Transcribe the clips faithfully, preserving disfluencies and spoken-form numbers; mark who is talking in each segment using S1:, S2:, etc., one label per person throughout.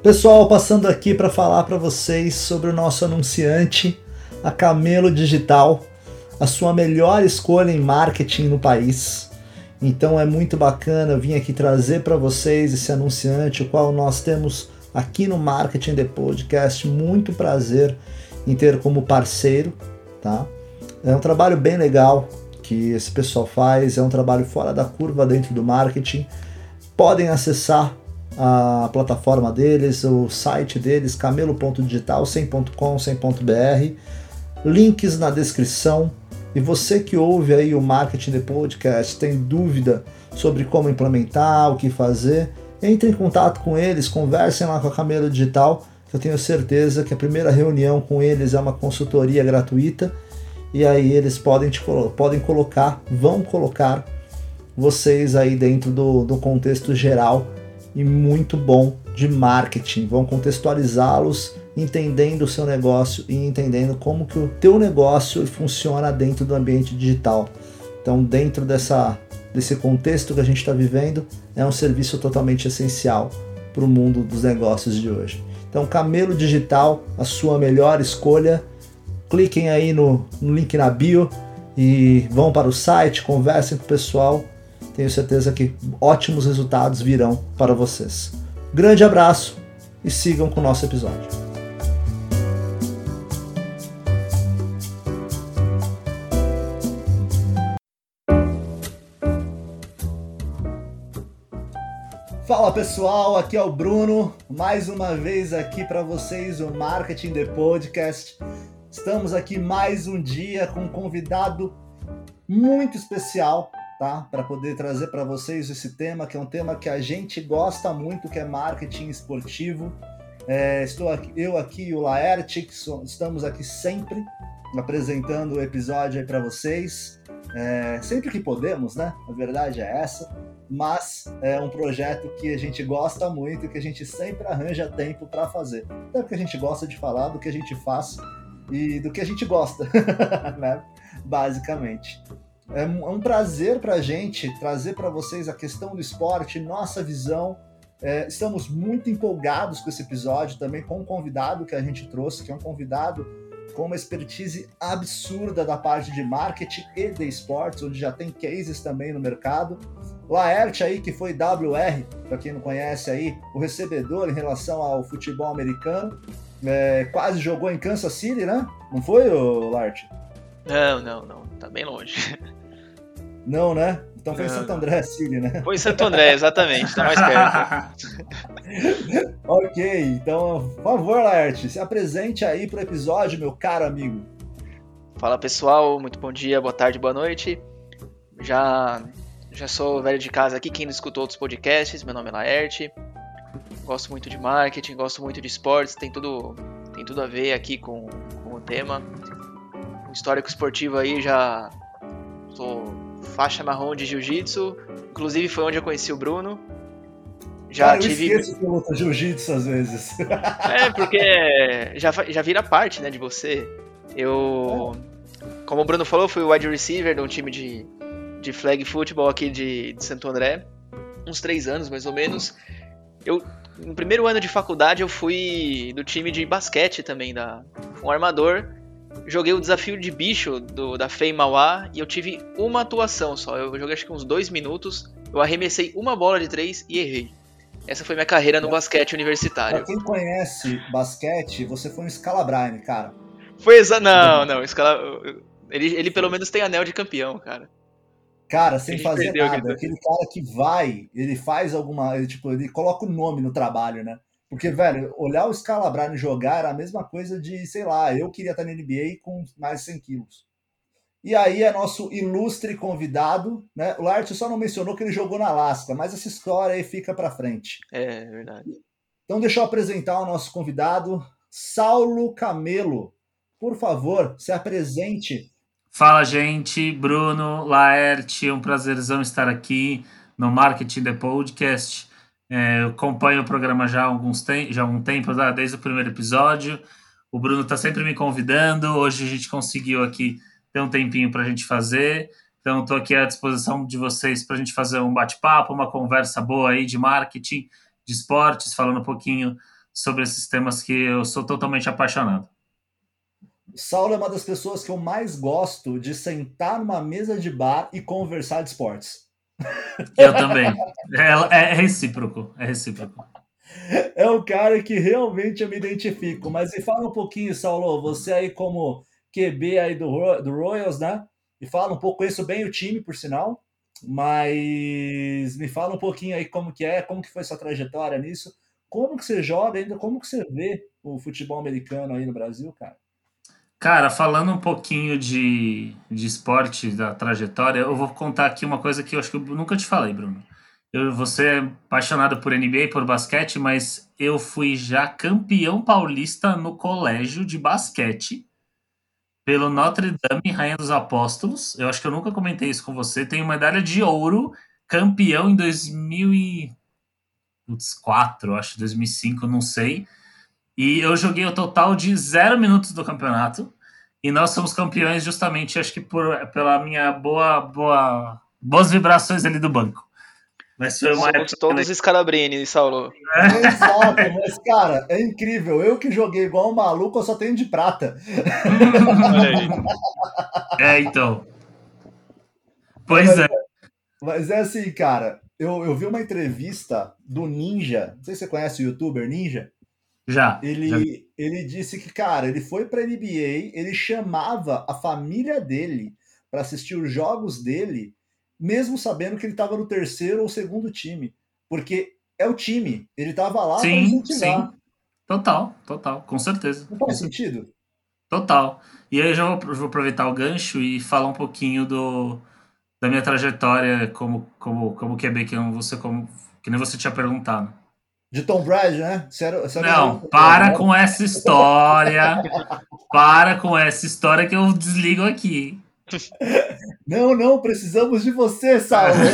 S1: Pessoal, passando aqui para falar para vocês sobre o nosso anunciante, a Camelo Digital, a sua melhor escolha em marketing no país. Então é muito bacana, eu vim aqui trazer para vocês esse anunciante, o qual nós temos aqui no Marketing The Podcast muito prazer em ter como parceiro, tá? É um trabalho bem legal que esse pessoal faz, é um trabalho fora da curva dentro do marketing. Podem acessar a plataforma deles, o site deles, camelo ponto digital, sem ponto com, sem ponto br, links na descrição. E você que ouve aí o Marketing The Podcast, tem dúvida sobre como implementar, o que fazer, entre em contato com eles, conversem lá com a Camelo Digital, que eu tenho certeza que a primeira reunião com eles é uma consultoria gratuita, e aí eles podem, te, podem colocar, vão colocar vocês aí dentro do, do contexto geral e muito bom de marketing, vão contextualizá-los entendendo o seu negócio e entendendo como que o teu negócio funciona dentro do ambiente digital. Então, dentro dessa, desse contexto que a gente está vivendo, é um serviço totalmente essencial para o mundo dos negócios de hoje. Então, Camelo Digital, a sua melhor escolha. Cliquem aí no, no link na bio e vão para o site, conversem com o pessoal. Tenho certeza que ótimos resultados virão para vocês. Grande abraço e sigam com o nosso episódio. Fala pessoal, aqui é o Bruno, mais uma vez aqui para vocês o Marketing The Podcast. Estamos aqui mais um dia com um convidado muito especial, tá? Para poder trazer para vocês esse tema, que é um tema que a gente gosta muito, que é marketing esportivo. É, estou aqui, eu aqui e o Laerte, que so, estamos aqui sempre apresentando o episódio aí para vocês. É, sempre que podemos, né? A verdade é essa. Mas é um projeto que a gente gosta muito e que a gente sempre arranja tempo para fazer. Até porque a gente gosta de falar do que a gente faz e do que a gente gosta, né? Basicamente. É um prazer para a gente trazer para vocês a questão do esporte, nossa visão. É, estamos muito empolgados com esse episódio, também com o convidado que a gente trouxe, que é um convidado com uma expertise absurda da parte de marketing e de esportes, onde já tem cases também no mercado. Laerte aí, que foi W R, para quem não conhece aí, o recebedor em relação ao futebol americano, é, quase jogou em Kansas City, né? Não foi, Laerte?
S2: Não, não, não, tá bem longe.
S1: Não, né? Então foi não, em Santo André City, né?
S2: Foi em Santo André, exatamente, tá mais perto.
S1: Ok, então, por favor, Laerte, se apresente aí pro episódio, meu caro amigo.
S2: Fala pessoal, muito bom dia, boa tarde, boa noite. Já, já sou velho de casa aqui, quem não escutou outros podcasts, meu nome é Laerte. Gosto muito de marketing, gosto muito de esportes, tem tudo, tem tudo a ver aqui com, com o tema. Histórico esportivo aí, já sou faixa marrom de jiu-jitsu, inclusive foi onde eu conheci o Bruno.
S1: Já Cara, tive... eu esqueço que eu luto jiu-jitsu às vezes.
S2: É, porque já, já vira parte, né, de você. Eu, é. Como o Bruno falou, fui wide receiver de um time de, de flag football aqui de, de Santo André, uns três anos mais ou menos. Eu, no primeiro ano de faculdade eu fui do time de basquete também, da, um armador. Joguei o desafio de bicho do, da F E I Mauá e eu tive uma atuação só. Eu joguei acho que uns dois minutos, eu arremessei uma bola de três e errei. Essa foi minha carreira no basquete universitário.
S1: Pra quem conhece basquete, você foi um Scalabrine, cara.
S2: Foi exa... Não, não, Scala... ele, ele pelo menos tem anel de campeão, cara.
S1: Cara, sem fazer nada. Aquele cara que vai, ele faz alguma... Ele, tipo, ele coloca o nome no trabalho, né? Porque, velho, olhar o Scalabrine jogar era a mesma coisa de, sei lá, eu queria estar na N B A com mais de cem quilos. E aí é nosso ilustre convidado, né? O Laerte só não mencionou que ele jogou na Alaska, mas essa história aí fica pra frente.
S2: É, verdade.
S1: Então deixa eu apresentar o nosso convidado, Saulo Camelo. Por favor, se apresente.
S3: Fala, gente. Bruno, Laerte, um prazerzão estar aqui no Marketing The Podcast. É, eu acompanho o programa já há, alguns te- já há um tempo, desde o primeiro episódio. O Bruno está sempre me convidando. Hoje a gente conseguiu aqui ter um tempinho para a gente fazer. Então, estou aqui à disposição de vocês para a gente fazer um bate-papo, uma conversa boa aí de marketing, de esportes, falando um pouquinho sobre esses temas que eu sou totalmente apaixonado.
S1: Saulo é uma das pessoas que eu mais gosto de sentar numa mesa de bar e conversar de esportes.
S3: Eu também. É, é recíproco, é recíproco.
S1: É o cara que realmente eu me identifico. Mas me fala um pouquinho, Saulo, você aí como Q B aí do, do Royals, né? Me fala um pouco, conheço bem o time, por sinal, mas me fala um pouquinho aí como que é, como que foi sua trajetória nisso, como que você joga ainda, como que você vê o futebol americano aí no Brasil, cara?
S3: Cara, falando um pouquinho de, de esporte, da trajetória, eu vou contar aqui uma coisa que eu acho que eu nunca te falei, Bruno. Eu, você é apaixonado por N B A, por basquete, mas eu fui já campeão paulista no colégio de basquete pelo Notre Dame, Rainha dos Apóstolos. Eu acho que eu nunca comentei isso com você. Tenho medalha de ouro, campeão em dois mil e quatro, acho, dois mil e cinco, não sei. E eu joguei o total de zero minutos do campeonato. E nós somos campeões justamente, acho que por, pela minha boa, boa, boas vibrações ali do banco. Mas foi uma
S2: Somos
S3: época.
S2: todos Scalabrini, Saulo.
S1: Exato, mas cara, é incrível. Eu que joguei igual um maluco, eu só tenho de prata.
S2: Olha aí.
S3: É, então.
S1: Não,
S3: Pois
S1: mas,
S3: é,
S1: mas é assim, cara. Eu, eu vi uma entrevista do Ninja. Não sei se você conhece o youtuber Ninja.
S3: já. já.
S1: Ele, ele disse que, cara, ele foi para N B A, ele chamava a família dele para assistir os jogos dele, mesmo sabendo que ele estava no terceiro ou segundo time, porque é o time, ele estava lá para
S3: Sim,
S1: incentivar.
S3: sim. Total, total, com certeza.
S1: Não
S3: Com
S1: faz
S3: certeza.
S1: sentido?
S3: Total. E aí eu já vou, vou aproveitar o gancho e falar um pouquinho do, da minha trajetória como, como, como Q B, que não você, como, que nem você tinha perguntado.
S1: De Tom Brady, né? Você era, você era o
S3: Não,
S1: Tom Brady,
S3: para
S1: né?
S3: com essa história. Para com essa história que eu desligo aqui.
S1: Não, não, precisamos de você, Saulo.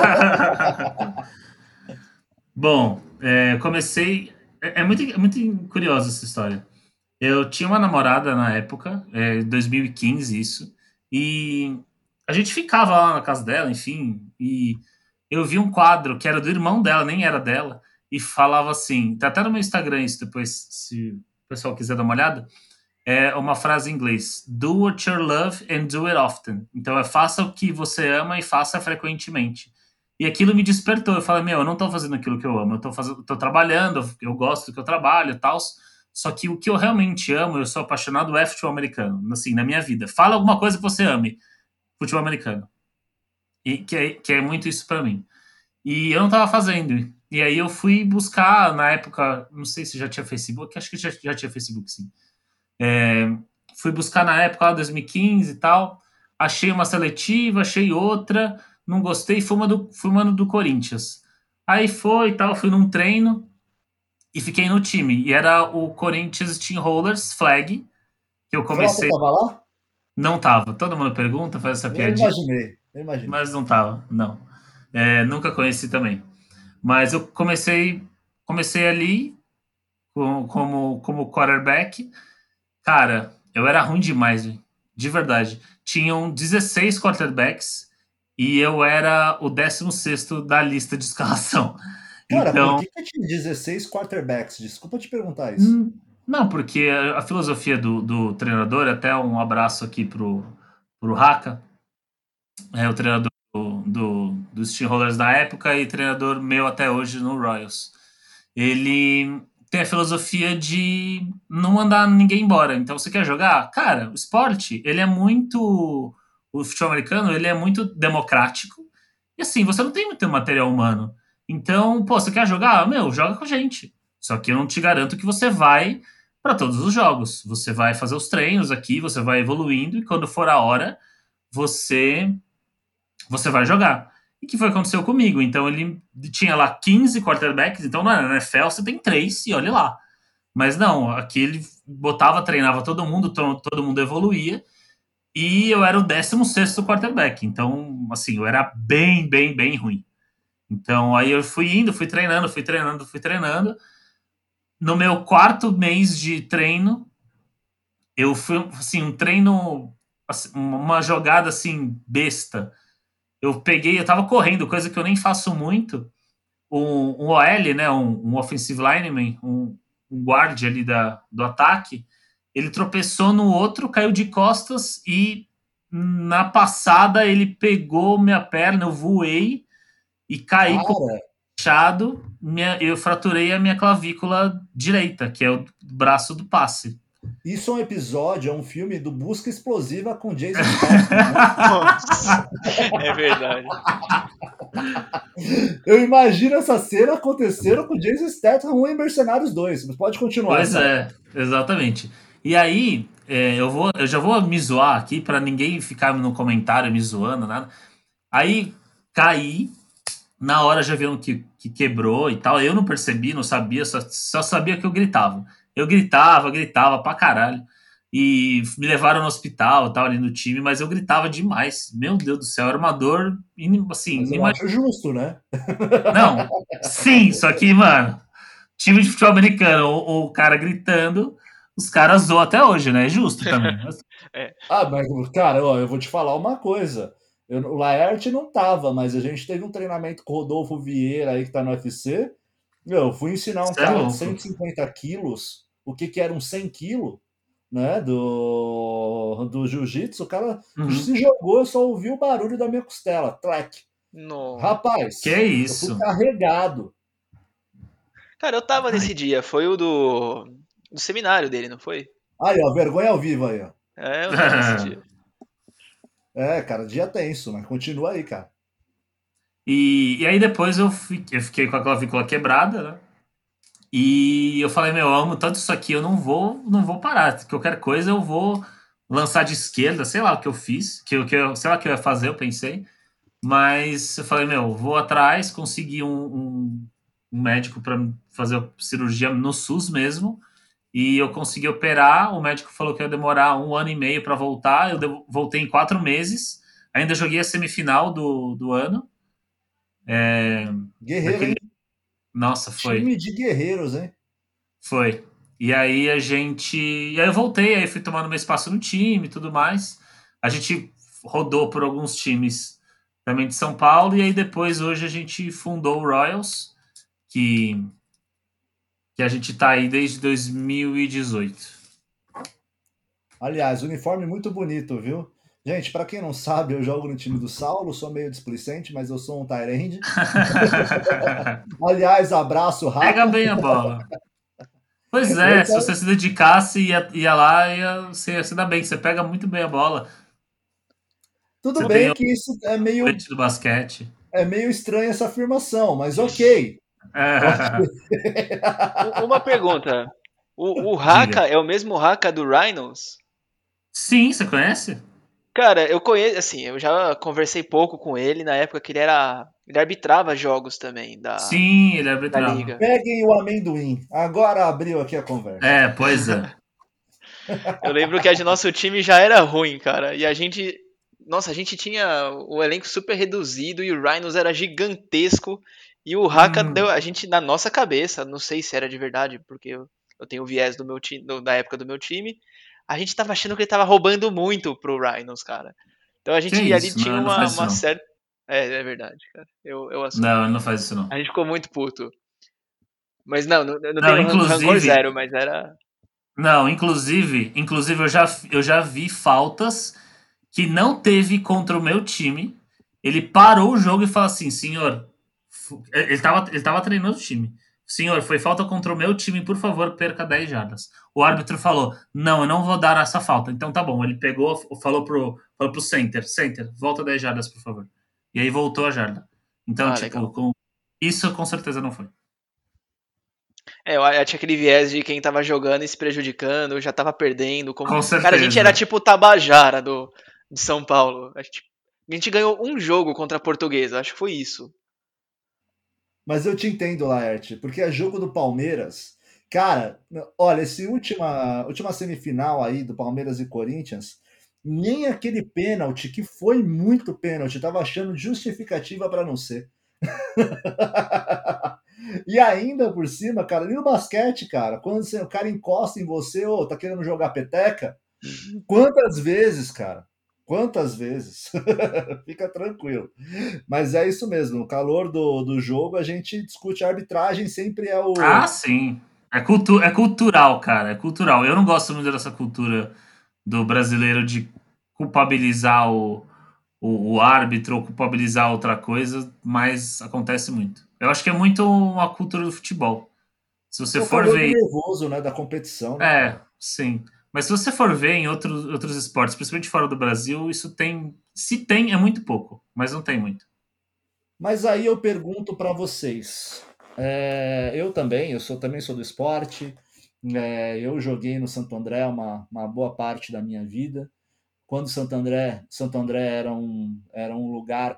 S3: Bom, é, comecei. É, é muito, é muito curiosa essa história. Eu tinha uma namorada na época, é, dois mil e quinze isso, e a gente ficava lá na casa dela, enfim, e eu vi um quadro que era do irmão dela, nem era dela, e falava assim, tá até no meu Instagram isso depois, se o pessoal quiser dar uma olhada, é uma frase em inglês, do what you love and do it often. Então é faça o que você ama e faça frequentemente. E aquilo me despertou, eu falei, meu, eu não tô fazendo aquilo que eu amo, eu tô, fazendo, tô trabalhando, eu gosto do que eu trabalho e tal, só que o que eu realmente amo, eu sou apaixonado é futebol americano, assim, na minha vida. Fala alguma coisa que você ame, futebol americano. E que é, que é muito isso para mim. E eu não tava fazendo. E aí eu fui buscar, na época, não sei se já tinha Facebook, acho que já, já tinha Facebook, sim. É, fui buscar na época, lá, dois mil e quinze e tal. Achei uma seletiva, achei outra, não gostei, fui uma do, fui uma do Corinthians. Aí foi e tal, fui num treino e fiquei no time. E era o Corinthians Steamrollers Flag, que eu
S1: O Frota
S3: comecei.
S1: tava lá?
S3: Não tava. Todo mundo pergunta, faz essa
S1: Eu
S3: piadinha,
S1: imaginei, eu imaginei.
S3: mas não tava, não. É, nunca conheci também. Mas eu comecei, comecei ali com- como, como quarterback. Cara, eu era ruim demais, véio. De verdade. Tinham dezesseis quarterbacks e eu era o décimo sexto da lista de escalação.
S1: Cara, por
S3: Então,
S1: que, que tinha dezesseis quarterbacks? Desculpa te perguntar isso.
S3: hum, não, porque a a filosofia do, do treinador, até um abraço aqui pro, pro Haka, é o treinador do, do, dos Steamrollers da época e treinador meu até hoje no Royals. Ele tem a filosofia de não mandar ninguém embora. Então, você quer jogar? Cara, o esporte, ele é muito... O futebol americano, ele é muito democrático. E assim, você não tem muito material humano. Então, pô, você quer jogar? Meu, joga com a gente. Só que eu não te garanto que você vai para todos os jogos. Você vai fazer os treinos aqui, você vai evoluindo e quando for a hora, você você vai jogar. E que foi o que aconteceu comigo. Então ele tinha lá quinze quarterbacks, então na N F L você tem três e olha lá. Mas não, aqui ele botava, treinava todo mundo, to- todo mundo evoluía, e eu era o décimo sexto quarterback. Então, assim, eu era bem, bem, bem ruim. Então aí eu fui indo, fui treinando, fui treinando, fui treinando. No meu quarto mês de treino, eu fui, assim, um treino, assim, uma jogada, assim, besta. Eu peguei, eu tava correndo, coisa que eu nem faço muito. Um, um O L, né? Um, um offensive lineman, um, um guarda ali da, do ataque, ele tropeçou no outro, caiu de costas e na passada ele pegou minha perna, eu voei e caí com o
S1: Cara,
S3: fechado, minha, eu fraturei a minha clavícula direita, que é o braço do passe.
S1: isso é um episódio, é um filme do Busca Explosiva com Jason Statham, né?
S2: Nossa, é verdade.
S1: Eu imagino essa cena acontecendo com Jason Statham em Mercenários dois. Mas pode continuar.
S3: Pois
S1: Essa.
S3: é, exatamente. E aí, é, eu, vou, eu já vou me zoar aqui para ninguém ficar no comentário me zoando, nada. Aí caí, na hora já viram que, que quebrou e tal. Eu não percebi, não sabia, só, só sabia que eu gritava. Eu gritava, gritava pra caralho. E me levaram no hospital, tal, ali no time, mas eu gritava demais. Meu Deus do céu, era uma dor, inim- assim,
S1: Mas eu
S3: inimaginável.
S1: acho justo, né?
S3: Não, sim, só que, mano, time de futebol americano, o, o cara gritando, os caras zoam até hoje, né? É justo também. Mas,
S2: É.
S1: Ah, mas, cara, ó, eu vou te falar uma coisa. Eu- o Laerte não tava, mas a gente teve um treinamento com o Rodolfo Vieira aí que tá no U F C. Meu, eu fui ensinar um
S3: isso é
S1: cara de
S3: louco.
S1: cento e cinquenta quilos o que, que era um cem quilos, né? Do, do jiu-jitsu. O cara
S3: Uhum.
S1: se jogou, eu só ouvi o barulho da minha costela. Track.
S2: No...
S3: Que
S1: Rapaz, eu fui
S3: isso?
S1: carregado.
S2: Cara, eu tava
S3: Ai,
S2: nesse dia. Foi o do, do seminário dele, não foi?
S1: Aí, ó, vergonha ao vivo aí, ó.
S2: É, eu tava nesse dia.
S1: É, cara, dia tenso, mas continua aí, cara.
S3: E, e aí depois eu fiquei, eu fiquei com a clavícula quebrada, né? E eu falei, meu, eu amo tanto isso aqui, eu não vou, não vou parar. Qualquer coisa eu vou lançar de esquerda, sei lá o que eu fiz, que, eu- que eu, sei lá o que eu ia fazer, eu pensei. Mas eu falei, meu, vou atrás, consegui um, um, um médico para fazer a cirurgia no SUS mesmo. E eu consegui operar. O médico falou que ia demorar um ano e meio para voltar. Eu devo- voltei em quatro meses. Ainda joguei a semifinal do, do ano.
S1: Guerreiro,
S3: Daquele.
S1: hein?
S3: Nossa, foi.
S1: Time de guerreiros, hein?
S3: Foi. E aí a gente. E aí eu voltei, aí fui tomando meu espaço no time e tudo mais. A gente rodou por alguns times também de São Paulo. E aí depois, hoje, a gente fundou o Royals, que, que a gente tá aí desde dois mil e dezoito.
S1: Aliás, uniforme muito bonito, viu? Gente, para quem não sabe, eu jogo no time do Saulo, sou meio displicente, mas eu sou um Tyrande. Aliás, abraço,
S3: Pega
S1: Raca.
S3: bem a bola. Pois
S1: Oi,
S3: é, se você
S1: cara.
S3: se dedicasse, ia, ia lá, ia, você ia se dar bem. Você pega muito bem a bola.
S1: Tudo
S3: Você tem
S1: bem
S3: o
S1: que isso é meio,
S3: colete do basquete.
S1: é meio estranha essa afirmação, mas ok. Ok.
S2: U- Uma pergunta. O, o
S3: Diga.
S2: Haka é o mesmo Haka do Rhinos?
S3: Sim, você conhece?
S2: Cara, eu conheço, assim, eu já conversei pouco com ele na época que ele era. Ele arbitrava jogos também da,
S3: Sim, ele
S2: da
S3: arbitrava.
S2: liga.
S1: Peguem o amendoim. Agora abriu aqui a conversa.
S3: É, pois é.
S2: Eu lembro que a de nosso time já era ruim, cara. E a gente. Nossa, a gente tinha o elenco super reduzido e o Rhinos era gigantesco. E o Haka deu
S3: Hum,
S2: a gente na nossa cabeça, não sei se era de verdade, porque eu, eu tenho o viés do meu time, da época do meu time. A gente tava achando que ele tava roubando muito pro Rhinos, cara. Então a
S3: que
S2: gente ali
S3: isso? Não,
S2: tinha
S3: ele não
S2: uma,
S3: faz isso
S2: uma
S3: não.
S2: certa. É, é verdade, cara. Eu, eu assumo.
S3: Não, ele não faz isso não.
S2: A gente ficou muito puto. Mas não, não- eu não
S3: Não,
S2: tenho ran- rancor
S3: inclusive,
S2: zero, mas era.
S3: não, inclusive, inclusive eu já, eu já vi faltas que não teve contra o meu time. Ele parou o jogo e falou assim, senhor, fu- ele estava ele tava treinando o time. Senhor, foi falta contra o meu time, por favor, perca dez jardas. O árbitro falou, não, eu não vou dar essa falta. Então tá bom, ele pegou, falou pro, falou pro center, center, volta dez jardas, por favor. E aí voltou a jarda. Então,
S2: Ah,
S3: tipo,
S2: legal.
S3: com, isso com certeza não foi.
S2: É, eu, eu tinha aquele viés de quem tava jogando e se prejudicando, já tava perdendo. Como...
S3: Com
S2: Cara, a gente era
S3: certeza.
S2: tipo o Tabajara do, de São Paulo. A gente, a gente ganhou um jogo contra a Portuguesa, acho que foi isso.
S1: Mas eu te entendo, Laerte, porque é jogo do Palmeiras. Cara, olha, esse última, última semifinal aí do Palmeiras e Corinthians, nem aquele pênalti, que foi muito pênalti, tava achando justificativa para não ser. E ainda por cima, cara, ali no basquete, cara, quando você- o cara encosta em você, ô, tá querendo jogar peteca? Quantas vezes, cara? Quantas vezes? Fica tranquilo. Mas é isso mesmo, no calor do, do jogo a gente discute a arbitragem, sempre é
S3: Ah,
S1: o,
S3: sim. É, cultu é cultural, cara, é cultural. Eu não gosto muito dessa cultura do brasileiro de culpabilizar o, o, o árbitro ou culpabilizar outra coisa, mas acontece muito. Eu acho que é muito uma cultura do futebol. Se você
S1: É o
S3: for
S1: famoso
S3: ver.
S1: nervoso, né, da competição, né,
S3: É,
S1: cara?
S3: sim. Mas se você for ver em outros, outros esportes, principalmente fora do Brasil, isso tem. Se tem, é muito pouco, mas não tem muito.
S1: Mas aí eu pergunto para vocês. É, eu também, eu sou também sou do esporte. É, eu joguei no Santo André uma, uma boa parte da minha vida. Quando Santo André, Santo André era um, era um lugar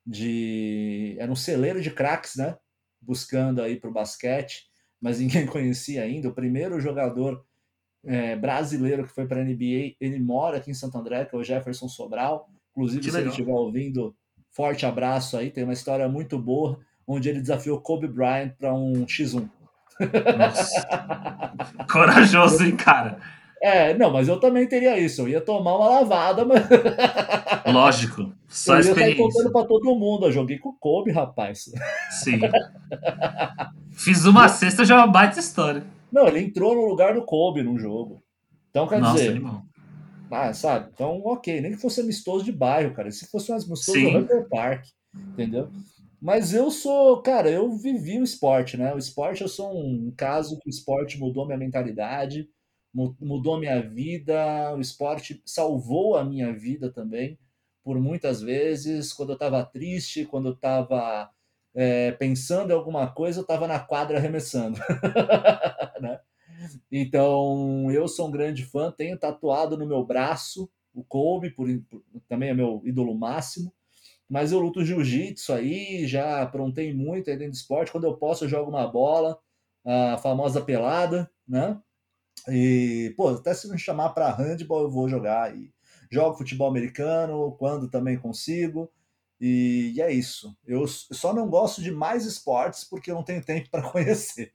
S1: de, era um celeiro de craques, né? Buscando aí para o basquete, mas ninguém conhecia ainda. O primeiro jogador é, brasileiro que foi para a N B A, ele mora aqui em Santo André, que é o Jefferson Sobral. Inclusive,
S3: Que
S1: se ele
S3: legal.
S1: estiver ouvindo, forte abraço aí. Tem uma história muito boa, onde ele desafiou Kobe Bryant para um xis um.
S3: Nossa. Corajoso, hein, cara?
S1: É, não, mas eu também teria isso. Eu ia tomar uma lavada, mas
S3: Lógico. Só
S1: eu ia sair contando
S3: experiência.
S1: para todo mundo. Eu joguei com o Kobe, rapaz.
S3: Sim. Fiz uma cesta, já é uma baita história.
S1: Não, ele entrou no lugar do Kobe num jogo. Então, quer
S3: Nossa,
S1: dizer,
S3: animal.
S1: ah, sabe? Então, ok, nem que fosse amistoso de bairro, cara. Se fosse um amistoso do
S3: Sim.
S1: Hunter Park, entendeu? Mas eu sou, cara, eu vivi o esporte, né? O esporte, eu sou um caso que o esporte mudou minha mentalidade, mu- mudou minha vida. O esporte salvou a minha vida também, por muitas vezes. Quando eu estava triste, quando eu estava pensando em alguma coisa, eu estava na quadra arremessando, né? Então, eu sou um grande fã, tenho tatuado no meu braço o Kobe, por, por- também é meu ídolo máximo, mas eu luto jiu-jitsu aí, já aprontei muito aí dentro do esporte. Quando eu posso, eu jogo uma bola, a famosa pelada, né? E, pô, até se me chamar para handball, eu vou jogar. E jogo futebol americano quando também consigo. E, e é isso. Eu só não gosto de mais esportes porque eu não tenho tempo para conhecer.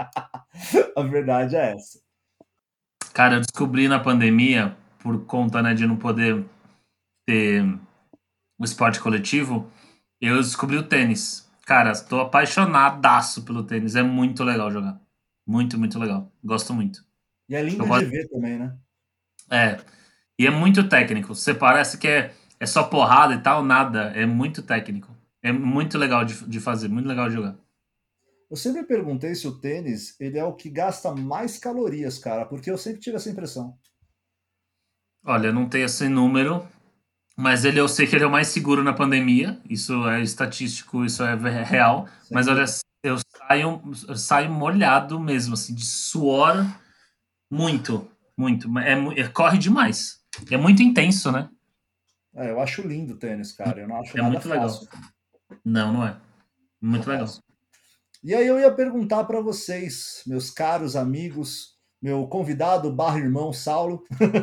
S1: A verdade é essa.
S3: Cara, eu descobri na pandemia, por conta, né, de não poder ter o esporte coletivo, eu descobri o tênis. Cara, estou apaixonadaço pelo tênis. É muito legal jogar. Muito, muito legal. Gosto muito.
S1: E é
S3: Eu
S1: lindo de
S3: gosto.
S1: ver também, né?
S3: É. E é muito técnico. Você parece que é, é só porrada e tal, nada. É muito técnico. É muito legal de, de fazer, muito legal de jogar.
S1: Eu sempre perguntei se o tênis ele é o que gasta mais calorias, cara, porque eu sempre tive essa impressão.
S3: Olha, eu não tenho esse número, mas ele eu sei que ele é o mais seguro na pandemia. Isso é estatístico, isso é ve- real.
S1: Sem
S3: Mas olha,
S1: dúvida.
S3: eu saio, eu saio molhado mesmo, assim, de suor muito, muito. É, mu- é- corre demais. É muito intenso, né?
S1: É, eu acho lindo o tênis, cara. Eu não acho
S3: É
S1: nada
S3: muito legal.
S1: fácil.
S3: Não, não é.
S1: Não é
S3: Muito legal.
S1: fácil. E aí eu ia perguntar para vocês, meus caros amigos, meu convidado barra irmão Saulo,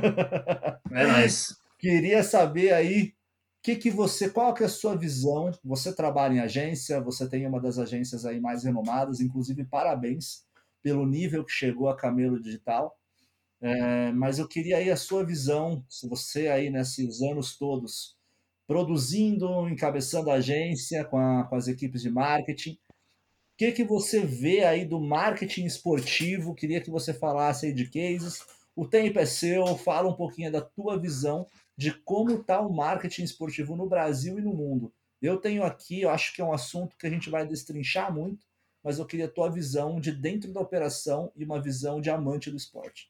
S3: É nóis.
S1: queria saber aí que que você, qual que é a sua visão? Você trabalha em agência, você tem uma das agências aí mais renomadas, inclusive parabéns pelo nível que chegou a Camelo Digital. É, mas eu queria aí a sua visão, se você aí nesses anos todos produzindo, encabeçando a agência com, a, com as equipes de marketing, o que que você vê aí do marketing esportivo? Queria que você falasse aí de cases. O tempo é seu, fala um pouquinho da tua visão de como está o marketing esportivo no Brasil e no mundo. Eu tenho aqui, eu acho que é um assunto que a gente vai destrinchar muito, mas eu queria a tua visão de dentro da operação e uma visão de amante do esporte.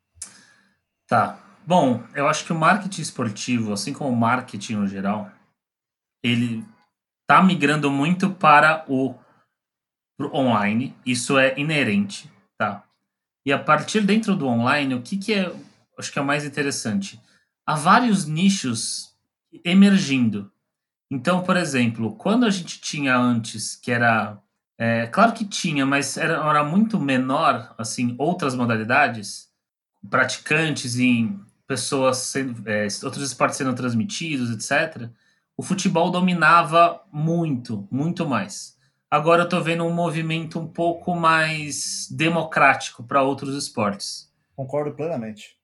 S3: Tá. Bom, eu acho que o marketing esportivo, assim como o marketing no geral, ele tá migrando muito para o pro online. Isso é inerente, tá? E a partir dentro do online, o que que é, acho que é o mais interessante? Há vários nichos emergindo. Então, por exemplo, quando a gente tinha antes, que era, é, claro que tinha, mas era, era muito menor, assim, outras modalidades, praticantes em pessoas sendo, é, outros esportes sendo transmitidos, etcétera, o futebol dominava muito, muito mais. Agora eu tô vendo um movimento um pouco mais democrático para outros esportes.
S1: Concordo plenamente.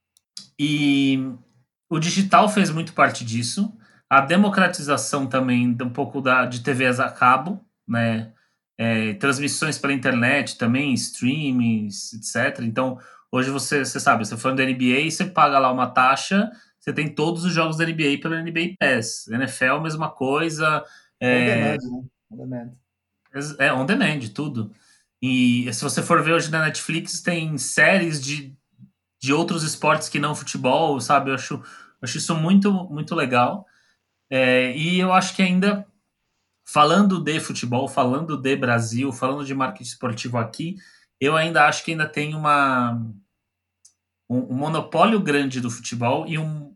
S3: E o digital fez muito parte disso. A democratização também um pouco da, de T Vs a cabo, né? é, transmissões pela internet também, streamings, etcétera. Então, hoje você, você sabe, você falando da N B A, você paga lá uma taxa, você tem todos os jogos da N B A pela N B A Pass. N F L, mesma coisa.
S1: On
S3: É,
S1: demand, né? On demand.
S3: é on demand, tudo. E se você for ver hoje na Netflix, tem séries de, de outros esportes que não futebol, sabe? Eu acho, eu acho isso muito, muito legal. É, e eu acho que ainda, falando de futebol, falando de Brasil, falando de marketing esportivo aqui, eu ainda acho que ainda tem uma, um, um monopólio grande do futebol e um,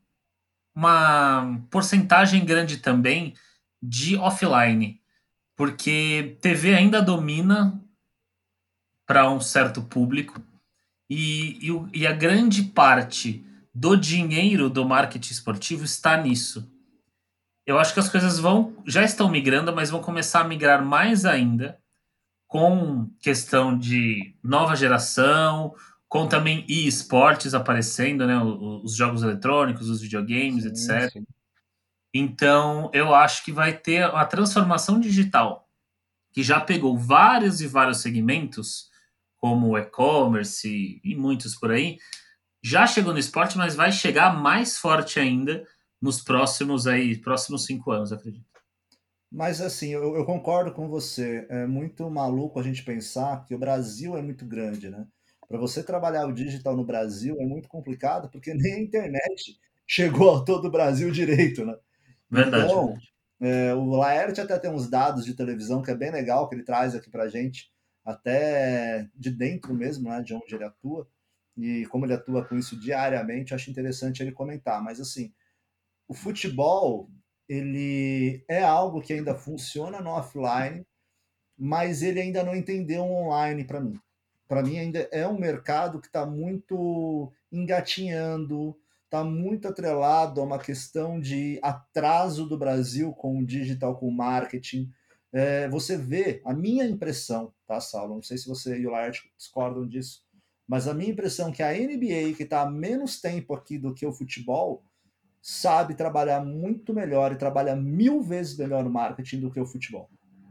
S3: uma porcentagem grande também de offline, porque T V ainda domina para um certo público e, e, e a grande parte do dinheiro do marketing esportivo está nisso. Eu acho que as coisas vão já estão migrando, mas vão começar a migrar mais ainda com questão de nova geração, com também e-esportes aparecendo, né? Os jogos eletrônicos, os videogames,
S1: Sim,
S3: etcétera.
S1: sim.
S3: Então, eu acho que vai ter a transformação digital, que já pegou vários e vários segmentos, como o e-commerce e muitos por aí, já chegou no esporte, mas vai chegar mais forte ainda nos próximos aí, próximos cinco anos, acredito.
S1: Mas assim, eu, eu concordo com você. É muito maluco a gente pensar que o Brasil é muito grande, né? Para você trabalhar o digital no Brasil é muito complicado, porque nem a internet chegou a todo o Brasil direito, né?
S3: Verdade,
S1: Então,
S3: verdade.
S1: é, o Laerte até tem uns dados de televisão que é bem legal, que ele traz aqui pra gente, até de dentro mesmo, né, de onde ele atua, e como ele atua com isso diariamente, eu acho interessante ele comentar. Mas assim, o futebol, ele é algo que ainda funciona no offline, mas ele ainda não entendeu o online para mim. Para mim ainda é um mercado que está muito engatinhando, está muito atrelado a uma questão de atraso do Brasil com o digital, com o marketing. É, você vê, a minha impressão, tá, Saulo? Não sei se você e o Laerte discordam disso, mas a minha impressão é que a N B A, que está há menos tempo aqui do que o futebol, sabe trabalhar muito melhor e trabalha mil vezes melhor o marketing do que o futebol.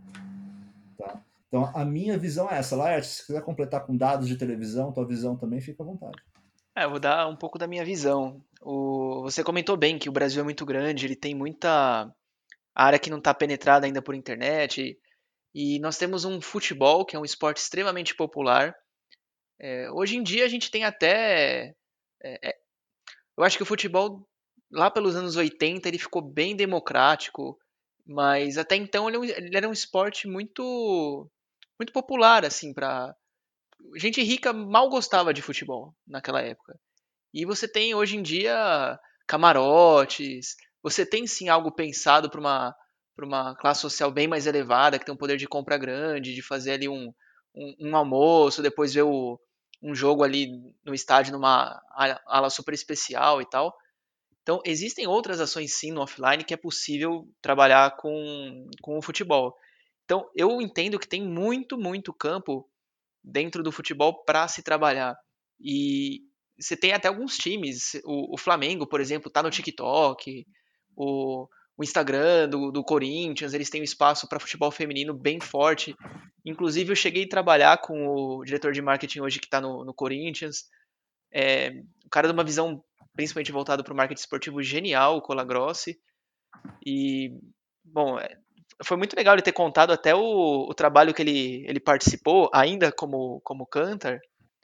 S1: Tá? Então, a minha visão é essa. Laerte, se quiser completar com dados de televisão, tua visão também, fica à vontade.
S2: É, eu vou dar um pouco da minha visão. O, você comentou bem que o Brasil é muito grande, ele tem muita área que não está penetrada ainda por internet, e nós temos um futebol que é um esporte extremamente popular. É, hoje em dia a gente tem até. É, é, eu acho que o futebol, lá pelos anos oitenta, ele ficou bem democrático, mas até então ele, é ele era um esporte muito, muito popular, assim, para gente rica mal gostava de futebol naquela época. E você tem hoje em dia camarotes, você tem sim algo pensado para uma, para uma classe social bem mais elevada, que tem um poder de compra grande, de fazer ali um, um, um almoço, depois ver o, um jogo ali no estádio numa ala super especial e tal. Então, existem outras ações sim no offline que é possível trabalhar com, com o futebol. Então, eu entendo que tem muito, muito campo dentro do futebol para se trabalhar. E você tem até alguns times, o, o Flamengo, por exemplo, está no TikTok, o, o Instagram do, do Corinthians, eles têm um espaço para futebol feminino bem forte. Inclusive, eu cheguei a trabalhar com o diretor de marketing hoje que está no, no Corinthians. É, o cara de uma visão principalmente voltada para o marketing esportivo genial, o Colagrossi. E, bom, é, foi muito legal ele ter contado até o, o trabalho que ele, ele participou, ainda como, como cantor,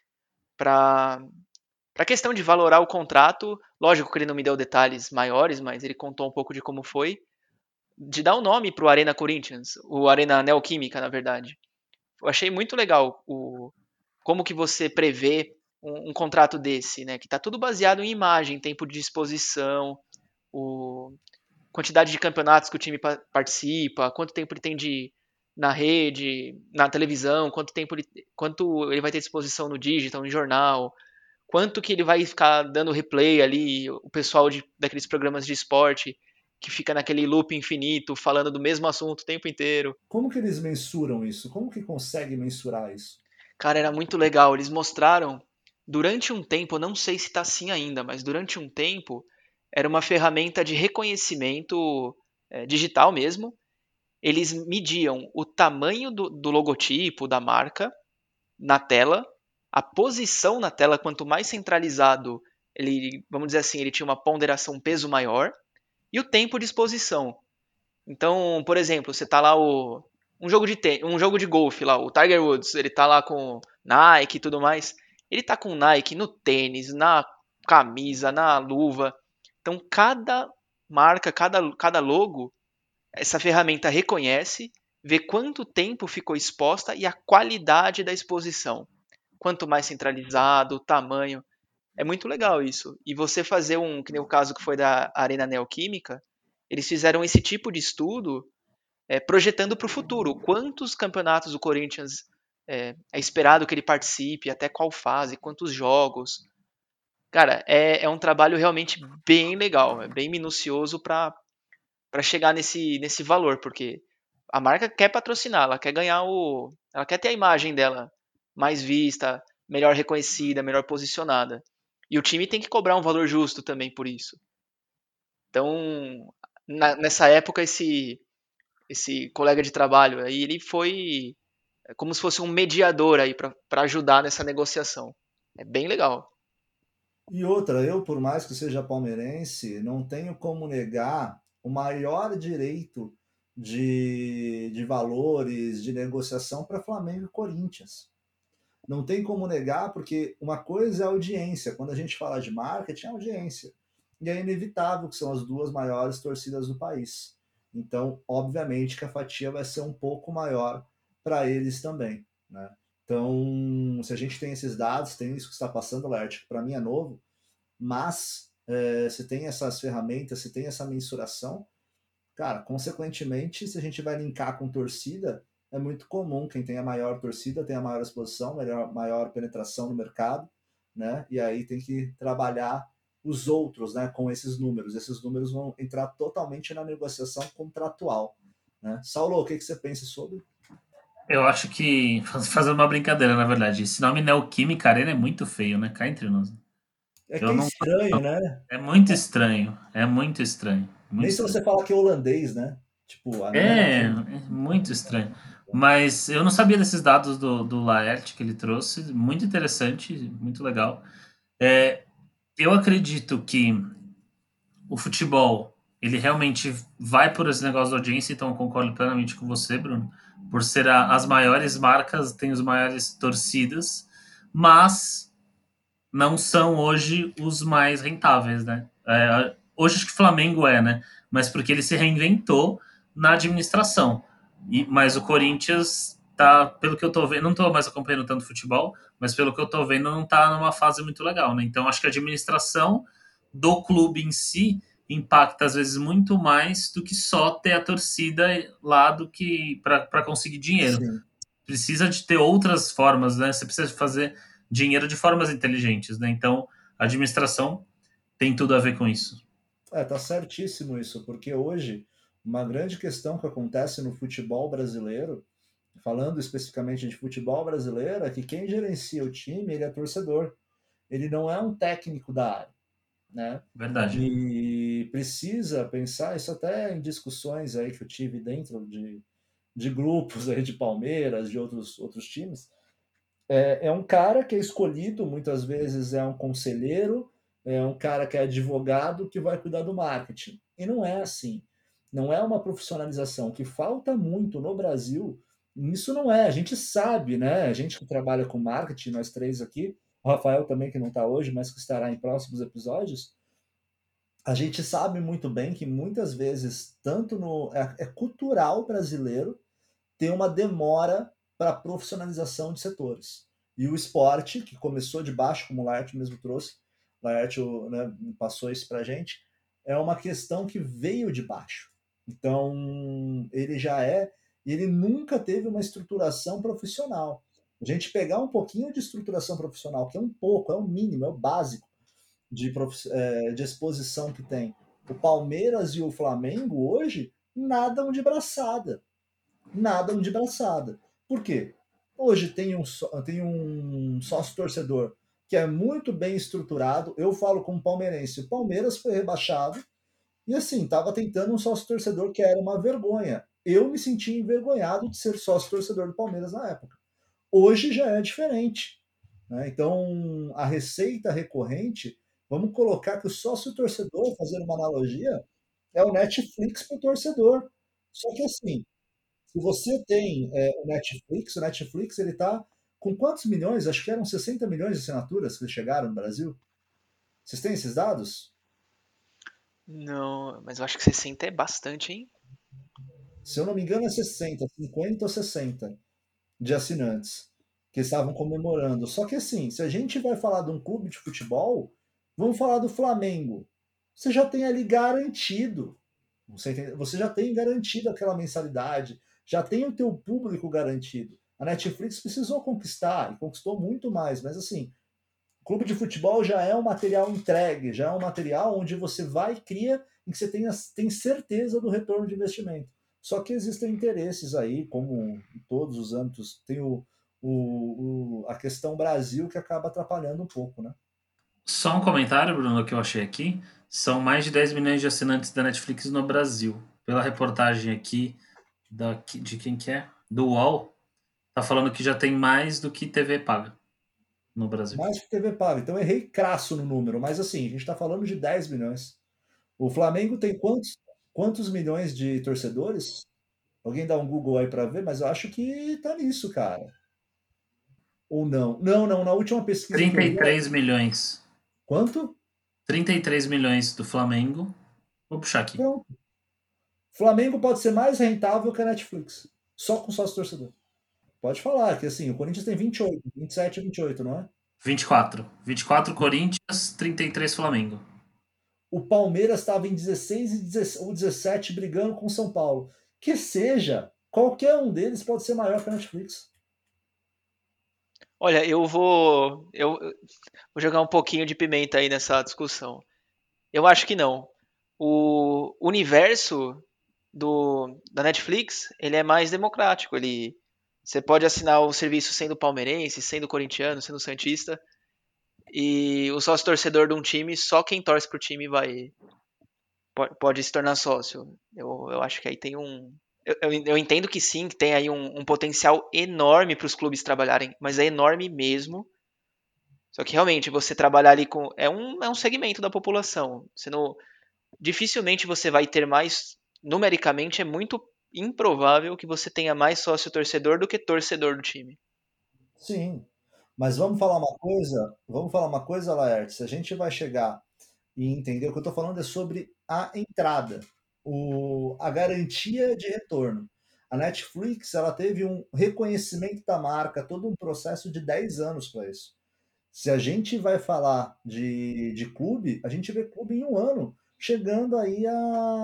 S2: para a questão de valorar o contrato. Lógico que ele não me deu detalhes maiores, mas ele contou um pouco de como foi, de dar um nome para o Arena Corinthians, o Arena Neoquímica, na verdade. Eu achei muito legal o, como que você prevê um, um contrato desse, né? Que está tudo baseado em imagem, tempo de exposição, o, quantidade de campeonatos que o time pa- participa, quanto tempo ele tem de na rede, na televisão, quanto tempo ele, quanto ele vai ter disposição no digital, no jornal, quanto que ele vai ficar dando replay ali, o pessoal de, daqueles programas de esporte que fica naquele loop infinito, falando do mesmo assunto o tempo inteiro.
S1: Como que eles mensuram isso? Como que consegue mensurar isso?
S2: Cara, era muito legal. Eles mostraram durante um tempo, eu não sei se está assim ainda, mas durante um tempo era uma ferramenta de reconhecimento é, digital mesmo, eles mediam o tamanho do, do logotipo, da marca, na tela, a posição na tela, quanto mais centralizado, ele, vamos dizer assim, ele tinha uma ponderação peso maior, e o tempo de exposição. Então, por exemplo, você tá lá o um jogo de ten, um jogo de golfe lá, o Tiger Woods, ele tá lá com Nike e tudo mais. Ele tá com Nike no tênis, na camisa, na luva. Então, cada marca, cada, cada logo, essa ferramenta reconhece, vê quanto tempo ficou exposta e a qualidade da exposição. Quanto mais centralizado, o tamanho. É muito legal isso. E você fazer um, que nem o caso que foi da Arena Neoquímica, eles fizeram esse tipo de estudo é, projetando para o futuro. Quantos campeonatos o Corinthians é, é, esperado que ele participe, até qual fase, quantos jogos. Cara, é, é um trabalho realmente bem legal, é bem minucioso para chegar nesse, nesse valor, porque a marca quer patrocinar, ela quer ganhar o. Ela quer ter a imagem dela mais vista, melhor reconhecida, melhor posicionada. E o time tem que cobrar um valor justo também por isso. Então, na, nessa época, esse, esse colega de trabalho aí, ele foi como se fosse um mediador aí para ajudar nessa negociação. É bem legal.
S1: E outra, eu, por mais que seja palmeirense, não tenho como negar o maior direito de, de valores, de negociação para Flamengo e Corinthians. Não tem como negar, porque uma coisa é a audiência. Quando a gente fala de marketing, é audiência. E é inevitável que são as duas maiores torcidas do país. Então, obviamente que a fatia vai ser um pouco maior para eles também, né? Então, se a gente tem esses dados, tem isso que está passando, Laerte, que para mim é novo, mas é, se tem essas ferramentas, se tem essa mensuração, cara, consequentemente, se a gente vai linkar com torcida, é muito comum quem tem a maior torcida tem a maior exposição, maior, maior penetração no mercado, né? E aí tem que trabalhar os outros, né, com esses números. Esses números vão entrar totalmente na negociação contratual, né? Saulo, o que, que você pensa sobre?
S3: Eu acho que, fazendo uma brincadeira, na verdade, esse nome Neoquímica Arena é muito feio, né? Cá entre nós.
S1: É que
S3: Eu
S1: é
S3: não.
S1: estranho, né?
S3: É muito estranho. É muito estranho. Muito
S1: Nem se
S3: estranho.
S1: você fala que é holandês, né? Tipo, não é
S3: É, é
S1: neoquímica.
S3: muito estranho. Mas eu não sabia desses dados do, do Laerte que ele trouxe. Muito interessante, muito legal. É, eu acredito que o futebol, ele realmente vai por esse negócio da audiência, então eu concordo plenamente com você, Bruno, por ser a, as maiores marcas, tem os maiores torcidas, mas não são hoje os mais rentáveis, né? É, hoje acho que o Flamengo é, né? Mas porque ele se reinventou na administração. E, mas o Corinthians tá, pelo que eu tô vendo, não tô mais acompanhando tanto futebol, mas pelo que eu tô vendo, não tá numa fase muito legal, né? Então acho que a administração do clube em si impacta às vezes muito mais do que só ter a torcida lá do que para conseguir dinheiro.
S1: Sim.
S3: Precisa de ter outras formas, né? Você precisa fazer dinheiro de formas inteligentes, né? Então, a administração tem tudo a ver com isso.
S1: É, tá certíssimo isso, porque hoje uma grande questão que acontece no futebol brasileiro, falando especificamente de futebol brasileiro, é que quem gerencia o time, ele é torcedor. Ele não é um técnico da área, né?
S3: Verdade.
S1: E precisa pensar, isso até em discussões aí que eu tive dentro de, de grupos aí de Palmeiras, de outros, outros times, é, é um cara que é escolhido, muitas vezes é um conselheiro, é um cara que é advogado que vai cuidar do marketing. E não é assim. Não é uma profissionalização. O que falta muito no Brasil, isso não é. A gente sabe, né? A gente que trabalha com marketing, nós três aqui, o Rafael também, que não está hoje, mas que estará em próximos episódios, a gente sabe muito bem que muitas vezes, tanto no. É, é cultural brasileiro ter uma demora para a profissionalização de setores. E o esporte, que começou de baixo, como o Laerte mesmo trouxe, o Laerte, né, passou isso para a gente, é uma questão que veio de baixo. Então, ele já é, ele nunca teve uma estruturação profissional. A gente pegar um pouquinho de estruturação profissional, que é um pouco, é o mínimo, é o básico de, é, de exposição que tem. O Palmeiras e o Flamengo hoje nadam de braçada nadam de braçada. Por quê? Hoje tem um, tem um sócio torcedor que é muito bem estruturado. Eu falo como palmeirense. O Palmeiras foi rebaixado e assim, estava tentando um sócio torcedor que era uma vergonha. eu me senti envergonhado de ser sócio torcedor do Palmeiras na época. Hoje já é diferente. Né? Então, a receita recorrente, vamos colocar que o sócio torcedor, fazendo uma analogia, é o Netflix para o torcedor. Só que assim, se você tem é, o Netflix, o Netflix ele está com quantos milhões? Acho que eram sessenta milhões de assinaturas que chegaram no Brasil. Vocês têm esses dados?
S2: Não, mas eu acho que sessenta é bastante, hein?
S1: Se eu não me engano, é sessenta, cinquenta ou sessenta de assinantes que estavam comemorando. Só que assim, se a gente vai falar de um clube de futebol, vamos falar do Flamengo. Você já tem ali garantido. Você já tem garantido aquela mensalidade, já tem o teu público garantido. A Netflix precisou conquistar, e conquistou muito mais, mas assim, o clube de futebol já é um material entregue, já é um material onde você vai e cria e que você tenha, tem certeza do retorno de investimento. Só que existem interesses aí, como em todos os âmbitos, tem o, o, o, a questão Brasil que acaba atrapalhando um pouco, né?
S3: Só um comentário, Bruno, que eu achei aqui. São mais de dez milhões de assinantes da Netflix no Brasil. Pela reportagem aqui, da, de quem que é? Do U O L, tá falando que já tem mais do que T V paga no Brasil.
S1: Mais que T V paga. Então errei crasso no número, mas assim, a gente está falando de dez milhões. O Flamengo tem quantos, quantos milhões de torcedores? Alguém dá um Google aí para ver, mas eu acho que tá nisso, cara. Ou não? Não, não, na última pesquisa que eu vi.
S3: trinta e três milhões.
S1: Quanto?
S3: trinta e três milhões do Flamengo. Vou puxar aqui.
S1: Pronto. Flamengo pode ser mais rentável que a Netflix. Só com sócio torcedor. Pode falar que assim, o Corinthians tem vinte e oito, vinte e sete e vinte e oito, não é?
S3: vinte e quatro. vinte e quatro Corinthians, trinta e três Flamengo.
S1: O Palmeiras estava em dezesseis ou dezessete brigando com o São Paulo. Que seja, qualquer um deles pode ser maior que a Netflix.
S2: Olha, eu vou. Eu vou jogar um pouquinho de pimenta aí nessa discussão. Eu acho que não. O universo do, da Netflix, ele é mais democrático. Ele, você pode assinar o serviço sendo palmeirense, sendo corintiano, sendo santista. E o sócio torcedor de um time, só quem torce pro time vai pode, pode se tornar sócio. Eu, eu acho que aí tem um. Eu, eu, eu entendo que sim, que tem aí um, um potencial enorme para os clubes trabalharem, mas é enorme mesmo. Só que realmente você trabalhar ali com. É um, é um segmento da população. Você não, dificilmente você vai ter mais. Numericamente, é muito improvável que você tenha mais sócio torcedor do que torcedor do time.
S1: Sim. Mas vamos falar uma coisa, vamos falar uma coisa, Laerte. Se a gente vai chegar e entender o que eu estou falando é sobre a entrada, o, a garantia de retorno. A Netflix ela teve um reconhecimento da marca, todo um processo de dez anos para isso. Se a gente vai falar de, de clube, a gente vê clube em um ano chegando aí a,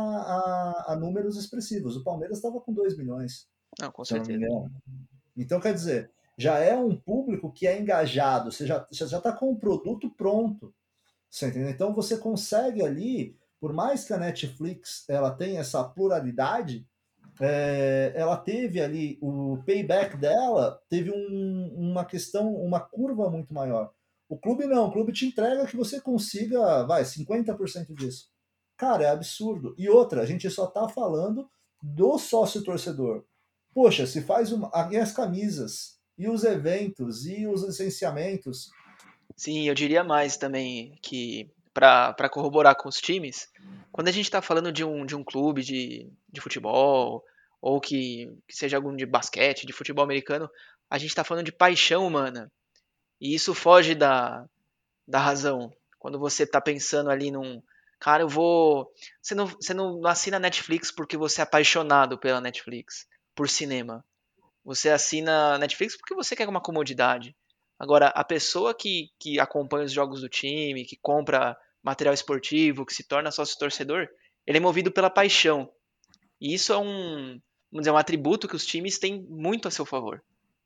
S1: a, a números expressivos. O Palmeiras estava com dois milhões,
S2: Não, com
S1: se eu não me
S2: certeza.
S1: engano. Então, quer dizer, já é um público que é engajado, você já está já tá com o produto pronto. Você entendeu? Então você consegue ali, por mais que a Netflix ela tenha essa pluralidade, é, ela teve ali o payback dela, teve um, uma questão, uma curva muito maior. O clube não, o clube te entrega que você consiga, vai, cinquenta por cento disso. Cara, é absurdo. E outra, a gente só tá falando do sócio torcedor. Poxa, se faz uma, e as camisas, e os eventos, e os licenciamentos.
S2: Sim, eu diria mais também que, para corroborar com os times, quando a gente está falando de um, de um clube de, de futebol, ou que, que seja algum de basquete, de futebol americano, a gente está falando de paixão humana. E isso foge da, da razão. Quando você está pensando ali num. Cara, eu vou. Você não, você não assina Netflix porque você é apaixonado pela Netflix, por cinema. Você assina Netflix porque você quer uma comodidade. Agora, a pessoa que, que acompanha os jogos do time, que compra material esportivo, que se torna sócio torcedor, ele é movido pela paixão. E isso é um, vamos dizer, um atributo que os times têm muito a seu favor.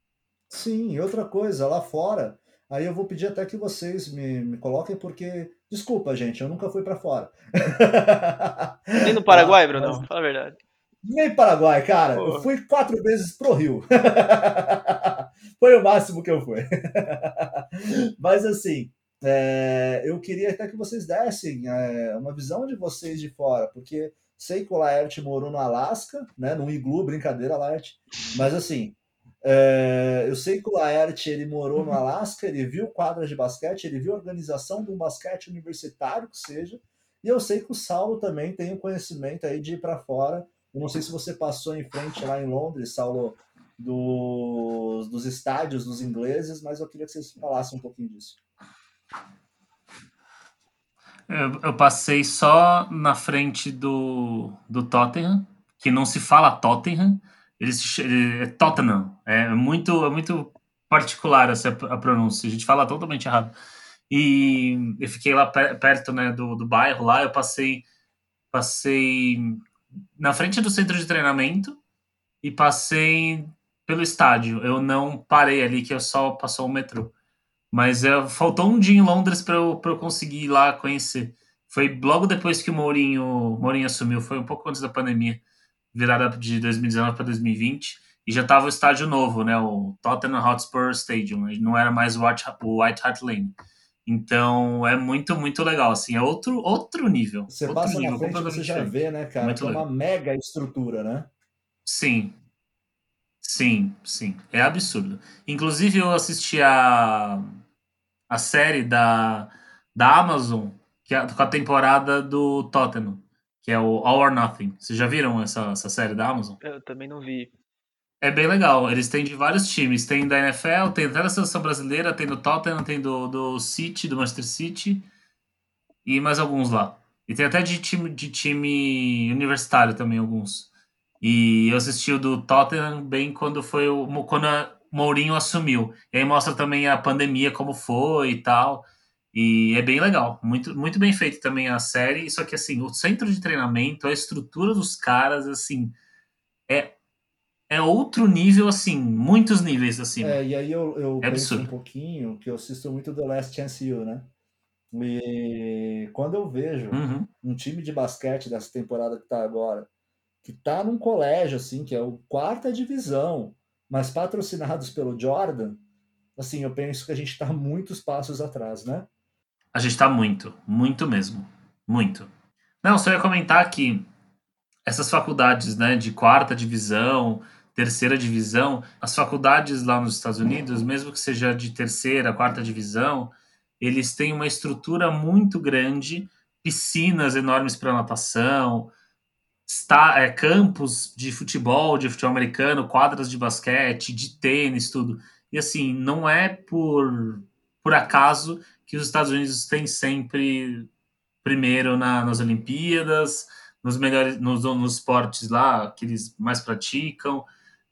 S1: Sim, e outra coisa, lá fora, aí eu vou pedir até que vocês me, me coloquem, porque, desculpa, gente, eu nunca fui para fora.
S2: Nem no
S1: Tá?
S2: Paraguai,
S1: Mas
S2: Brunão, fala a verdade.
S1: nem Paraguai, cara. Eu
S2: Pô,
S1: fui quatro vezes pro Rio. Foi o máximo que eu fui. Mas assim, é, eu queria até que vocês dessem é, uma visão de vocês de fora, porque Sei que o Laerte morou no Alasca, né? Num iglu, brincadeira, Laerte. Mas assim, é, eu sei que o Laerte ele morou no Alasca, ele viu quadras de basquete, ele viu a organização de um basquete universitário que seja, e eu sei que o Saulo também tem um conhecimento aí de ir para fora. Eu não sei se você passou em frente lá em Londres, Saulo, dos, dos estádios dos ingleses, mas eu queria que vocês falassem um pouquinho disso.
S3: Eu, eu passei só na frente do, do Tottenham, que não se fala Tottenham, eles, é Tottenham. É muito, é muito particular essa a pronúncia, a gente fala totalmente errado. E eu fiquei lá perto, né, do, do bairro lá, eu passei, passei na frente do centro de treinamento e passei pelo estádio. Eu não parei ali, que eu só passou o metrô. Mas é, faltou um dia em Londres para eu, pra eu conseguir ir lá conhecer. Foi logo depois que o Mourinho, Mourinho assumiu, foi um pouco antes da pandemia, virada de dois mil e dezenove para dois mil e vinte, e já estava o estádio novo, né, o Tottenham Hotspur Stadium, não era mais o White, o White Hart Lane. Então é muito, muito legal, assim, é outro, outro nível.
S1: Você
S3: outro
S1: passa
S3: nível,
S1: na frente e você já
S3: diferente.
S1: vê, né, cara,
S3: Muito
S1: que é
S3: legal.
S1: uma mega estrutura, né?
S3: Sim, sim, sim, é absurdo. Inclusive eu assisti a a série da, da Amazon, que é com a temporada do Tottenham, que é o All or Nothing. Vocês já viram essa, essa série da Amazon?
S2: Eu também não vi.
S3: É bem legal. Eles têm de vários times. Tem da N F L, tem até da seleção brasileira, tem do Tottenham, tem do, do City, do Manchester City e mais alguns lá. E tem até de time, de time universitário também, alguns. E eu assisti o do Tottenham bem quando foi o quando a Mourinho assumiu. E aí mostra também a pandemia como foi e tal. E é bem legal, muito, muito bem feito também a série. Só que assim, o centro de treinamento, a estrutura dos caras, assim, é, é outro nível, assim, muitos níveis acima.
S1: É, e aí eu, eu
S3: É
S1: penso um
S3: absurdo.
S1: pouquinho que eu assisto muito The Last Chance U, né? E quando eu vejo
S3: Uhum.
S1: um time de basquete dessa temporada que tá agora, que tá num colégio, assim, que é o quarta divisão, mas patrocinados pelo Jordan, assim, eu penso que a gente tá muitos passos atrás, né?
S3: A gente tá muito, muito mesmo. Muito. Não, só ia comentar que essas faculdades, né, de quarta divisão, terceira divisão, as faculdades lá nos Estados Unidos, mesmo que seja de terceira, quarta divisão, eles têm uma estrutura muito grande, piscinas enormes para natação, está, é, campos de futebol, de futebol americano, quadras de basquete, de tênis, tudo. E assim, não é por, por acaso que os Estados Unidos têm sempre primeiro na, nas Olimpíadas, nos melhores, nos, nos esportes lá que eles mais praticam.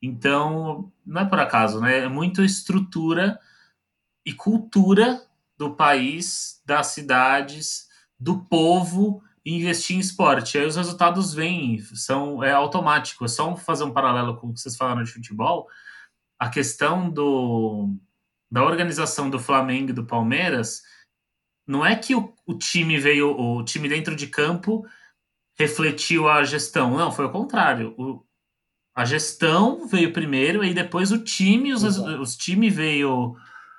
S3: Então, não é por acaso, né? É muito estrutura e cultura do país, das cidades, do povo investir em esporte. Aí os resultados vêm, são é automático. É só fazer um paralelo com o que vocês falaram de futebol. A questão do, da organização do Flamengo e do Palmeiras não é que o, o time veio, o time dentro de campo refletiu a gestão. Não, foi o contrário. O, a gestão veio primeiro e depois o time, os,
S1: Exato.
S3: os time veio,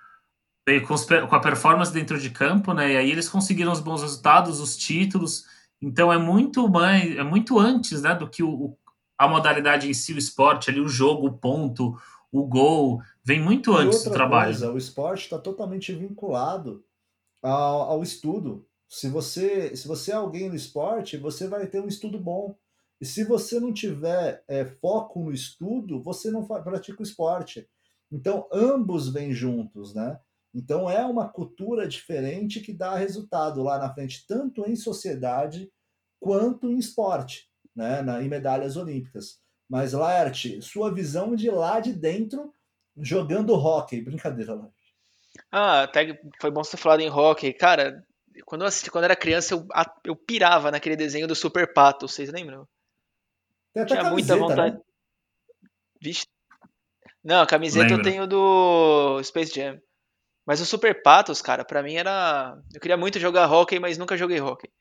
S3: veio com, os, com a performance dentro de campo, né? E aí eles conseguiram os bons resultados, os títulos. Então é muito mais, é muito antes, né, do que o, o, a modalidade em si, o esporte, ali o jogo, o ponto, o gol, vem muito
S1: E
S3: antes do
S1: outra
S3: trabalho, né?
S1: coisa, o esporte está totalmente vinculado ao, ao estudo. Se você, se você é alguém no esporte, você vai ter um estudo bom. E se você não tiver é, foco no estudo, você não pratica o esporte. Então, ambos vêm juntos, né? Então, é uma cultura diferente que dá resultado lá na frente, tanto em sociedade quanto em esporte, né? Na, em medalhas olímpicas. Mas, Laerte, sua visão de lá de dentro, jogando hockey. Brincadeira, Laerte.
S2: Ah, até foi bom você ter falado em hockey. Cara, quando eu assisti, quando eu era criança, eu, eu pirava naquele desenho do Super Pato, vocês lembram?
S1: Tem até
S2: Tinha muita
S1: camiseta,
S2: vontade.
S1: né?
S2: Vixe. Não, a camiseta eu
S3: Lembro.
S2: tenho do Space Jam. Mas o Super Patos, cara, pra mim era. Eu queria muito jogar hockey, mas nunca joguei hockey.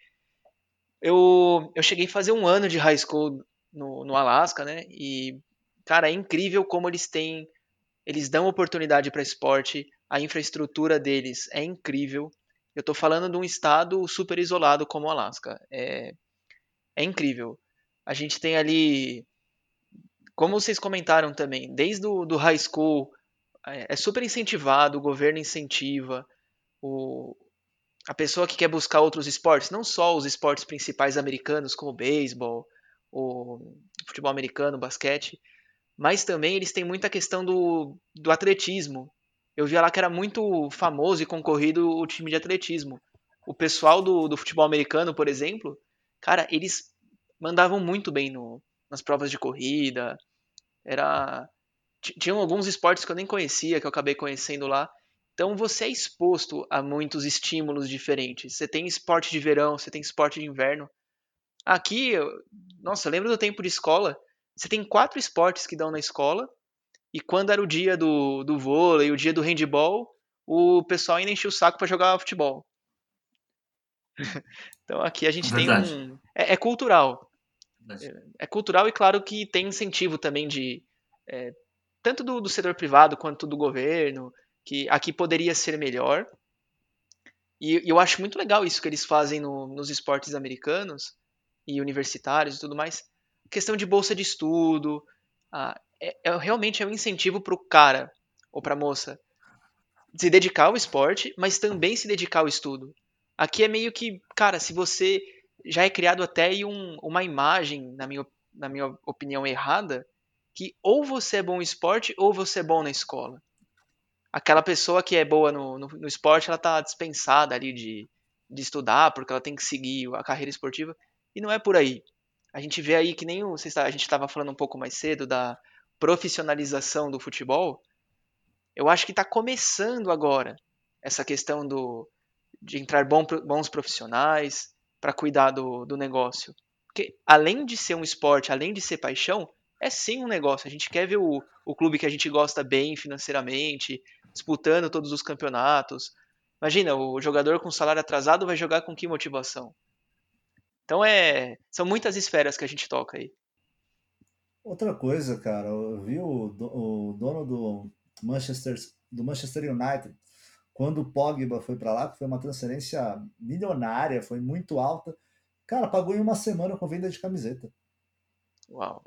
S2: Eu, eu cheguei a fazer um ano de high school no, no Alasca, né? E, cara, é incrível como eles têm. Eles dão oportunidade para esporte, a infraestrutura deles é incrível. Eu tô falando de um estado super isolado como o Alasca. É, é incrível. A gente tem ali, como vocês comentaram também, desde o do high school, é, é super incentivado, o governo incentiva, o, a pessoa que quer buscar outros esportes, não só os esportes principais americanos, como o beisebol, o futebol americano, o basquete, mas também eles têm muita questão do, do atletismo. Eu via lá que era muito famoso e concorrido o time de atletismo. O pessoal do, do futebol americano, por exemplo, cara, eles mandavam muito bem no, nas provas de corrida. Era, tinham alguns esportes que eu nem conhecia, que eu acabei conhecendo lá. Então você é exposto a muitos estímulos diferentes. Você tem esporte de verão, você tem esporte de inverno. Aqui, nossa, eu lembro do tempo de escola. Você tem quatro esportes que dão na escola. E quando era o dia do, do vôlei, o dia do handball, o pessoal ainda enchia o saco para jogar futebol. Então aqui a gente tem
S3: Verdade.
S2: um. É, é cultural.
S3: Verdade.
S2: É cultural e claro que tem incentivo também de. É, tanto do, do setor privado quanto do governo, que aqui poderia ser melhor. E, e eu acho muito legal isso que eles fazem no, nos esportes americanos e universitários e tudo mais. Questão de bolsa de estudo. Ah, é, é, realmente é um incentivo para o cara ou para a moça se dedicar ao esporte, mas também se dedicar ao estudo. Aqui é meio que, cara, se você já é criado até aí um, uma imagem, na minha, na minha opinião, errada, que ou você é bom em esporte ou você é bom na escola. Aquela pessoa que é boa no, no, no esporte, ela tá dispensada ali de, de estudar, porque ela tem que seguir a carreira esportiva, e não é por aí. A gente vê aí que nem o, a gente estava falando um pouco mais cedo da profissionalização do futebol. Eu acho que está começando agora essa questão do, de entrar bom, bons profissionais para cuidar do, do negócio. Porque além de ser um esporte, além de ser paixão, é sim um negócio. A gente quer ver o, o clube que a gente gosta bem financeiramente, disputando todos os campeonatos. Imagina, o jogador com salário atrasado vai jogar com que motivação? Então é, são muitas esferas que a gente toca aí.
S1: Outra coisa, cara, eu vi o, o dono do Manchester, do Manchester United, quando o Pogba foi para lá, que foi uma transferência milionária, foi muito alta, cara, pagou em uma semana com venda de camiseta.
S2: Uau.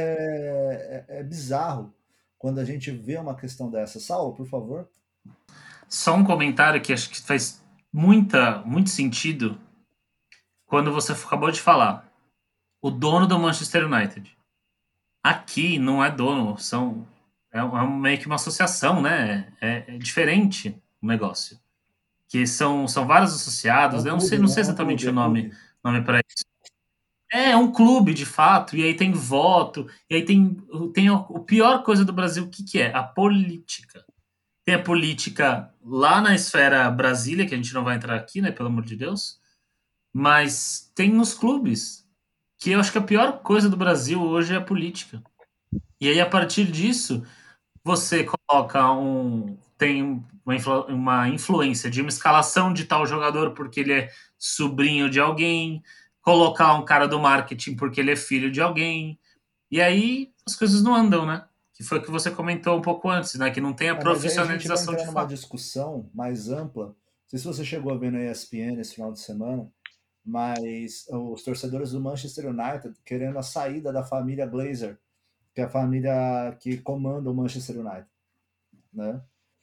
S1: É, é, é bizarro quando a gente vê uma questão dessa. Saulo, por favor.
S3: Só um comentário que acho que faz muita, muito sentido quando você acabou de falar. O dono do Manchester United. Aqui não é dono, são é, é meio que uma associação, né? É, é diferente o negócio. Que são, são vários
S1: É
S3: associados,
S1: um
S3: eu não sei,
S1: clube,
S3: não
S1: né?
S3: sei
S1: É um
S3: exatamente
S1: clube,
S3: o
S1: é
S3: nome,
S1: clube.
S3: nome para isso. É, é um clube, de fato, e aí tem voto, e aí tem, tem a, a pior coisa do Brasil, o que, que é? A política. Tem a política lá na esfera Brasília, que a gente não vai entrar aqui, né, pelo amor de Deus, mas tem nos clubes, que eu acho que a pior coisa do Brasil hoje é a política. E aí, a partir disso, você coloca um. Tem uma, influ, uma influência de uma escalação de tal jogador porque ele é sobrinho de alguém, colocar um cara do marketing porque ele é filho de alguém. E aí as coisas não andam, né? Que foi o que você comentou um pouco antes, né? Que não tem a
S1: É, mas aí a gente vai
S3: profissionalização
S1: entrar
S3: de
S1: numa
S3: fato.
S1: discussão mais ampla. Não sei se você chegou a ver no E S P N esse final de semana, mas os torcedores do Manchester United querendo a saída da família Glazer, que é a família que comanda o Manchester United, né?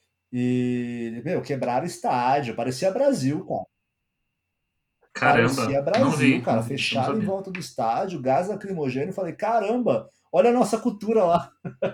S1: E, meu, quebraram o estádio, parecia Brasil, cara.
S3: Caramba,
S1: Parecia
S3: não
S1: Brasil,
S3: vi, não
S1: cara.
S3: vi isso, não
S1: Fecharam em
S3: sabia.
S1: volta do estádio, gás lacrimogêneo. Falei, caramba, olha a nossa cultura lá.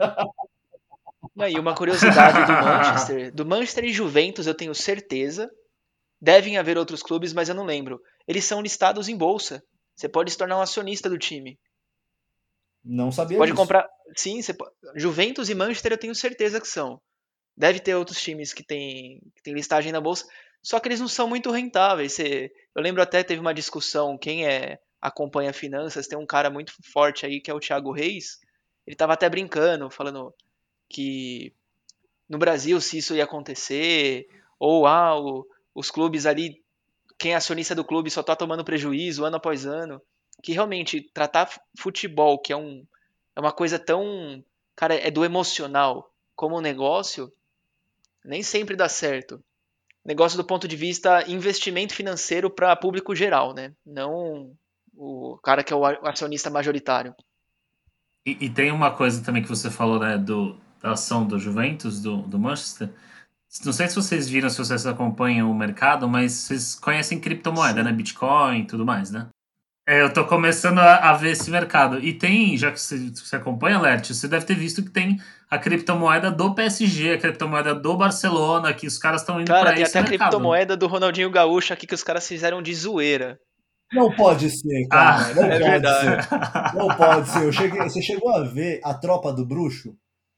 S2: E aí, uma curiosidade do Manchester, do Manchester e Juventus, eu tenho certeza. Devem haver outros clubes, mas eu não lembro. Eles são listados em bolsa. Você pode se tornar um acionista do time.
S1: Não
S2: Você
S1: sabia
S2: pode
S1: disso.
S2: comprar. Sim, você pode... Juventus e Manchester eu tenho certeza que são. Deve ter outros times que têm que tem listagem na bolsa, só que eles não são muito rentáveis. Você... Eu lembro até teve uma discussão, quem é acompanha finanças, tem um cara muito forte aí que é o Thiago Reis. Ele estava até brincando, falando que no Brasil se isso ia acontecer, ou ah, o, os clubes ali, quem é acionista do clube só tá tomando prejuízo ano após ano. Que realmente tratar futebol, que é, um, é uma coisa tão. Cara, é do emocional como um negócio, nem sempre dá certo. Negócio do ponto de vista investimento financeiro para público geral, né? Não o cara que é o acionista majoritário.
S3: E, e tem uma coisa também que você falou, né, do, da ação do Juventus, do, do Manchester. Não sei se vocês viram, se vocês acompanham o mercado, mas vocês conhecem criptomoeda, né?
S1: Sim.
S3: Bitcoin e tudo mais, né? É, eu tô começando a, a ver esse mercado. E tem, já que você, você acompanha, Lert, você deve ter visto que tem a criptomoeda do P S G, a criptomoeda do Barcelona, que os caras estão indo
S2: Cara,
S3: para
S2: tem
S3: esse
S2: até a
S3: mercado.
S2: criptomoeda do Ronaldinho Gaúcho aqui que os caras fizeram de zoeira.
S1: Não pode ser, cara. Não
S2: É
S3: Ah,
S1: pode
S2: verdade.
S1: ser. Não pode ser. Eu cheguei, você chegou a ver a Tropa do Bruxo?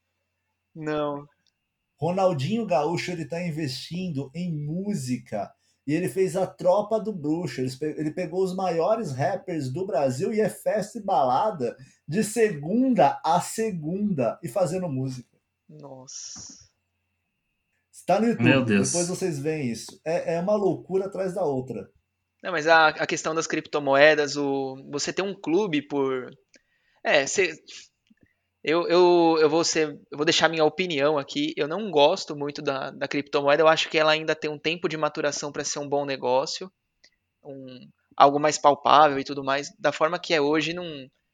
S2: Não.
S1: Ronaldinho Gaúcho ele está investindo em música e ele fez a Tropa do Bruxo. Ele, pe- ele pegou os maiores rappers do Brasil e é festa e balada de segunda a segunda e fazendo música.
S2: Nossa.
S1: Está no
S3: meu
S1: YouTube. Depois
S3: Deus.
S1: vocês veem isso. É, é uma loucura atrás da outra.
S2: Não, mas a, a questão das criptomoedas, o, você ter um clube por. É, você, eu, eu, eu, vou ser, eu vou deixar minha opinião aqui. Eu não gosto muito da, da criptomoeda. Eu acho que ela ainda tem um tempo de maturação para ser um bom negócio, um, algo mais palpável e tudo mais. Da forma que é hoje, não,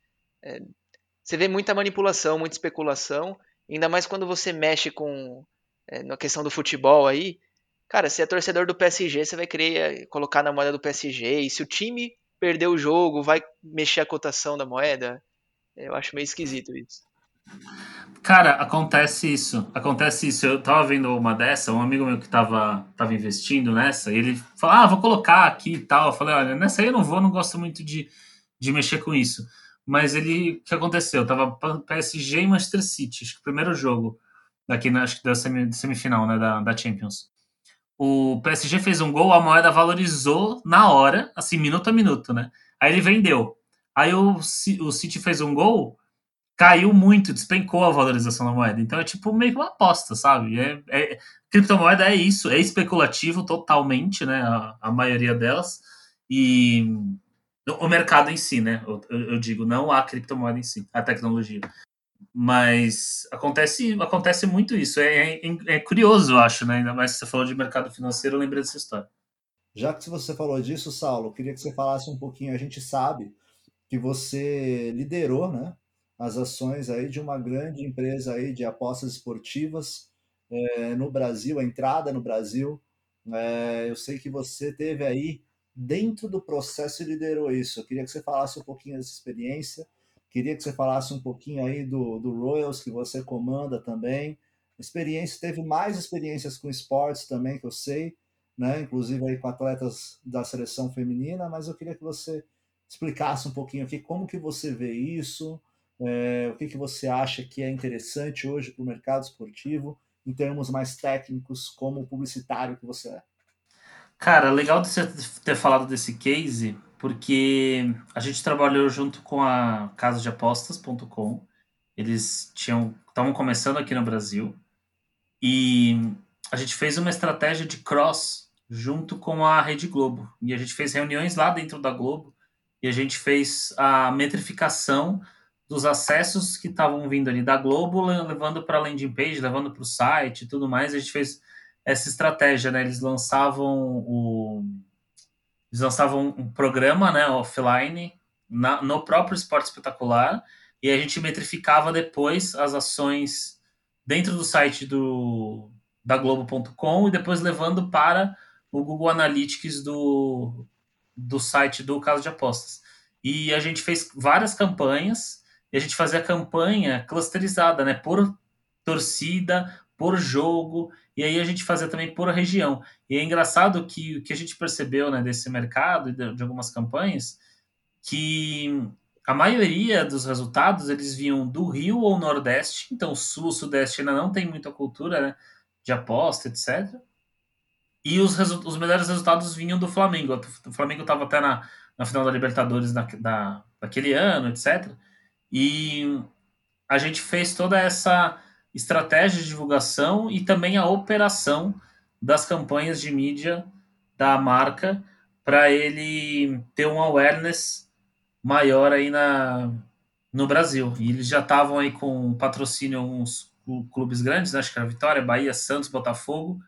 S2: você vê muita manipulação, muita especulação. Ainda mais quando você mexe com é, na questão do futebol aí. Cara, se é torcedor do P S G, você vai querer é, colocar na moeda do P S G. E se o time perder o jogo, vai mexer a cotação da moeda. Eu acho meio esquisito isso.
S3: Cara, acontece isso. Acontece isso. Eu tava vendo uma dessa, um amigo meu que tava, tava investindo nessa, e ele falou: Ah, vou colocar aqui e tal. Eu falei: Olha, nessa aí eu não vou, não gosto muito de, de mexer com isso. Mas ele, o que aconteceu? Tava P S G e Manchester City, acho que o primeiro jogo daqui, na, acho que da semi- semifinal, né, da, da Champions. O P S G fez um gol, a moeda valorizou na hora, assim, minuto a minuto, né? Aí ele vendeu. Aí o, o City fez um gol, caiu muito, despencou a valorização da moeda. Então é tipo meio que uma aposta, sabe? É, é, criptomoeda é isso, é especulativo totalmente, né? A, a maioria delas. E o mercado em si, né? Eu, eu digo, não a criptomoeda em si, a tecnologia. Mas acontece, acontece muito isso. É, é, é curioso, eu acho, né? Ainda mais que você falou de mercado financeiro, eu lembrei dessa história.
S1: Já que você falou disso, Saulo, eu queria que você falasse um pouquinho. A gente sabe que você liderou, né, as ações aí de uma grande empresa aí de apostas esportivas é, no Brasil, a entrada no Brasil. É, eu sei que você teve aí dentro do processo e liderou isso. Eu queria que você falasse um pouquinho dessa experiência. Queria que você falasse um pouquinho aí do, do Royals que você comanda também. Experiência, teve mais experiências com esportes também que eu sei, né? Inclusive aí com atletas da seleção feminina, mas eu queria que você explicasse um pouquinho aqui como que você vê isso, é, o que, que você acha que é interessante hoje para o mercado esportivo, em termos mais técnicos, como publicitário que você é.
S3: Cara, legal de você ter falado desse case, porque a gente trabalhou junto com a casa de apostas ponto com. Eles tinham estavam começando aqui no Brasil e a gente fez uma estratégia de cross junto com a Rede Globo. E a gente fez reuniões lá dentro da Globo e a gente fez a metrificação dos acessos que estavam vindo ali da Globo, levando para a landing page, levando para o site e tudo mais. A gente fez essa estratégia, né? Eles lançavam o eles lançavam um programa, né, offline na, no próprio Esporte Espetacular e a gente metrificava depois as ações dentro do site do da Globo ponto com e depois levando para o Google Analytics do, do site do Caso de Apostas. E a gente fez várias campanhas e a gente fazia campanha clusterizada, né, por torcida, por jogo, e aí a gente fazia também por região. E é engraçado que o que a gente percebeu, né, desse mercado e de, de algumas campanhas, que a maioria dos resultados eles vinham do Rio ou Nordeste, então Sul, Sudeste ainda não tem muita cultura, né, de aposta, etcétera. E os, os melhores resultados vinham do Flamengo. O Flamengo estava até na, na final da Libertadores da, da, daquele ano, etcétera. E a gente fez toda essa estratégia de divulgação e também a operação das campanhas de mídia da marca para ele ter um awareness maior aí na, no Brasil. E eles já estavam aí com patrocínio uns clubes grandes, né? Acho que era Vitória, Bahia, Santos, Botafogo.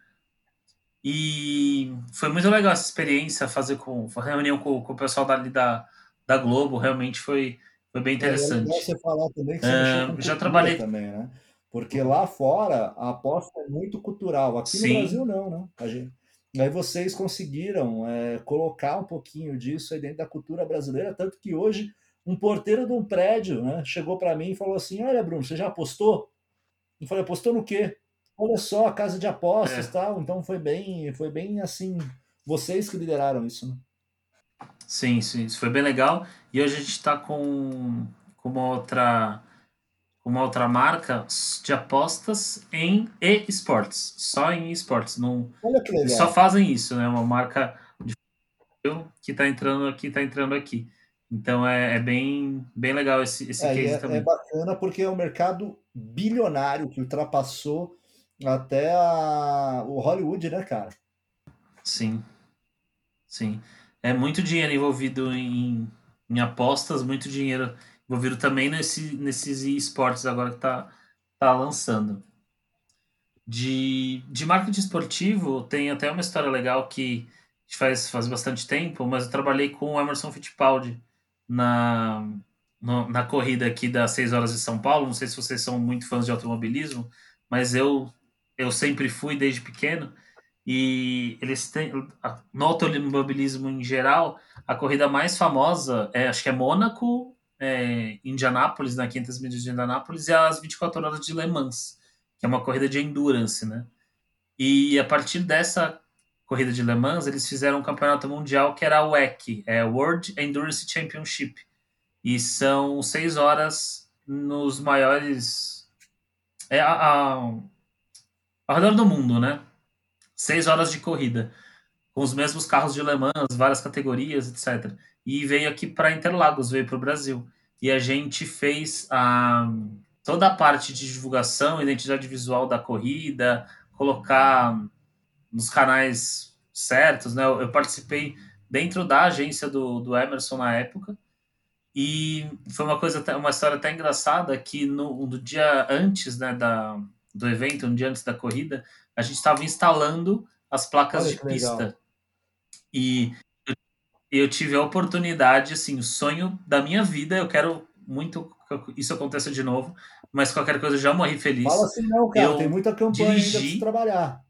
S3: E foi muito legal essa experiência, fazer com reunião com, com o pessoal dali da, da Globo, realmente foi, foi bem
S1: É, e é legal
S3: interessante.
S1: você falar também que você mexeu com
S3: Uh, já
S1: cultura
S3: trabalhei,
S1: também, né? Porque lá fora a aposta é muito cultural. Aqui no Brasil
S3: sim,
S1: não, né? A gente... Aí vocês conseguiram é, colocar um pouquinho disso aí dentro da cultura brasileira, tanto que hoje um porteiro de um prédio, né, chegou para mim e falou assim: Olha, Bruno, você já apostou? Eu falei: Apostou no quê? Olha só, a casa de apostas,
S3: é,
S1: tal. Então foi bem, foi bem assim. Vocês que lideraram isso, né?
S3: sim, sim, isso foi bem legal. E hoje a gente está com, com uma outra uma outra marca de apostas em e-sports, só em esportes. Não,
S1: Olha que
S3: eles só
S1: legal.
S3: fazem isso, né? Uma marca que está entrando aqui, está entrando aqui. Então é, é, bem, bem legal esse, esse
S1: É, e
S3: case
S1: é, é
S3: também.
S1: bacana porque é um mercado bilionário que ultrapassou até a, o Hollywood, né, cara?
S3: Sim, sim. É muito dinheiro envolvido em, em apostas, muito dinheiro envolvido também nesse, nesses esportes agora que está tá lançando. De, de marketing esportivo, tem até uma história legal que faz, faz bastante tempo, mas eu trabalhei com o Emerson Fittipaldi na, no- na corrida aqui das seis horas de São Paulo. Não sei se vocês são muito fãs de automobilismo, mas eu, eu sempre fui desde pequeno. E eles têm, no automobilismo em geral, a corrida mais famosa é, acho que é Mônaco, é, Indianápolis, na quinhentas milhas de Indianápolis, e as vinte e quatro horas de Le Mans, que é uma corrida de endurance, né? E a partir dessa corrida de Le Mans, eles fizeram um campeonato mundial que era o W E C, é World Endurance Championship. E são seis horas nos maiores. É, a, a, ao redor do mundo, né? Seis horas de corrida, com os mesmos carros de Le Mans, várias categorias, etcétera. E veio aqui para Interlagos, veio para o Brasil. E a gente fez a, toda a parte de divulgação, identidade visual da corrida, colocar nos canais certos, né? Eu, eu participei dentro da agência do, do Emerson na época e foi uma coisa, uma história até engraçada que no, no dia antes, né, da, do evento, um dia antes da corrida, a gente estava instalando as placas
S1: Olha
S3: de
S1: que legal.
S3: pista e eu tive a oportunidade, assim, o sonho da minha vida, eu quero muito que isso aconteça de novo, mas qualquer coisa eu já morri
S1: Fala
S3: feliz.
S1: assim, não, cara, tem
S3: Eu
S1: muita campanha ainda para você
S3: dirigi,
S1: trabalhar.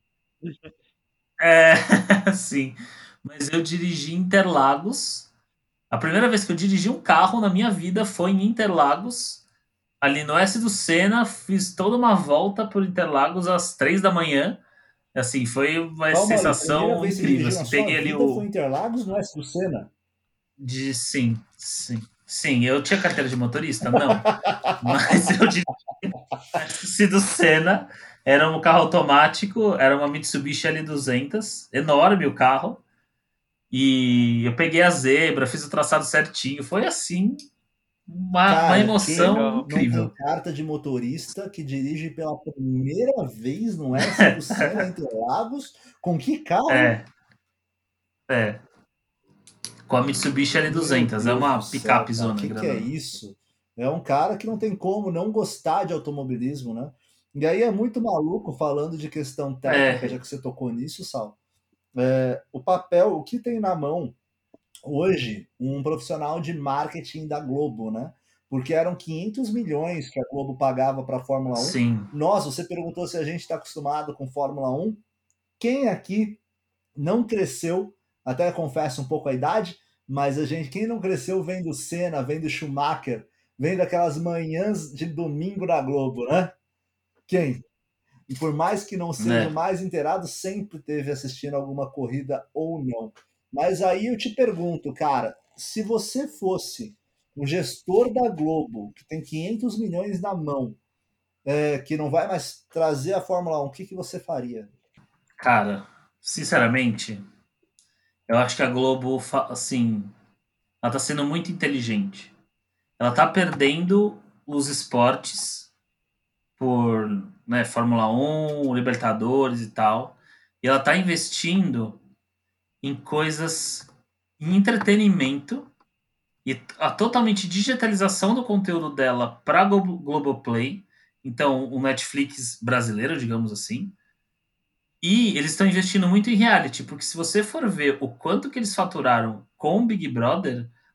S3: é, sim, mas eu dirigi Interlagos. A primeira vez que eu dirigi um carro na minha vida foi em Interlagos, ali no S do Senna, fiz toda uma volta por Interlagos às três da manhã. Assim, foi uma
S1: Calma aí, primeira
S3: sensação
S1: vez que você
S3: incrível.
S1: dirigiu na
S3: Assim,
S1: sua
S3: peguei ali
S1: vida foi em
S3: o
S1: Interlagos, no S do Senna?
S3: de sim, sim. Sim, eu tinha carteira de motorista? Não. Mas eu dirigi S do Senna, era um carro automático, era uma Mitsubishi L duzentos, enorme o carro. E eu peguei a zebra, fiz o traçado certinho. Foi assim, uma, uma
S1: Cara, quem
S3: emoção
S2: Legal.
S1: não tem
S3: incrível.
S1: carta de motorista que dirige pela primeira vez no S do Senna Interlagos? Com que carro?
S3: É, é. Com a Mitsubishi L
S1: Meu
S3: duzentos. É
S1: Deus do
S3: uma
S1: céu,
S3: picape
S1: cara,
S3: zona
S1: que que é
S3: grandona.
S1: isso? É um cara que não tem como não gostar de automobilismo, né? E aí é muito maluco falando de questão técnica,
S3: É,
S1: já que você tocou nisso, Sal. É, o papel, o que tem na mão hoje um profissional de marketing da Globo, né? Porque eram quinhentos milhões que a Globo pagava para a Fórmula um.
S3: sim.
S1: Nós, você perguntou se a gente está acostumado com Fórmula um. Quem aqui não cresceu, até confesso um pouco a idade, mas a gente, quem não cresceu vendo Senna, vendo Schumacher, vendo aquelas manhãs de domingo na Globo, né? Quem? E por mais que não seja o
S3: Né?
S1: mais inteirado, sempre teve assistindo alguma corrida ou não. Mas aí eu te pergunto, cara, se você fosse o gestor da Globo, que tem quinhentos milhões na mão, é, que não vai mais trazer a Fórmula um, o que, que você faria?
S3: Cara, sinceramente, eu acho que a Globo, assim, ela tá sendo muito inteligente. Ela tá perdendo os esportes por, né, Fórmula um, Libertadores e tal. E ela tá investindo em coisas, em entretenimento e a totalmente digitalização do conteúdo dela para Globoplay, então o Netflix brasileiro, digamos assim. E eles estão investindo muito em reality, porque se você for ver o quanto que eles faturaram com o Big Brother,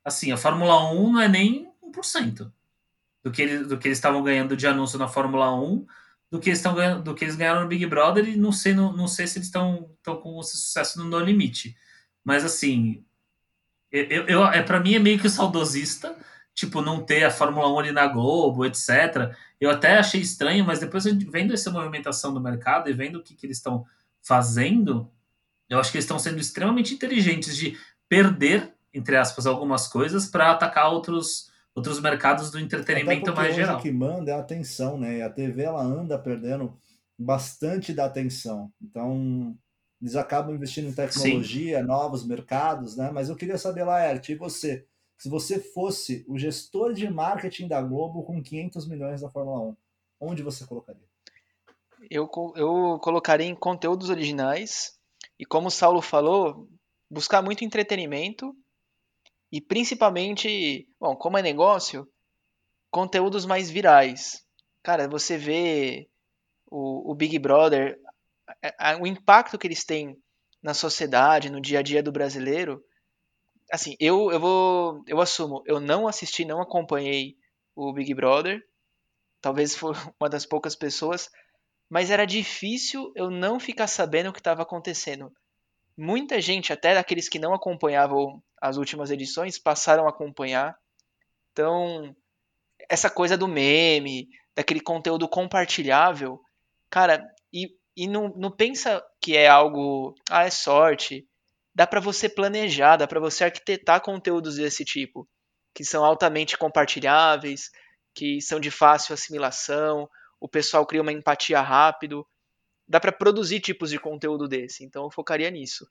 S3: assim, a Fórmula um não é nem um por cento do que, eles, do que eles estavam ganhando de anúncio na Fórmula um, do que eles estão ganhando, do que eles ganharam no Big Brother, e não sei, não, não sei se eles estão com esse sucesso no No Limite. Mas assim, eu, eu, é, para mim é meio que saudosista, tipo, não ter a Fórmula um ali na Globo, etcétera. Eu até achei estranho, mas depois vendo essa movimentação do mercado e vendo o que, que eles estão fazendo, eu acho que eles estão sendo extremamente inteligentes de perder, entre aspas, algumas coisas para atacar outros, outros mercados do entretenimento mais
S1: hoje
S3: geral.
S1: O que manda é a atenção, né? E a T V ela anda perdendo bastante da atenção. Então, eles acabam investindo em tecnologia, Sim. novos mercados, né? Mas eu queria saber, Laerte, e você? Se você fosse o gestor de marketing da Globo com quinhentos milhões da Fórmula um, onde você colocaria?
S2: Eu, eu colocaria em conteúdos originais e, como o Saulo falou, buscar muito entretenimento e principalmente, bom, como é negócio, conteúdos mais virais. Cara, você vê o, o Big Brother, a, a, o impacto que eles têm na sociedade, no dia a dia do brasileiro. Assim, eu, eu vou, eu assumo, eu não assisti, não acompanhei o Big Brother. Talvez for uma das poucas pessoas, mas era difícil eu não ficar sabendo o que estava acontecendo. Muita gente, até daqueles que não acompanhavam as últimas edições, passaram a acompanhar. Então, essa coisa do meme, daquele conteúdo compartilhável, cara, e, e não, não pensa que é algo, ah, é sorte. Dá para você planejar, dá para você arquitetar conteúdos desse tipo, que são altamente compartilháveis, que são de fácil assimilação, o pessoal cria uma empatia rápido. Dá para produzir tipos de conteúdo desse, então eu focaria nisso.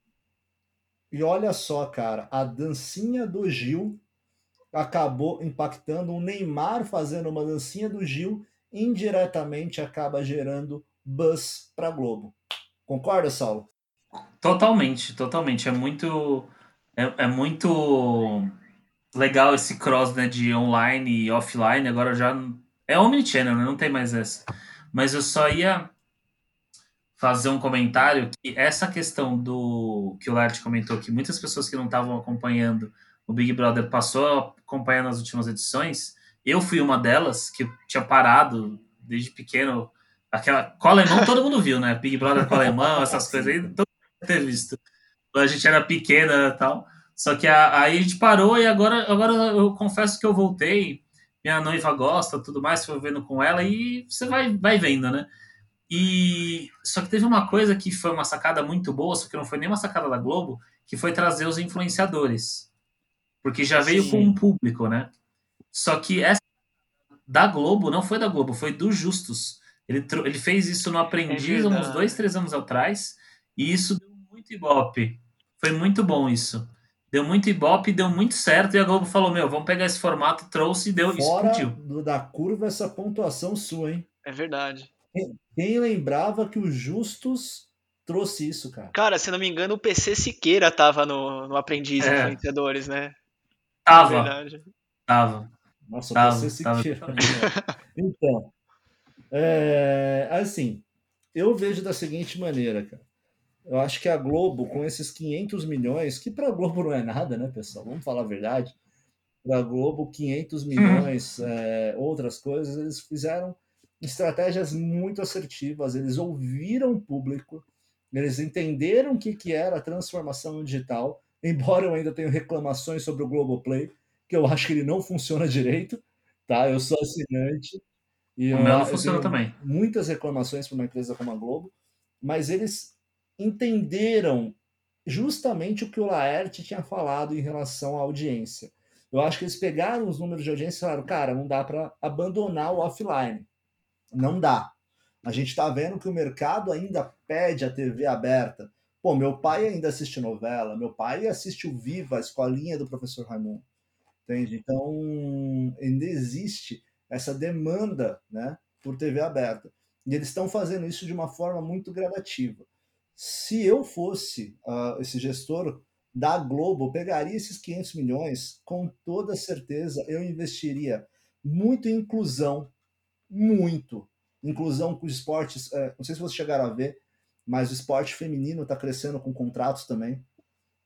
S1: E olha só, cara, a dancinha do Gil acabou impactando o Neymar fazendo uma dancinha do Gil, indiretamente acaba gerando buzz para Globo. Concorda, Saulo?
S3: Totalmente, totalmente. É muito, é, é muito legal esse cross, né, de online e offline. Agora já é omnichannel, né? Não tem mais essa. Mas eu só ia fazer um comentário que essa questão do que o Lart comentou, que muitas pessoas que não estavam acompanhando o Big Brother passou a acompanhar nas últimas edições. Eu fui uma delas que tinha parado desde pequeno. Aquela com o alemão todo mundo viu, né? Big Brother com o alemão, essas coisas aí, todo mundo ter visto. A gente era pequena e tal. Só que a, aí a gente parou e agora, agora eu confesso que eu voltei. Minha noiva gosta, tudo mais, foi vendo com ela e você vai, vai vendo, né? E só que teve uma coisa que foi uma sacada muito boa, só que não foi nem uma sacada da Globo, que foi trazer os influenciadores. Porque já veio
S2: Sim.
S3: com um público, né? Só que essa da Globo não foi da Globo, foi do Justus. Ele, ele fez isso no Aprendiz
S2: É
S3: há uns dois, três anos atrás, e isso deu muito ibope. Foi muito bom isso. Deu muito ibope, deu muito certo, e a Globo falou, meu, vamos pegar esse formato, trouxe e deu,
S1: Fora
S3: explodiu.
S1: do, da curva essa pontuação sua, hein?
S2: É verdade.
S1: Quem, quem lembrava que o Justus trouxe isso, cara?
S2: Cara, se não me engano, o P C Siqueira tava no, no Aprendiz
S3: É.
S2: Influenciadores, né?
S3: Tava,
S2: É verdade.
S3: tava.
S1: Nossa,
S3: tava,
S1: o P C
S3: tava.
S1: Siqueira. Então, é, assim, eu vejo da seguinte maneira, cara. Eu acho que a Globo, com esses quinhentos milhões, que para a Globo não é nada, né, pessoal? Vamos falar a verdade. Para a Globo, quinhentos milhões, é, outras coisas, eles fizeram estratégias muito assertivas, eles ouviram o público, eles entenderam o que, que era a transformação digital, embora eu ainda tenha reclamações sobre o Globoplay, que eu acho que ele não funciona direito, tá? Eu sou assinante e
S3: O
S1: eu,
S3: meu não
S1: eu
S3: funciona
S1: tenho
S3: também.
S1: muitas reclamações para uma empresa como a Globo, mas eles entenderam justamente o que o Laerte tinha falado em relação à audiência. Eu acho que eles pegaram os números de audiência e falaram, cara, não dá para abandonar o offline. Não dá. A gente está vendo que o mercado ainda pede a T V aberta. Pô, meu pai ainda assiste novela, meu pai assiste o Viva, a escolinha do professor Raimundo. Entende? Então, ainda existe essa demanda, né, por T V aberta. E eles estão fazendo isso de uma forma muito gradativa. Se eu fosse uh, esse gestor da Globo, eu pegaria esses quinhentos milhões, com toda certeza eu investiria muito em inclusão, muito. Inclusão com os esportes, uh, não sei se vocês chegaram a ver, mas o esporte feminino está crescendo com contratos também.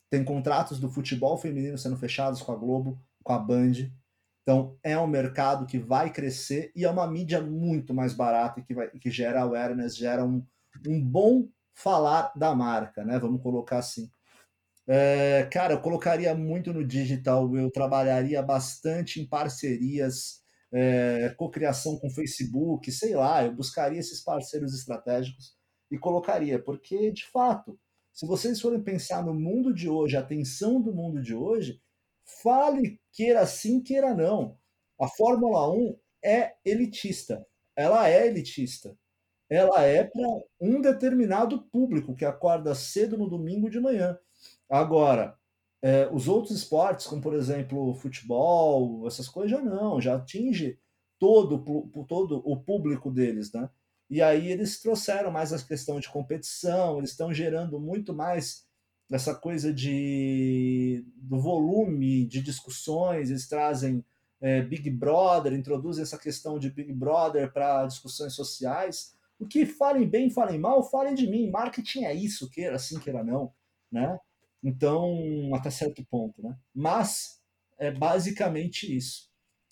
S1: tem contratos do futebol feminino sendo fechados com a Globo, com a Band. Então, é um mercado que vai crescer e é uma mídia muito mais barata e que, vai, que gera awareness, gera um, um bom falar da marca, né? Vamos colocar assim. É, cara, eu colocaria muito no digital, eu trabalharia bastante em parcerias, é, cocriação com Facebook, sei lá, eu buscaria esses parceiros estratégicos e colocaria, porque, de fato, se vocês forem pensar no mundo de hoje, a tensão do mundo de hoje, fale, queira sim, queira não. A Fórmula um é elitista, ela é elitista. Ela é para um determinado público que acorda cedo no domingo de manhã. Agora, é, os outros esportes, como por exemplo futebol, essas coisas já não, já atinge todo, todo o público deles, né? E aí eles trouxeram mais a questão de competição, eles estão gerando muito mais essa coisa de do volume de discussões, eles trazem é, Big Brother, introduzem essa questão de Big Brother para discussões sociais. O que falem bem, falem mal, falem de mim. Marketing é isso, queira assim, queira não, né? Então, até certo ponto, né? Mas é basicamente isso.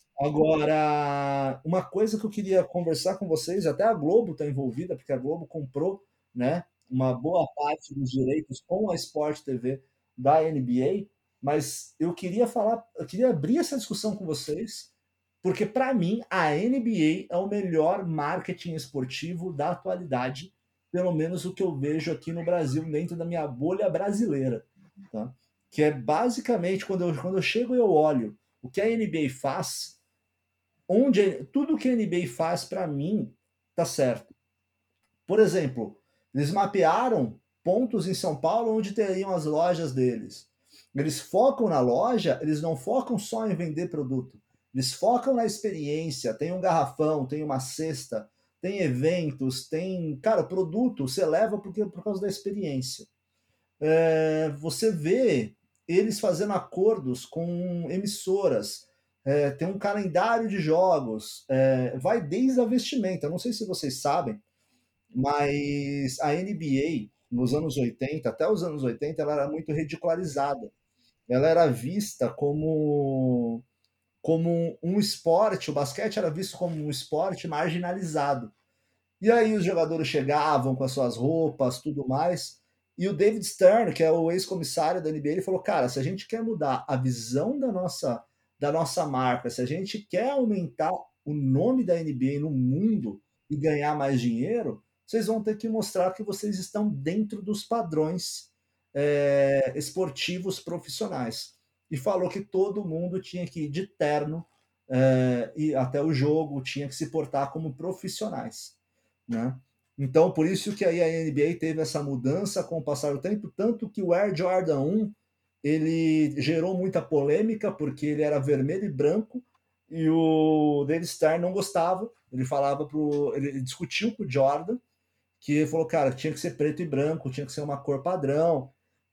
S1: Agora, uma coisa que eu queria conversar com vocês, até a Globo está envolvida, porque a Globo comprou, né, uma boa parte dos direitos com a Sport T V da N B A, mas eu queria falar, eu queria abrir essa discussão com vocês, porque para mim a N B A é o melhor marketing esportivo da atualidade, pelo menos o que eu vejo aqui no Brasil, dentro da minha bolha brasileira, tá? Que é basicamente quando eu, quando eu chego e eu olho o que a N B A faz, onde tudo que a N B A faz para mim tá certo. Por exemplo, eles mapearam pontos em São Paulo onde teriam as lojas deles. Eles focam na loja, eles não focam só em vender produto. Eles focam na experiência. Tem um garrafão, tem uma cesta, tem eventos, tem. Cara, produto você leva porque, por causa da experiência. É, você vê eles fazendo acordos com emissoras. É, tem um calendário de jogos. É, vai desde a vestimenta. Não sei se vocês sabem, mas a N B A, nos anos oitenta, até os anos oitenta, ela era muito ridicularizada. Ela era vista como, como um esporte, o basquete era visto como um esporte marginalizado. E aí os jogadores chegavam com as suas roupas, tudo mais, e o David Stern, que é o ex-comissário da N B A, ele falou, cara, se a gente quer mudar a visão da nossa, da nossa marca, se a gente quer aumentar o nome da N B A no mundo e ganhar mais dinheiro, vocês vão ter que mostrar que vocês estão dentro dos padrões é, esportivos profissionais. E falou que todo mundo tinha que ir de terno é, e até o jogo, tinha que se portar como profissionais, né? Então, por isso que aí a N B A teve essa mudança com o passar do tempo, tanto que o Air Jordan um, ele gerou muita polêmica, porque ele era vermelho e branco, e o David Stern não gostava, ele falava pro, ele discutiu com o Jordan, que ele falou, cara, tinha que ser preto e branco, tinha que ser uma cor padrão.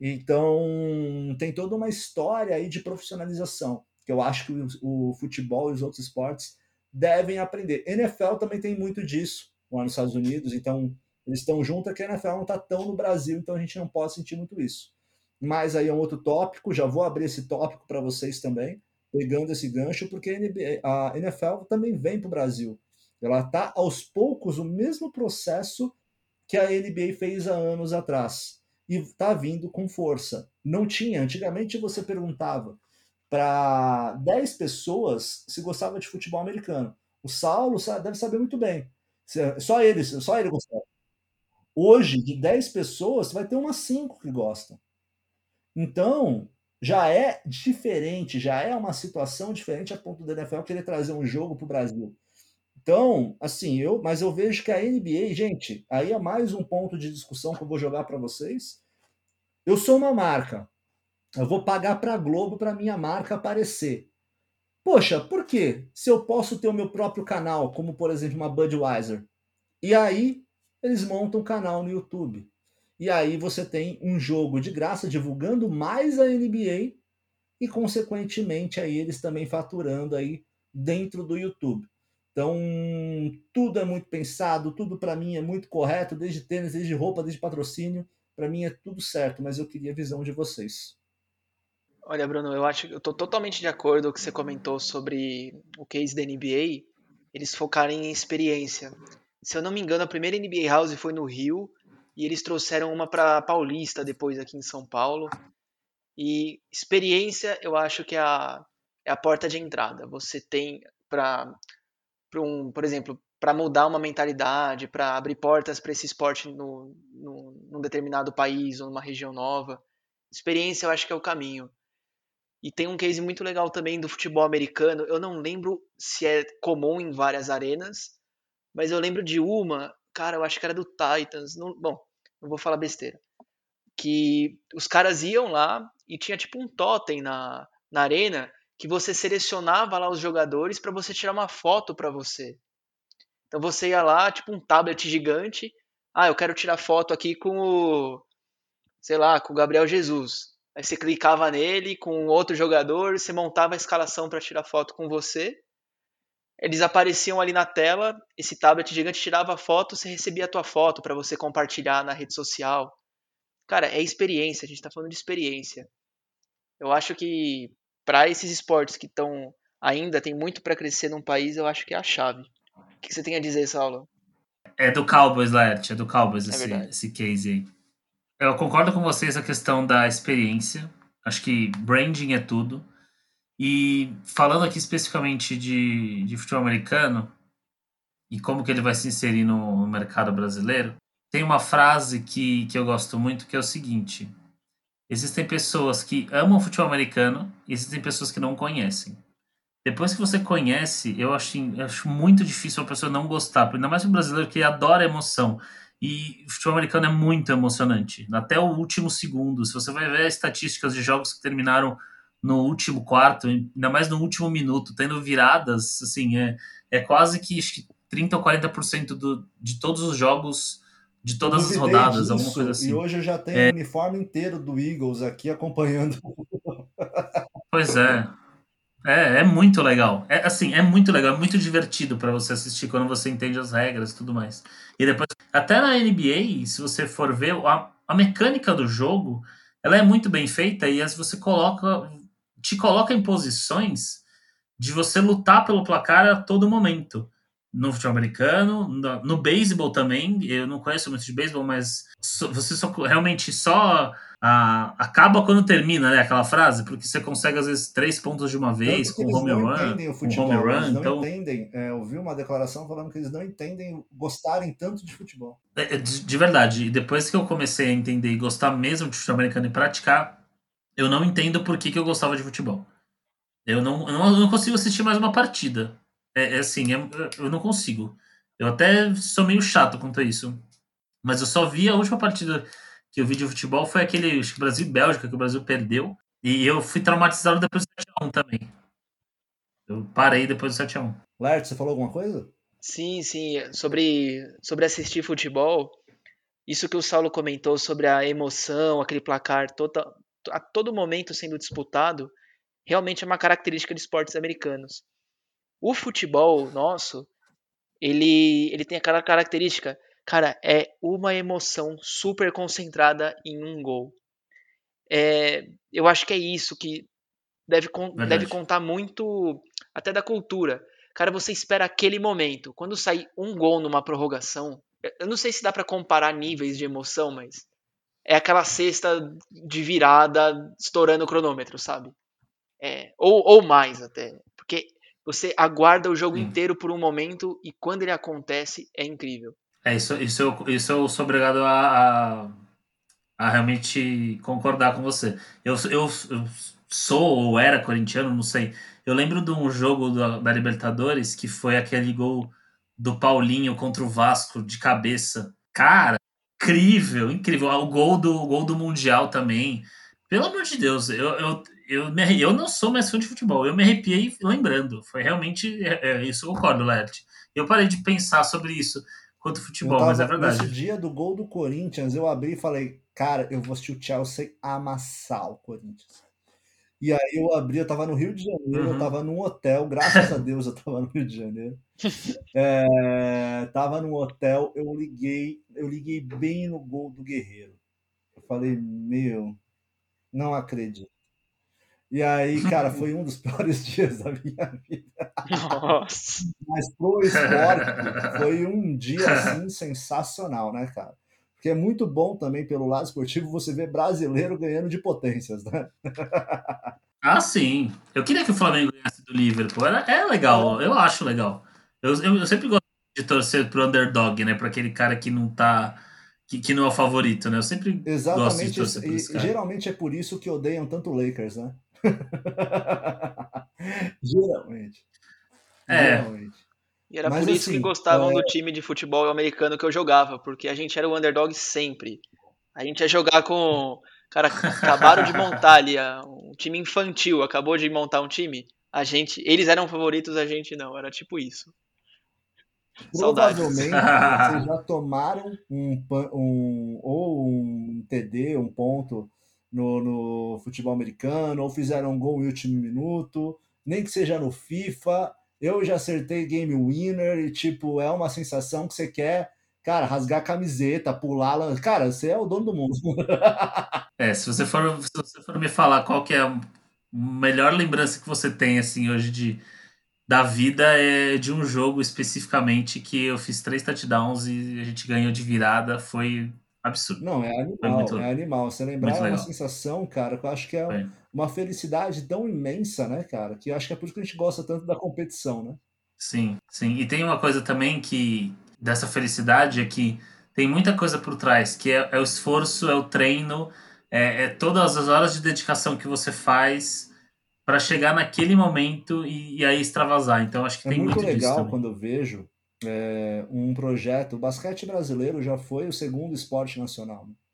S1: Então, tem toda uma história aí de profissionalização, que eu acho que o, o futebol e os outros esportes devem aprender. N F L também tem muito disso lá nos Estados Unidos, então eles estão juntos, que a N F L não está tão no Brasil, então a gente não pode sentir muito isso. Mas aí é um outro tópico, já vou abrir esse tópico para vocês também, pegando esse gancho, porque a N B A, a N F L também vem para o Brasil. Ela está aos poucos o mesmo processo que a N B A fez há anos atrás. E está vindo com força. Não tinha. Antigamente você perguntava para dez pessoas se gostava de futebol americano. O Saulo deve saber muito bem. Só ele, só ele gostava. Hoje, de dez pessoas, vai ter umas cinco que gostam. Então, já é diferente, já é uma situação diferente a ponto da N F L querer trazer um jogo para o Brasil. Então, assim, eu, mas eu vejo que a N B A, gente, aí é mais um ponto de discussão que eu vou jogar para vocês. Eu sou uma marca, eu vou pagar para a Globo para minha marca aparecer. Poxa, por quê? Se eu posso ter o meu próprio canal, como por exemplo uma Budweiser. E aí eles montam um canal no YouTube. E aí você tem um jogo de graça divulgando mais a N B A e consequentemente aí eles também faturando aí dentro do YouTube. Então, tudo é muito pensado, tudo para mim é muito correto, desde tênis, desde roupa, desde patrocínio, para mim é tudo certo, mas eu queria a visão de vocês.
S2: Olha, Bruno, eu acho que eu tô totalmente de acordo com o que você comentou sobre o case da N B A, eles focarem em experiência. Se eu não me engano, a primeira N B A House foi no Rio e eles trouxeram uma para Paulista depois aqui em São Paulo. E experiência, eu acho que é a, é a porta de entrada. Você tem para um, por exemplo, para mudar uma mentalidade, para abrir portas para esse esporte no, no, num determinado país ou numa região nova. Experiência, eu acho que é o caminho. E tem um case muito legal também do futebol americano. Eu não lembro se é comum em várias arenas, mas eu lembro de uma, cara, eu acho que era do Titans. Não, bom, não vou falar besteira. Que os caras iam lá e tinha tipo um totem na, na arena que você selecionava lá os jogadores para você tirar uma foto para você. Então você ia lá, tipo um tablet gigante. Ah, eu quero tirar foto aqui com o, sei lá, com o Gabriel Jesus. Aí você clicava nele com outro jogador, você montava a escalação para tirar foto com você. Eles apareciam ali na tela, esse tablet gigante tirava a foto, você recebia a tua foto para você compartilhar na rede social. Cara, é experiência, a gente tá falando de experiência. Eu acho que para esses esportes que estão ainda tem muito para crescer num país, eu acho que é a chave. O que você tem a dizer, Saulo?
S3: É do Cowboys, Laert, é do Cowboys
S2: É
S3: esse,
S2: verdade.
S3: esse case aí. Eu concordo com vocês a questão da experiência. Acho que branding é tudo. E falando aqui especificamente de, de futebol americano e como que ele vai se inserir no, no mercado brasileiro, tem uma frase que, que eu gosto muito que é o seguinte: existem pessoas que amam futebol americano e existem pessoas que não conhecem. Depois que você conhece, eu acho, eu acho muito difícil uma pessoa não gostar, ainda mais um brasileiro que adora emoção. E o futebol americano é muito emocionante, até o último segundo. Se você vai ver estatísticas de jogos que terminaram no último quarto, ainda mais no último minuto, tendo viradas, assim, é, é quase que, acho que trinta ou quarenta por cento do, de todos os jogos, de
S1: Eu
S3: todas as
S1: duvidei
S3: rodadas, alguma coisa
S1: disso e
S3: assim.
S1: hoje eu já tenho o uniforme inteiro do Eagles aqui acompanhando.
S3: Pois é, É, é muito legal. É assim, é muito legal, é muito divertido para você assistir quando você entende as regras e tudo mais. E depois, até na N B A, se você for ver, a, a mecânica do jogo, ela é muito bem feita e as você coloca, te coloca em posições de você lutar pelo placar a todo momento. No futebol americano, no, no beisebol também. Eu não conheço muito de beisebol, mas so, você só realmente só ah, acaba quando termina, né? Aquela frase, porque você consegue às vezes três pontos de uma vez
S1: Tanto que
S3: com
S1: eles
S3: home
S1: não
S3: run,
S1: entendem o
S3: com home
S1: futebol,
S3: run.
S1: eles não
S3: Então,
S1: entendem. É, eu vi uma declaração falando que eles não entendem gostarem tanto de futebol.
S3: é, é de, de verdade, depois que eu comecei a entender e gostar mesmo de futebol americano e praticar, eu não entendo por que, que eu gostava de futebol. Eu não, eu não, eu não consigo assistir mais uma partida. É, é assim, é- eu não consigo. Eu até sou meio chato quanto a isso. Mas eu só vi a última partida que eu vi de futebol foi aquele, acho que Brasil e Bélgica, que o Brasil perdeu. E eu fui traumatizado depois do sete a um também. Eu parei depois do sete a um.
S1: Lert, você falou alguma coisa?
S2: Sim, sim, sobre, sobre assistir futebol, isso que o Saulo comentou sobre a emoção, aquele placar tota, a todo momento sendo disputado, realmente é uma característica de esportes americanos. O futebol nosso, ele, ele tem aquela característica, cara, é uma emoção super concentrada em um gol. É, eu acho que é isso que deve, deve
S3: Verdade.
S2: contar muito até da cultura. Cara, você espera aquele momento. Quando sai um gol numa prorrogação, eu não sei se dá pra comparar níveis de emoção, mas é aquela cesta de virada estourando o cronômetro, sabe? É, ou, ou mais até. Porque você aguarda o jogo
S3: Sim.
S2: inteiro por um momento e quando ele acontece é incrível.
S3: É, isso, isso, eu, isso eu sou obrigado a, a, a realmente concordar com você. Eu, eu, eu sou ou era corintiano, não sei. Eu lembro de um jogo da, da Libertadores que foi aquele gol do Paulinho contra o Vasco de cabeça. Cara, incrível, incrível. Ah, O gol do, o gol do Mundial também. Pelo amor de Deus, eu, eu, eu, me arre- eu não sou mais fã de futebol. Eu me arrepiei lembrando. Foi realmente. É, é, isso eu concordo, Lert. Eu parei de pensar sobre isso quanto
S1: Eu
S3: futebol, mas é
S1: tava, nesse
S3: verdade.
S1: dia do gol do Corinthians, eu abri e falei, cara, eu vou assistir o Chelsea amassar o Corinthians. E aí eu abri, eu tava no Rio de Janeiro, eu
S3: Uhum.
S1: tava num hotel, graças a Deus eu tava no Rio de Janeiro. É, tava num hotel, eu liguei, eu liguei bem no gol do Guerreiro. Eu falei, meu, não acredito. E aí, cara, foi um dos piores dias da minha vida.
S2: Nossa.
S1: Mas pro esporte foi um dia assim sensacional, né, cara? Porque é muito bom também pelo lado esportivo você ver brasileiro ganhando de potências, né?
S3: Ah, sim. Eu queria que o Flamengo ganhasse do Liverpool. Era, é legal, eu acho legal. Eu, eu, eu sempre gosto de torcer pro underdog, né? Pra aquele cara que não tá. Que, que não é o favorito, né? Eu sempre gosto de
S1: Exatamente isso.
S3: torcer por esse
S1: E
S3: cara.
S1: geralmente é por isso que odeiam tanto o Lakers, né? Geralmente.
S3: É,
S1: Geralmente.
S2: E era
S1: Mas
S2: por isso que
S1: assim,
S2: gostavam do time de futebol americano que eu jogava, porque a gente era o underdog sempre. A gente ia jogar com. Cara, acabaram de montar ali a- um time infantil, acabou de montar um time. A gente. Eles eram favoritos, a gente não. Era tipo isso. Saudades.
S1: provavelmente vocês já tomaram um, pan- um ou um T D, um ponto no, no futebol americano, ou fizeram um gol em último minuto, nem que seja no FIFA. Eu já acertei game winner e, tipo, é uma sensação que você quer, cara, rasgar a camiseta, pular. lan- Cara, você é o dono do mundo.
S3: é, se você for, se você for me falar qual que é a melhor lembrança que você tem, assim, hoje de, da vida, é de um jogo especificamente que eu fiz três touchdowns e a gente ganhou de virada. Foi absurdo.
S1: Não, é
S3: Foi
S1: animal, é
S3: muito,
S1: animal. Você lembrar
S3: muito
S1: é uma
S3: legal.
S1: sensação, cara, que eu acho que é
S3: Foi.
S1: uma felicidade tão imensa, né, cara? Que eu acho que é por isso que a gente gosta tanto da competição, né?
S3: Sim, sim. E tem uma coisa também que dessa felicidade é que tem muita coisa por trás, que é, é o esforço, é o treino, é, é todas as horas de dedicação que você faz para chegar naquele momento e, e aí extravasar. Então acho que
S1: É
S3: tem
S1: muito
S3: muito disso
S1: legal
S3: também.
S1: quando eu vejo é, um projeto. O basquete brasileiro já foi o segundo esporte nacional, né?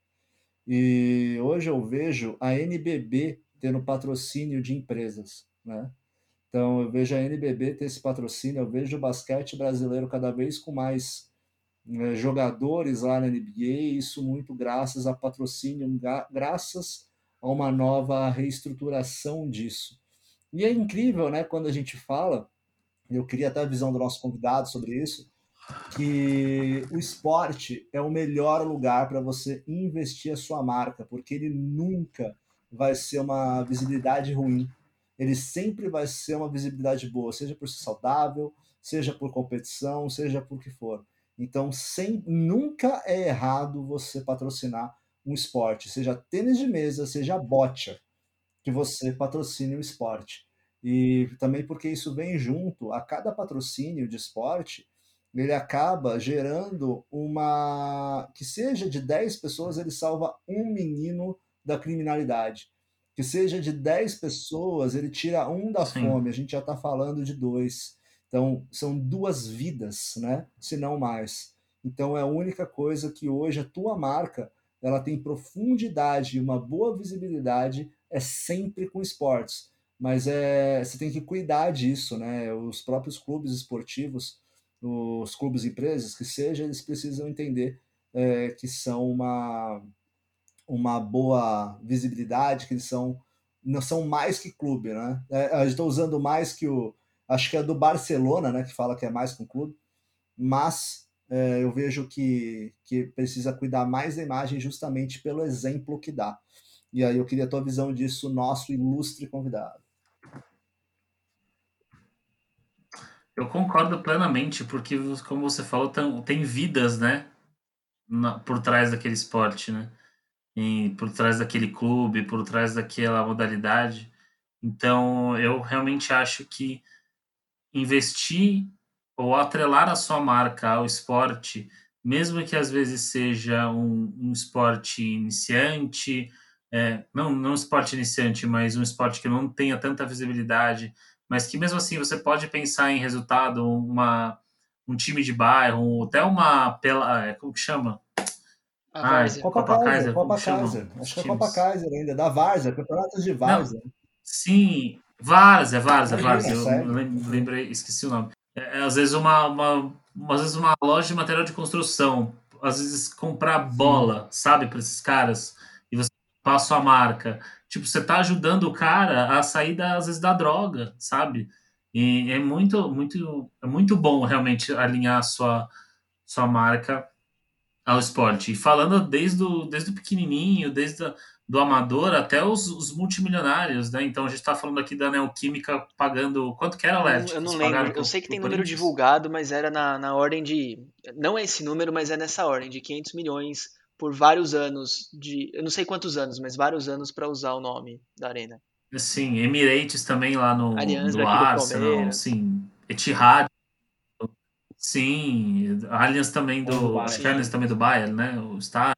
S1: E hoje eu vejo a N B B tendo patrocínio de empresas, né? Então eu vejo a N B B ter esse patrocínio, eu vejo o basquete brasileiro cada vez com mais né, jogadores lá na N B A, isso muito graças a patrocínio, gra- graças a uma nova reestruturação disso. E é incrível, né, quando a gente fala, eu queria até a visão do nosso convidado sobre isso, que o esporte é o melhor lugar para você investir a sua marca, porque ele nunca vai ser uma visibilidade ruim. Ele sempre vai ser uma visibilidade boa, seja por ser saudável, seja por competição, seja por que for. Então, sem, nunca é errado você patrocinar um esporte, seja tênis de mesa, seja bocha, que você patrocine o esporte. E também porque isso vem junto a cada patrocínio de esporte, ele acaba gerando uma. Que seja de dez pessoas, ele salva um menino da criminalidade. Que seja de dez pessoas, ele tira um da
S3: Sim,
S1: fome. A gente já está falando de dois. Então, são duas vidas, né? Se não mais. Então, é a única coisa que hoje a tua marca ela tem profundidade e uma boa visibilidade é sempre com esportes. Mas é, você tem que cuidar disso, né? Os próprios clubes esportivos, os clubes empresas, que seja, eles precisam entender é, que são uma, uma boa visibilidade, que eles são não são mais que clube, né? É, eu estou usando mais que o, acho que é do Barcelona, né? Que fala que é mais que um clube, mas é, eu vejo que, que precisa cuidar mais da imagem justamente pelo exemplo que dá. E aí eu queria a tua visão disso, nosso ilustre convidado.
S3: eu concordo plenamente, porque, como você falou, tem, tem vidas, né, na- por trás daquele esporte, né? E por trás daquele clube, por trás daquela modalidade. Então, eu realmente acho que investir ou atrelar a sua marca ao esporte, mesmo que às vezes seja um, um esporte iniciante, é, não, não um esporte iniciante, mas um esporte que não tenha tanta visibilidade, mas que mesmo assim você pode pensar em resultado, uma, um time de bairro, até uma, pela, é, como que chama?
S2: A
S3: Ai,
S2: Várzea.
S1: Copa
S3: Copa
S1: Kaiser,
S3: Kaiser, como
S1: Copa
S3: que chamam
S1: Kaiser.
S3: os
S1: Acho que é Copa
S3: times?
S1: Kaiser ainda, da Várzea, Campeonatos de
S3: Não,
S1: Várzea.
S3: sim, Várzea, Várzea,
S1: Imagina,
S3: Várzea, eu
S1: segue.
S3: lem- lembrei, esqueci o nome. É, é, às vezes uma, uma, às vezes uma loja de material de construção, às vezes comprar
S1: Sim.
S3: bola, sabe, para esses caras, e você passa a marca. Tipo, você tá ajudando o cara a sair, da, às vezes, da droga, sabe? E é muito, muito, é muito bom realmente alinhar a sua, sua marca ao esporte. E falando desde o, desde o pequenininho, desde a, do amador até os, os multimilionários, né? Então a gente está falando aqui da Neoquímica pagando... Quanto que era,
S2: Eu não,
S3: Lert,
S2: eu
S3: que
S2: não
S3: eles
S2: lembro.
S3: pagaram
S2: Eu
S3: pro,
S2: sei que
S3: pro
S2: tem número
S3: Corinthians?
S2: divulgado, mas era na, na ordem de. Não é esse número, mas é nessa ordem, de quinhentos milhões por vários anos. De, eu não sei quantos anos, mas vários anos para usar o nome da Arena.
S3: Sim, Emirates também lá no,
S2: Allianz
S3: no
S2: daqui do
S3: Arsenal,
S2: Palmeiras.
S3: sim, Etihad, sim, Allianz também
S1: Ou do
S3: do... Acho que é
S1: Bayern.
S3: Allianz
S2: Sim.
S3: também do Bayern, né? O estádio.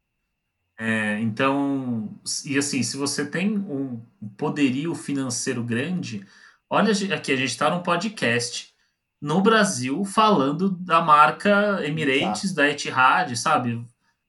S3: É, então, e assim, se você tem um poderio financeiro grande, olha aqui, a gente está num podcast no Brasil falando da marca
S1: Exato.
S3: Emirates, da Etihad, sabe?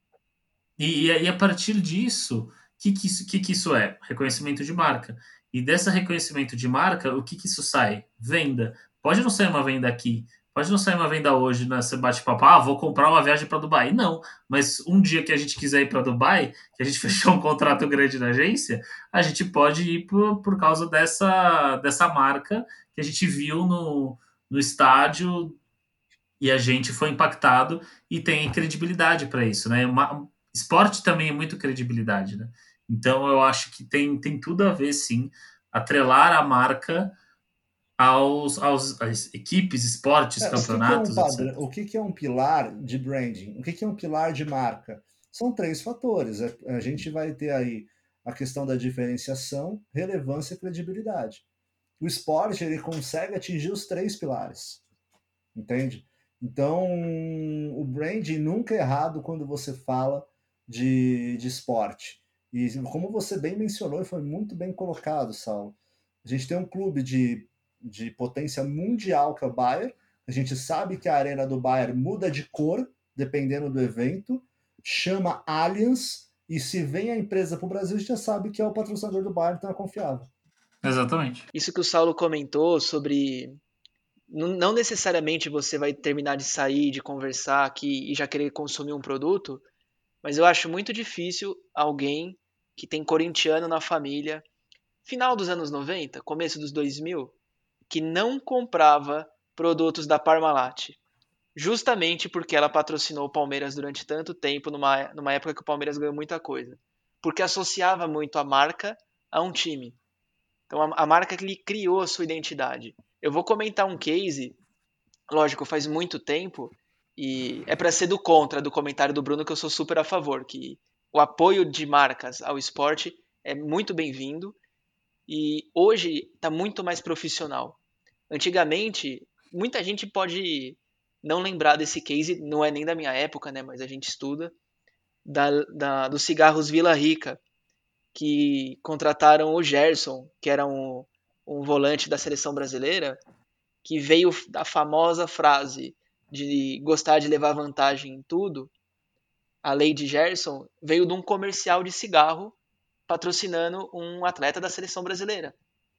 S3: E, e, e a partir disso, o que, que, isso, que, que isso é? Reconhecimento de marca. E desse reconhecimento de marca, o que, que isso sai? Venda. Pode não sair uma venda aqui, pode não sair uma venda hoje, né? Você bate papo, ah, vou comprar uma viagem para Dubai. Não, mas um dia que a gente quiser ir para Dubai, que a gente fechou um contrato grande na agência, a gente pode ir por, por causa dessa, dessa marca que a gente viu no, no estádio e a gente foi impactado e tem credibilidade para isso, né? Uma, esporte também é muito credibilidade, né? Então eu acho que tem, tem tudo a ver, sim, atrelar a marca aos, aos às equipes, esportes,
S1: É, o que que é um
S3: campeonatos,
S1: padrão,
S3: etcétera.
S1: o que que é um pilar de branding? O que que é um pilar de marca? São três fatores. A, a gente vai ter aí a questão da diferenciação, relevância e credibilidade. O esporte ele consegue atingir os três pilares, entende? Então, o branding nunca é errado quando você fala de, de esporte. E como você bem mencionou, e foi muito bem colocado, Saulo, a gente tem um clube de, de potência mundial que é o Bayern. A gente sabe que a arena do Bayern muda de cor dependendo do evento, chama Allianz, e se vem a empresa para o Brasil, a gente já sabe que é o patrocinador do Bayern, então é confiável.
S3: Exatamente.
S2: Isso que o Saulo comentou sobre. Não necessariamente você vai terminar de sair, de conversar aqui e já querer consumir um produto, mas eu acho muito difícil alguém que tem corintiano na família, final dos anos noventa, começo dos dois mil, que não comprava produtos da Parmalat. Justamente porque ela patrocinou o Palmeiras durante tanto tempo, numa, numa época que o Palmeiras ganhou muita coisa. Porque associava muito a marca a um time. Então a, a marca que lhe criou a sua identidade. Eu vou comentar um case, lógico, faz muito tempo, e é para ser do contra do comentário do Bruno, que eu sou super a favor, que o apoio de marcas ao esporte é muito bem-vindo e hoje está muito mais profissional. Antigamente, muita gente pode não lembrar desse case, não é nem da minha época, né, mas a gente estuda, da, da, dos cigarros Vila Rica, que contrataram o Gerson, que era um, um volante da seleção brasileira, que veio da famosa frase de gostar de levar vantagem em tudo. A lei de Gerson veio de um comercial de cigarro patrocinando um atleta da seleção brasileira.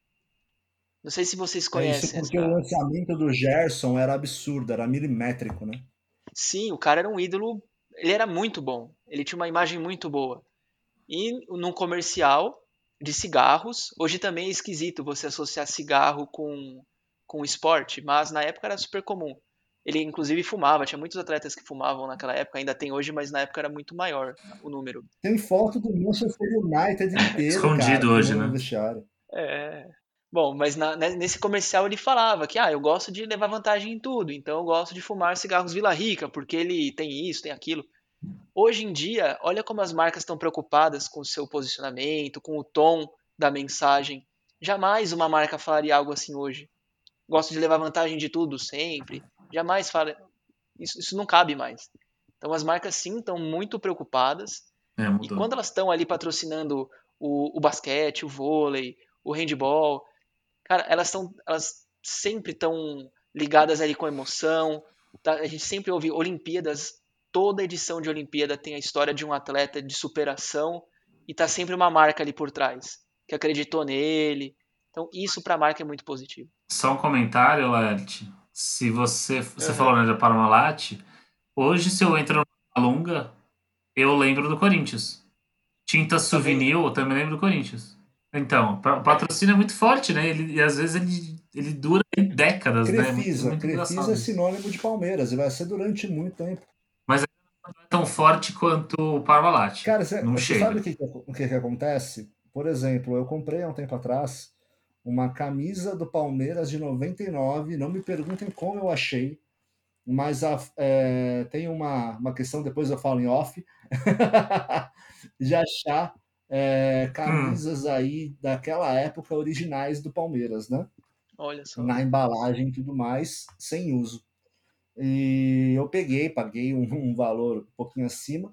S2: Não sei se vocês
S1: É isso
S2: conhecem
S1: porque o
S2: essa.
S1: lançamento do Gerson era absurdo, era milimétrico, né?
S2: Sim, o cara era um ídolo, ele era muito bom, ele tinha uma imagem muito boa. E num comercial de cigarros, hoje também é esquisito você associar cigarro com, com esporte, mas na época era super comum. Ele inclusive fumava, tinha muitos atletas que fumavam naquela época, ainda tem hoje, mas na época era muito maior o número.
S1: Tem foto do Manchester United inteiro, cara,
S3: Escondido hoje,
S1: fumando no
S3: né?
S1: vestiário.
S2: É. Bom, mas na- né, nesse comercial ele falava que ah, eu gosto de levar vantagem em tudo, então eu gosto de fumar cigarros Vila Rica, porque ele tem isso, tem aquilo. Hoje em dia, olha como as marcas estão preocupadas com o seu posicionamento, com o tom da mensagem. Jamais uma marca falaria algo assim hoje. Gosto de levar vantagem de tudo sempre. Jamais fala. Isso, isso não cabe mais. Então as marcas sim estão muito preocupadas.
S3: É,
S2: E
S3: mudou.
S2: quando elas estão ali patrocinando o, o basquete, o vôlei, o handball, cara, elas estão. Elas sempre estão ligadas ali com emoção. Tá? A gente sempre ouve Olimpíadas, toda edição de Olimpíada tem a história de um atleta de superação e tá sempre uma marca ali por trás, que acreditou nele. Então, isso para a marca é muito positivo.
S3: Só um comentário, Lert. Se você, você falou,
S2: Uhum.
S3: né, da Parmalat, hoje se eu entro na Lunga, eu lembro do Corinthians. Tinta
S2: Também
S3: Souvenir,
S2: lembro.
S3: eu também lembro do Corinthians. Então, o patrocínio é muito forte, né? Ele, e às vezes ele, ele dura décadas, né? É muito, é
S1: Crefisa.
S3: muito
S1: Crefisa é
S3: engraçado isso.
S1: sinônimo de Palmeiras e vai ser durante muito tempo.
S3: Mas não é tão forte quanto o Parmalat.
S1: Cara, você
S3: não chega.
S1: sabe o que, que, o que, que acontece? Por exemplo, eu comprei há um tempo atrás uma camisa do Palmeiras de noventa e nove, não me perguntem como eu achei, mas a, é, tem uma, uma questão, depois eu falo em off, de achar é, camisas hum. aí daquela época originais do Palmeiras, né?
S2: Olha só.
S1: Na embalagem e tudo mais, sem uso. E eu peguei, paguei um, um valor um pouquinho acima,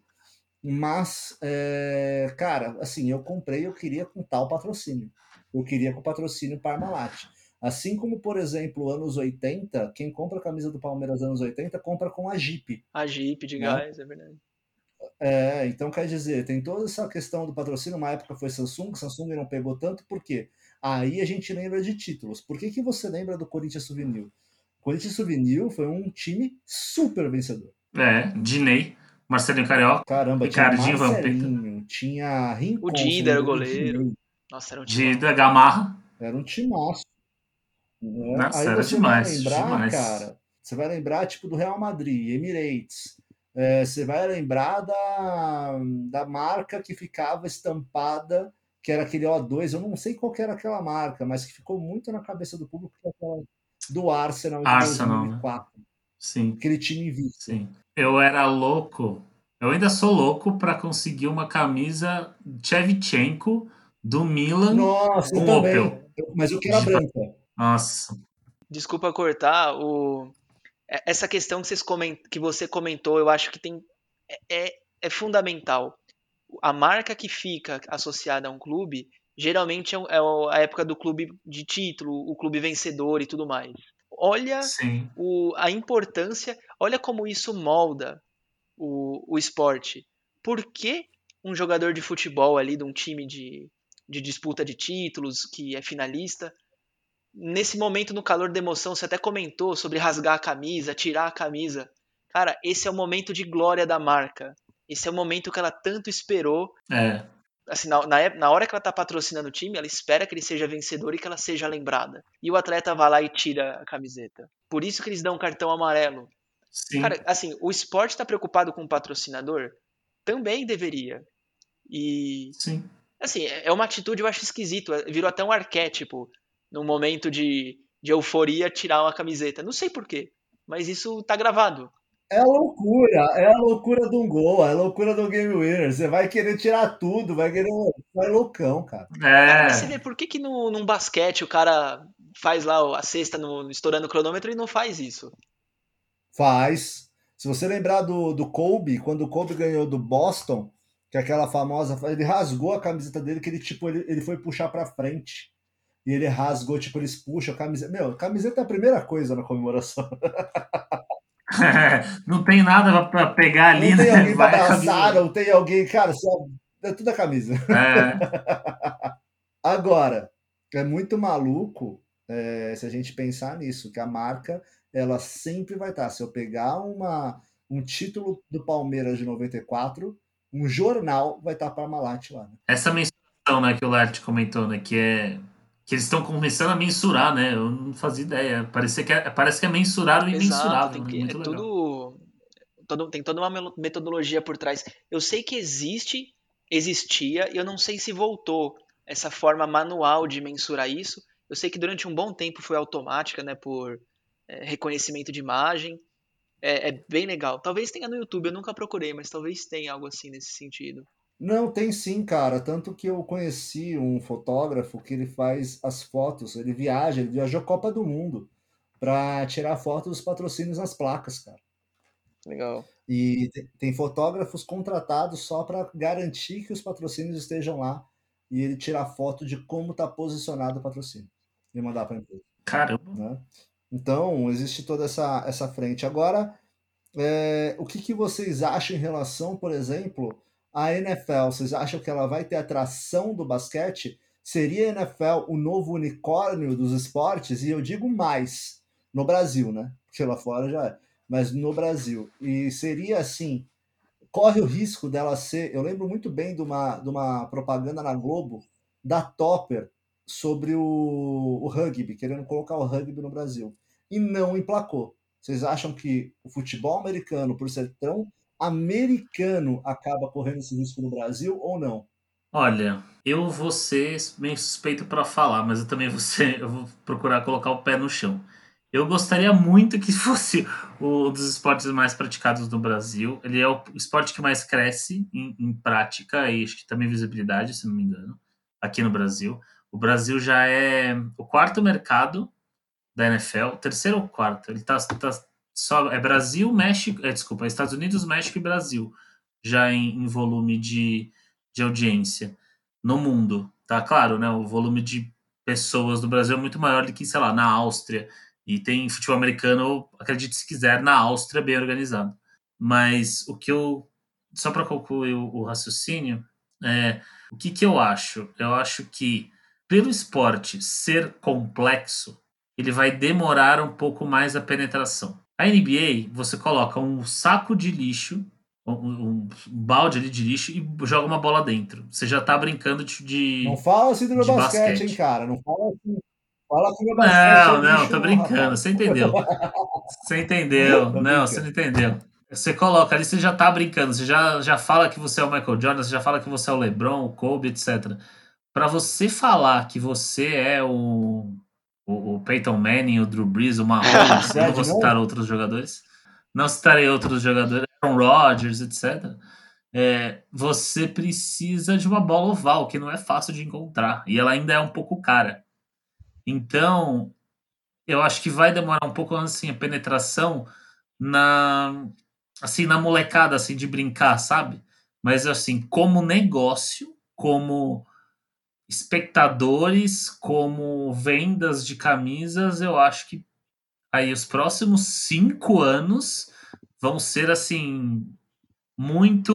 S1: mas, é, cara, assim, eu comprei, eu queria com tal patrocínio. Eu queria com o patrocínio Parmalat. Assim como, por exemplo, anos oitenta, quem compra a camisa do Palmeiras anos oitenta, compra com a Jeep.
S2: A Jeep de
S1: né?
S2: gás, é verdade.
S1: É, então quer dizer, tem toda essa questão do patrocínio, uma época foi Samsung, Samsung não pegou tanto, por quê? Aí a gente lembra de títulos. Por que, que você lembra do Corinthians Souvenir? O Corinthians Souvenir foi um time super vencedor.
S3: É, Diney, Marcelinho Carioca,
S1: Caramba,
S3: Ricardinho
S1: tinha Marcelinho, tinha Rincon,
S2: o Dida era o goleiro. Nossa, era um time.
S3: Dida, Gamarra.
S1: Era um timaço. Né?
S3: Nossa,
S1: Aí
S3: era
S1: você
S3: demais,
S1: vai lembrar,
S3: demais.
S1: cara, você vai lembrar tipo do Real Madrid, Emirates. É, você vai lembrar da, da marca que ficava estampada, que era aquele O dois, eu não sei qual que era aquela marca, mas que ficou muito na cabeça do público, que era do Arsenal de
S3: Arsenal,
S1: dois mil e quatro.
S3: Né? Sim.
S1: Aquele time invicto.
S3: Sim. Eu era louco, eu ainda sou louco para conseguir uma camisa Shevchenko do Milan.
S1: Nossa,
S3: com
S1: eu também.
S3: Opel.
S1: Mas eu quero a branca.
S3: Nossa.
S2: Desculpa cortar, o... essa questão que, vocês coment... que você comentou, eu acho que tem é, é fundamental. A marca que fica associada a um clube, geralmente é a época do clube de título, o clube vencedor e tudo mais. Olha o, a importância, olha como isso molda o, o esporte. Por que um jogador de futebol ali, de um time de, de disputa de títulos, que é finalista, nesse momento, no calor da emoção, você até comentou sobre rasgar a camisa, tirar a camisa. Cara, esse é o momento de glória da marca. Esse é o momento que ela tanto esperou.
S3: É.
S2: Assim, na, na, na hora que ela tá patrocinando o time, ela espera que ele seja vencedor e que ela seja lembrada. E o atleta vai lá e tira a camiseta. Por isso que eles dão um cartão amarelo.
S3: Sim.
S2: Cara, assim, o esporte tá preocupado com o patrocinador? Também deveria. E...
S3: Sim.
S2: Assim, é uma atitude, eu acho esquisito. Virou até um arquétipo. Num momento de, de euforia, tirar uma camiseta. Não sei porquê, mas isso tá gravado.
S1: É a loucura, é a loucura de um gol, é a loucura do game winner. Você vai querer tirar tudo, vai querer. Vai loucão, cara.
S3: É.
S2: Cara, mas você vê, por que, que no, num basquete o cara faz lá a cesta no, estourando o cronômetro e não faz isso?
S1: Faz. Se você lembrar do, do Kobe, quando o Kobe ganhou do Boston, que é aquela famosa. Ele rasgou a camiseta dele, que ele, tipo, ele, ele foi puxar pra frente. E ele rasgou, tipo, eles puxam a camiseta. Meu, a camiseta é a primeira coisa na comemoração.
S3: Não tem nada pra pegar ali,
S1: não
S3: né?
S1: Não tem alguém pra
S3: Vai
S1: abraçar, não tem alguém. Cara, só, é tudo a camisa.
S3: É.
S1: Agora, é muito maluco é, se a gente pensar nisso, que a marca ela sempre vai estar. Se eu pegar uma, um título do Palmeiras de noventa e quatro, um jornal vai estar Parmalat lá. Né?
S3: Essa mensuração, né, que o Lert comentou, né, que é que eles estão começando a mensurar, né? Eu não fazia ideia. Parece que é, parece que é mensurar o imensurável.
S2: Exato, tem que,
S3: né? Muito
S2: é
S3: legal.
S2: tudo, todo, tem toda uma metodologia por trás. Eu sei que existe, existia, e eu não sei se voltou essa forma manual de mensurar isso. Eu sei que durante um bom tempo foi automática, né, por é, reconhecimento de imagem. É, é bem legal. Talvez tenha no YouTube, eu nunca procurei, mas talvez tenha algo assim nesse sentido.
S1: Não, tem sim, cara. Tanto que eu conheci um fotógrafo que ele faz as fotos, ele viaja, ele viajou Copa do Mundo para tirar fotos dos patrocínios nas placas, cara.
S2: Legal.
S1: E tem fotógrafos contratados só para garantir que os patrocínios estejam lá e ele tirar foto de como está posicionado o patrocínio e mandar para a empresa.
S3: Caramba.
S1: Né? Então, existe toda essa, essa frente. Agora, é, o que, que vocês acham em relação, por exemplo, à N F L? Vocês acham que ela vai ter atração do basquete? Seria a N F L o novo unicórnio dos esportes? E eu digo mais, no Brasil, né? Porque lá fora já é. Mas no Brasil. E seria assim, corre o risco dela ser... Eu lembro muito bem de uma, de uma propaganda na Globo da Topper sobre o, o rugby, querendo colocar o rugby no Brasil. E não emplacou. Vocês acham que o futebol americano, por ser tão americano acaba correndo esse risco no Brasil ou não?
S3: Olha, eu vou ser meio suspeito para falar, mas eu também vou ser, eu vou procurar colocar o pé no chão. Eu gostaria muito que fosse um dos esportes mais praticados no Brasil. Ele é o esporte que mais cresce em, em prática e acho que também visibilidade, se não me engano, aqui no Brasil. O Brasil já é o quarto mercado da N F L, terceiro ou quarto. Ele tá, tá só é Brasil, México, é, desculpa, Estados Unidos, México e Brasil, já em, em volume de, de audiência no mundo. Tá claro, né? O volume de pessoas do Brasil é muito maior do que, sei lá, na Áustria. E tem futebol americano, acredite se quiser, na Áustria bem organizado. Mas o que eu. Só para concluir o, o raciocínio, é, o que, que eu acho? Eu acho que, pelo esporte ser complexo, ele vai demorar um pouco mais a penetração. A N B A, você coloca um saco de lixo, um, um balde ali de lixo e joga uma bola dentro. Você já tá brincando de, de,
S1: Não fala assim do meu
S3: de
S1: basquete, hein,
S3: basquete.
S1: cara? Não fala assim. Fala que meu basquete é
S3: Não, não,
S1: lixo,
S3: tô
S1: não,
S3: brincando.
S1: rapaz.
S3: Você entendeu. Você entendeu.
S1: Tô
S3: Não, você
S1: brincando.
S3: não entendeu. Você coloca ali, você já tá brincando. Você já, já fala que você é o Michael Jordan, você já fala que você é o LeBron, o Kobe, etcétera. Para você falar que você é o, o, o Peyton Manning, o Drew Brees, o Mahomes, eu não
S1: Brad,
S3: vou citar
S1: não?
S3: outros jogadores, não citarei outros jogadores, Aaron Rodgers, etcétera. É, você precisa de uma bola oval, que não é fácil de encontrar, e ela ainda é um pouco cara. Então, eu acho que vai demorar um pouco assim a penetração na assim na molecada assim de brincar, sabe? Mas assim, como negócio, como espectadores, como vendas de camisas, eu acho que aí os próximos cinco anos vão ser assim muito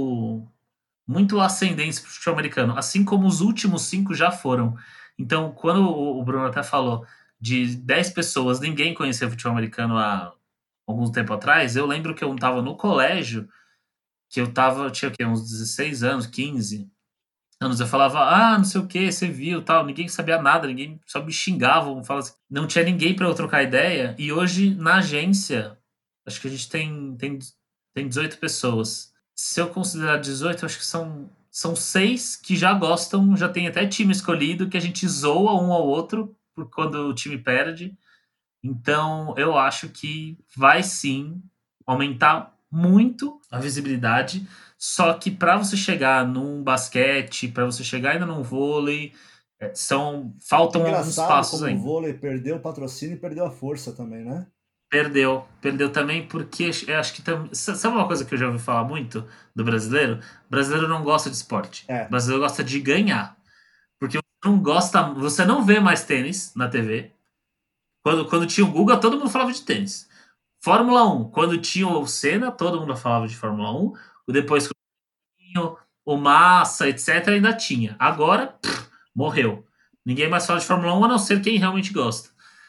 S3: muito ascendentes para o futebol americano, assim como os últimos cinco já foram. Então, quando o Bruno até falou de dez pessoas, ninguém conhecia futebol americano há algum tempo atrás, eu lembro que eu estava no colégio, que eu tava, eu tinha o quê, uns dezesseis anos, quinze anos, eu falava, ah, não sei o que, você viu, tal, ninguém sabia nada, ninguém só me xingava, falava assim, não tinha ninguém para eu trocar ideia, e hoje na agência, acho que a gente tem, tem, tem dezoito pessoas. Se eu considerar dezoito, acho que são, são seis que já gostam, já tem até time escolhido, que a gente zoa um ao outro por quando o time perde. Então, eu acho que vai sim aumentar muito a visibilidade. Só que para você chegar num basquete, para você chegar ainda num vôlei, é, são faltam alguns
S1: Engraçado
S3: passos
S1: como o
S3: ainda.
S1: vôlei perdeu o patrocínio e perdeu a força também, né?
S3: Perdeu, perdeu também porque eu acho que tam... sabe uma coisa que eu já ouvi falar muito do brasileiro? O brasileiro não gosta de esporte. O
S1: É.
S3: brasileiro gosta de ganhar, porque você não gosta, você não vê mais tênis na T V. Quando, quando tinha o Guga, todo mundo falava de tênis. Fórmula um, quando tinha o Senna, todo mundo falava de Fórmula um. Depois que tinha o Massa, etcétera, ainda tinha. Agora, pff, morreu. Ninguém mais fala de Fórmula um, a não ser quem realmente gosta.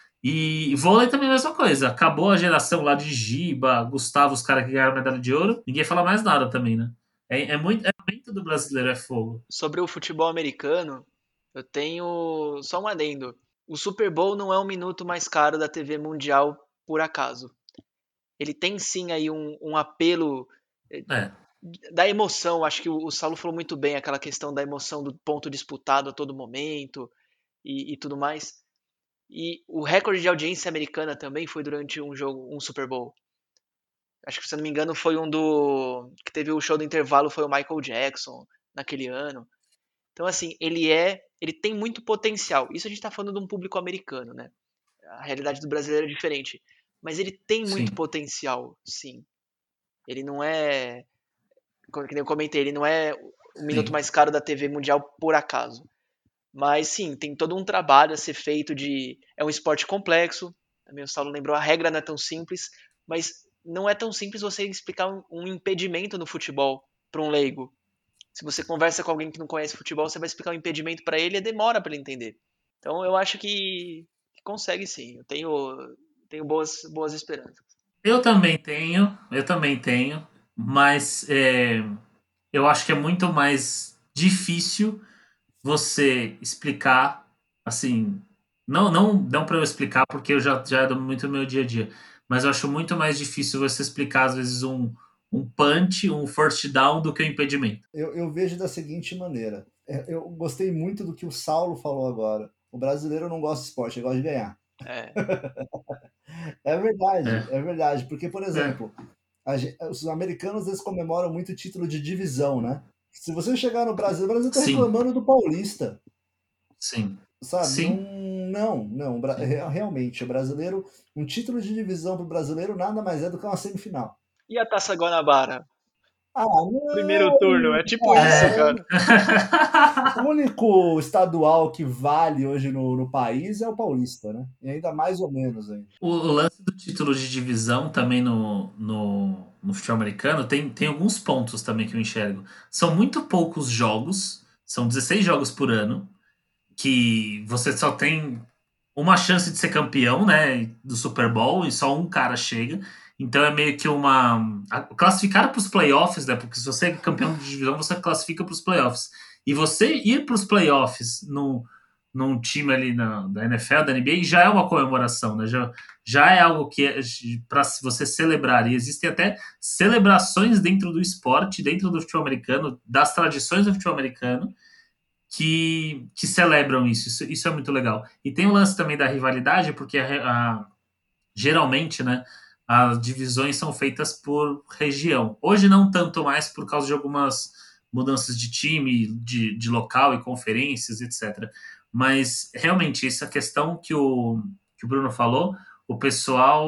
S3: E vôlei também é a mesma coisa. Acabou a geração lá de Giba, Gustavo, os caras que ganharam medalha de ouro. Ninguém fala mais nada também, né? É, é muito. É muito do brasileiro, é fogo.
S2: Sobre o futebol americano, eu tenho só um adendo. O Super Bowl não é o minuto mais caro da T V mundial por acaso. Ele tem sim aí um, um apelo eh,
S3: É,
S2: da emoção. Acho que o, o Saulo falou muito bem aquela questão da emoção do ponto disputado a todo momento e, e tudo mais. E o recorde de audiência americana também foi durante um jogo, um Super Bowl. Acho que, se eu não me engano, foi um do. Que teve o show do intervalo, foi o Michael Jackson naquele ano. Então, assim, ele é. Ele tem muito potencial. Isso a gente tá falando de um público americano, né? A realidade do brasileiro é diferente. Mas ele tem muito
S3: sim,
S2: potencial, sim. Ele não é. Como eu comentei, ele não é o minuto
S3: sim.
S2: mais caro da T V mundial por acaso. Mas sim, tem todo um trabalho a ser feito de. É um esporte complexo. Também o Saulo lembrou, a regra não é tão simples, mas não é tão simples você explicar um, um impedimento no futebol para um leigo. Se você conversa com alguém que não conhece futebol, você vai explicar um impedimento para ele e demora para ele entender. Então eu acho que, que consegue sim. Eu tenho, tenho boas, boas esperanças.
S3: Eu também tenho, eu também tenho, mas é, eu acho que é muito mais difícil você explicar, assim, não não não para eu explicar porque eu já já é do- muito do meu dia a dia, mas eu acho muito mais difícil você explicar às vezes um um punch, um first down do que um impedimento.
S1: Eu, eu vejo da seguinte maneira. Eu gostei muito do que o Saulo falou agora. O brasileiro não gosta de esporte, ele gosta de ganhar.
S2: É.
S1: É verdade,
S3: É.
S1: é verdade. Porque, por
S3: É.
S1: exemplo, a gen- os americanos eles comemoram muito o título de divisão, né? Se você chegar no Brasil, o Brasil tá
S3: Sim,
S1: reclamando do Paulista,
S3: sim,
S1: sabe? Não,
S3: sim.
S1: não, não. Bra-
S3: Sim.
S1: re- Realmente, o brasileiro, um título de divisão pro brasileiro nada mais é do que uma semifinal.
S2: E a Taça Guanabara?
S1: Ah,
S2: Primeiro
S1: não!
S2: turno, é tipo isso,
S3: É.
S2: cara.
S1: O único estadual que vale hoje no, no país é o Paulista, né? E ainda mais ou menos ainda.
S3: O, o lance do título de divisão também no, no, no futebol americano tem, tem alguns pontos também que eu enxergo. São muito poucos jogos, são dezesseis jogos por ano, que você só tem uma chance de ser campeão, né, do Super Bowl e só um cara chega. Então é meio que uma a- classificar para os playoffs, né? Porque se você é campeão de divisão, você classifica para os playoffs. E você ir para os playoffs no, num time ali na, da N F L, da N B A, já é uma comemoração, né? Já, já é algo que é para você celebrar. E existem até celebrações dentro do esporte, dentro do futebol americano, das tradições do futebol americano, que, que celebram isso. isso. Isso é muito legal. E tem o lance também da rivalidade, porque a, a, geralmente, né, as divisões são feitas por região. Hoje não tanto mais por causa de algumas mudanças de time, de, de local e conferências, etcétera. Mas realmente essa questão que o, que o Bruno falou, o pessoal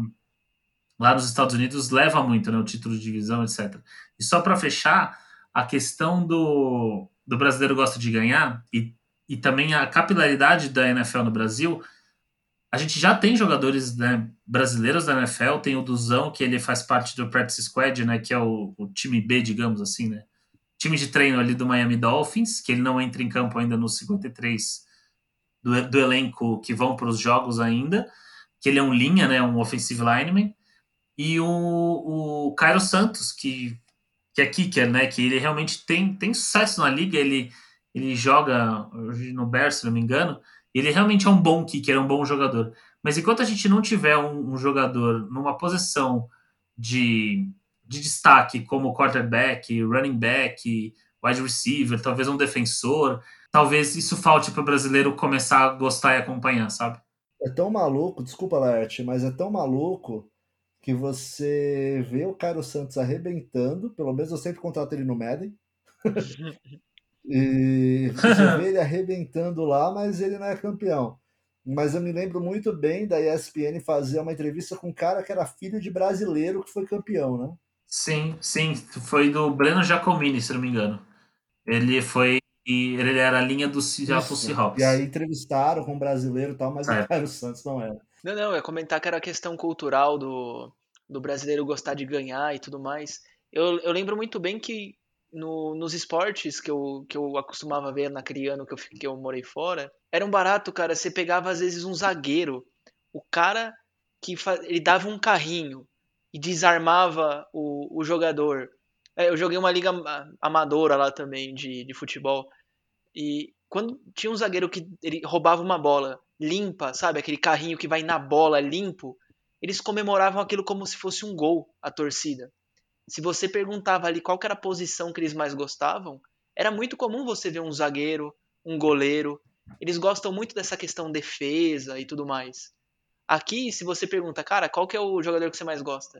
S3: lá nos Estados Unidos leva muito, né, o título de divisão, etcétera. E só para fechar, a questão do, do brasileiro gosta de ganhar e, e também a capilaridade da N F L no Brasil. A gente já tem jogadores, né, brasileiros da N F L, tem o Duzão, que ele faz parte do Practice Squad, né, que é o, o time B, digamos assim, né? Time de treino ali do Miami Dolphins, que ele não entra em campo ainda nos cinquenta e três do, do elenco que vão para os jogos ainda, que ele é um linha, né, um offensive lineman, e o, o Cairo Santos, que, que é kicker, né, que ele realmente tem, tem sucesso na liga, ele, ele joga hoje no Bears, se não me engano, ele realmente é um bom kicker, é um bom jogador. Mas enquanto a gente não tiver um, um jogador numa posição de, de destaque, como quarterback, running back, wide receiver, talvez um defensor, talvez isso falte para o brasileiro começar a gostar e acompanhar, sabe?
S1: É tão maluco, desculpa, Laerte, mas é tão maluco que você vê o Cairo Santos arrebentando, pelo menos eu sempre contrato ele no Madden, e você vê ele arrebentando lá, mas ele não é campeão. Mas eu me lembro muito bem da E S P N fazer uma entrevista com um cara que era filho de brasileiro que foi campeão, né?
S3: Sim, sim, foi do Breno Giacomini, se não me engano. Ele foi. E ele era a linha do Seattle
S1: Isso. E aí
S3: Seahawks.
S1: entrevistaram com um brasileiro e tal, mas o
S3: É,
S1: Cairo Santos não era.
S2: Não, não, eu ia comentar que era a questão cultural do, do brasileiro gostar de ganhar e tudo mais. Eu, eu lembro muito bem que no, nos esportes que eu, que eu acostumava ver naquele ano que eu, fi- que eu morei fora, era um barato, cara. Você pegava às vezes um zagueiro, o cara que fa- ele dava um carrinho e desarmava o, o jogador. É, eu joguei uma liga ama- amadora lá também de, de futebol. E quando tinha um zagueiro que ele roubava uma bola limpa, sabe? Aquele carrinho que vai na bola limpo, eles comemoravam aquilo como se fosse um gol, a torcida. Se você perguntava ali qual que era a posição que eles mais gostavam, era muito comum você ver um zagueiro, um goleiro. Eles gostam muito dessa questão defesa e tudo mais. Aqui, se você pergunta, cara, qual que é o jogador que você mais gosta?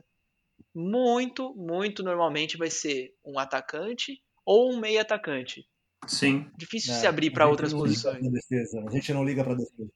S2: Muito, muito normalmente vai ser um atacante ou um meio atacante.
S3: sim,
S2: Difícil se
S1: É,
S2: abrir
S1: a
S2: para
S1: gente
S2: outras
S1: não liga
S2: posições.
S1: pra defesa. A gente não liga pra defesa.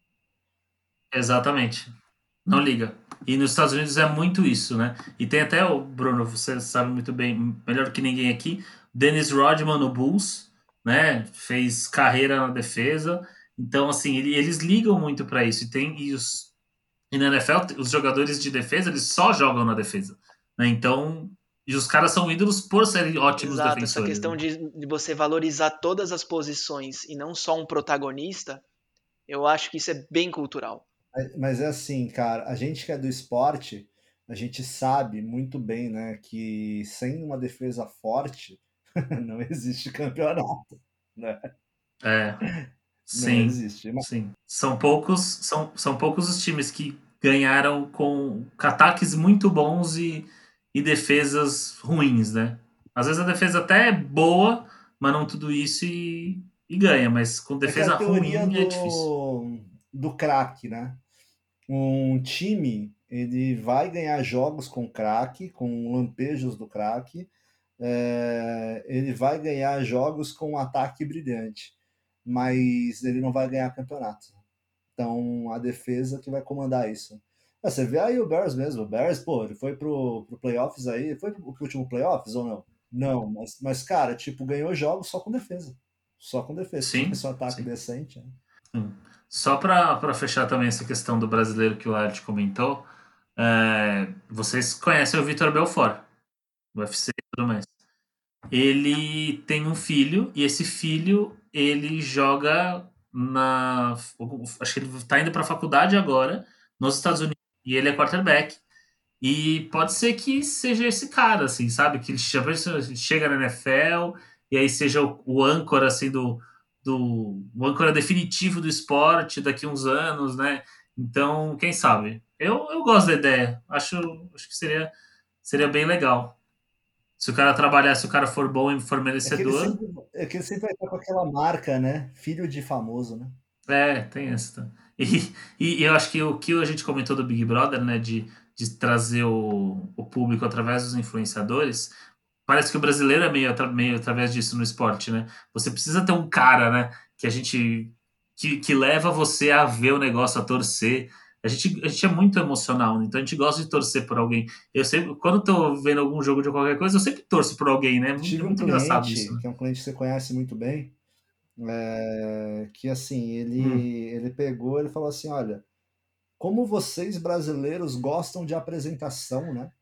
S3: exatamente. Não liga. E nos Estados Unidos é muito isso, né? E tem até o Bruno, você sabe muito bem, melhor que ninguém aqui, Dennis Rodman no Bulls, né? Fez carreira na defesa. Então, assim, ele- eles ligam muito para isso. E tem e os e na N F L, os jogadores de defesa, eles só jogam na defesa, né? Então, e os caras são ídolos por serem ótimos
S2: Exato, essa
S3: defensores,
S2: questão
S3: né?
S2: de, de você valorizar todas as posições e não só um protagonista, eu acho que isso é bem cultural.
S1: Mas é assim, cara, a gente que é do esporte, a gente sabe muito bem, né, que sem uma defesa forte não existe campeonato, né?
S3: É,
S1: Não
S3: sim,
S1: existe. Mas,
S3: sim. São poucos, são, são poucos os times que ganharam com ataques muito bons e, e defesas ruins, né? Às vezes a defesa até é boa, mas não tudo isso e, e ganha, mas com
S1: É que é a
S3: defesa
S1: teoria
S3: ruim é difícil.
S1: do, do craque, né? Um time, ele vai ganhar jogos com craque, com lampejos do craque, é, ele vai ganhar jogos com um ataque brilhante, mas ele não vai ganhar campeonato. Então, a defesa que vai comandar isso. Ah, você vê aí o Bears mesmo. O Bears, pô, ele foi pro, pro playoffs aí. Foi pro, pro último playoffs ou não? Não, mas, mas, cara, tipo, ganhou jogos só com defesa. Só com defesa. Tinha
S3: Sim,
S1: esse ataque
S3: sim.
S1: decente. Né?
S3: Hum. Só para fechar também essa questão do brasileiro que o Art comentou, é, vocês conhecem o Vitor Belfort, U F C e tudo mais. Ele tem um filho e esse filho ele joga na, acho que ele está indo para a faculdade agora nos Estados Unidos e ele é quarterback. E pode ser que seja esse cara, assim, sabe? Que ele chega na N F L e aí seja o, o âncora, assim, do, do o âncora definitivo do esporte daqui a uns anos, né? Então, quem sabe? Eu, eu gosto da ideia. Acho, acho que seria, seria bem legal. Se o cara trabalhar, se o cara for bom e for
S1: É que ele
S3: merecedor,
S1: sempre, é que ele sempre vai estar com aquela marca, né? Filho de famoso, né?
S3: é, tem essa. E, e eu acho que o que a gente comentou do Big Brother, né, de, de trazer o, o público através dos influenciadores, parece que o brasileiro é meio, atra- meio através disso no esporte, né? Você precisa ter um cara, né, que a gente que, que leva você a ver o negócio, a torcer. A gente, a gente é muito emocional, né? Então a gente gosta de torcer por alguém. Eu sempre, quando eu tô vendo algum jogo de qualquer coisa, eu sempre torço por alguém, né? É
S1: Eu
S3: muito,
S1: tive
S3: é
S1: um
S3: muito engraçado isso,
S1: cliente,
S3: né?
S1: que é um cliente que você conhece muito bem, é, que assim,
S3: Hum,
S1: ele, ele pegou, ele falou assim, olha, como vocês brasileiros gostam de apresentação, né?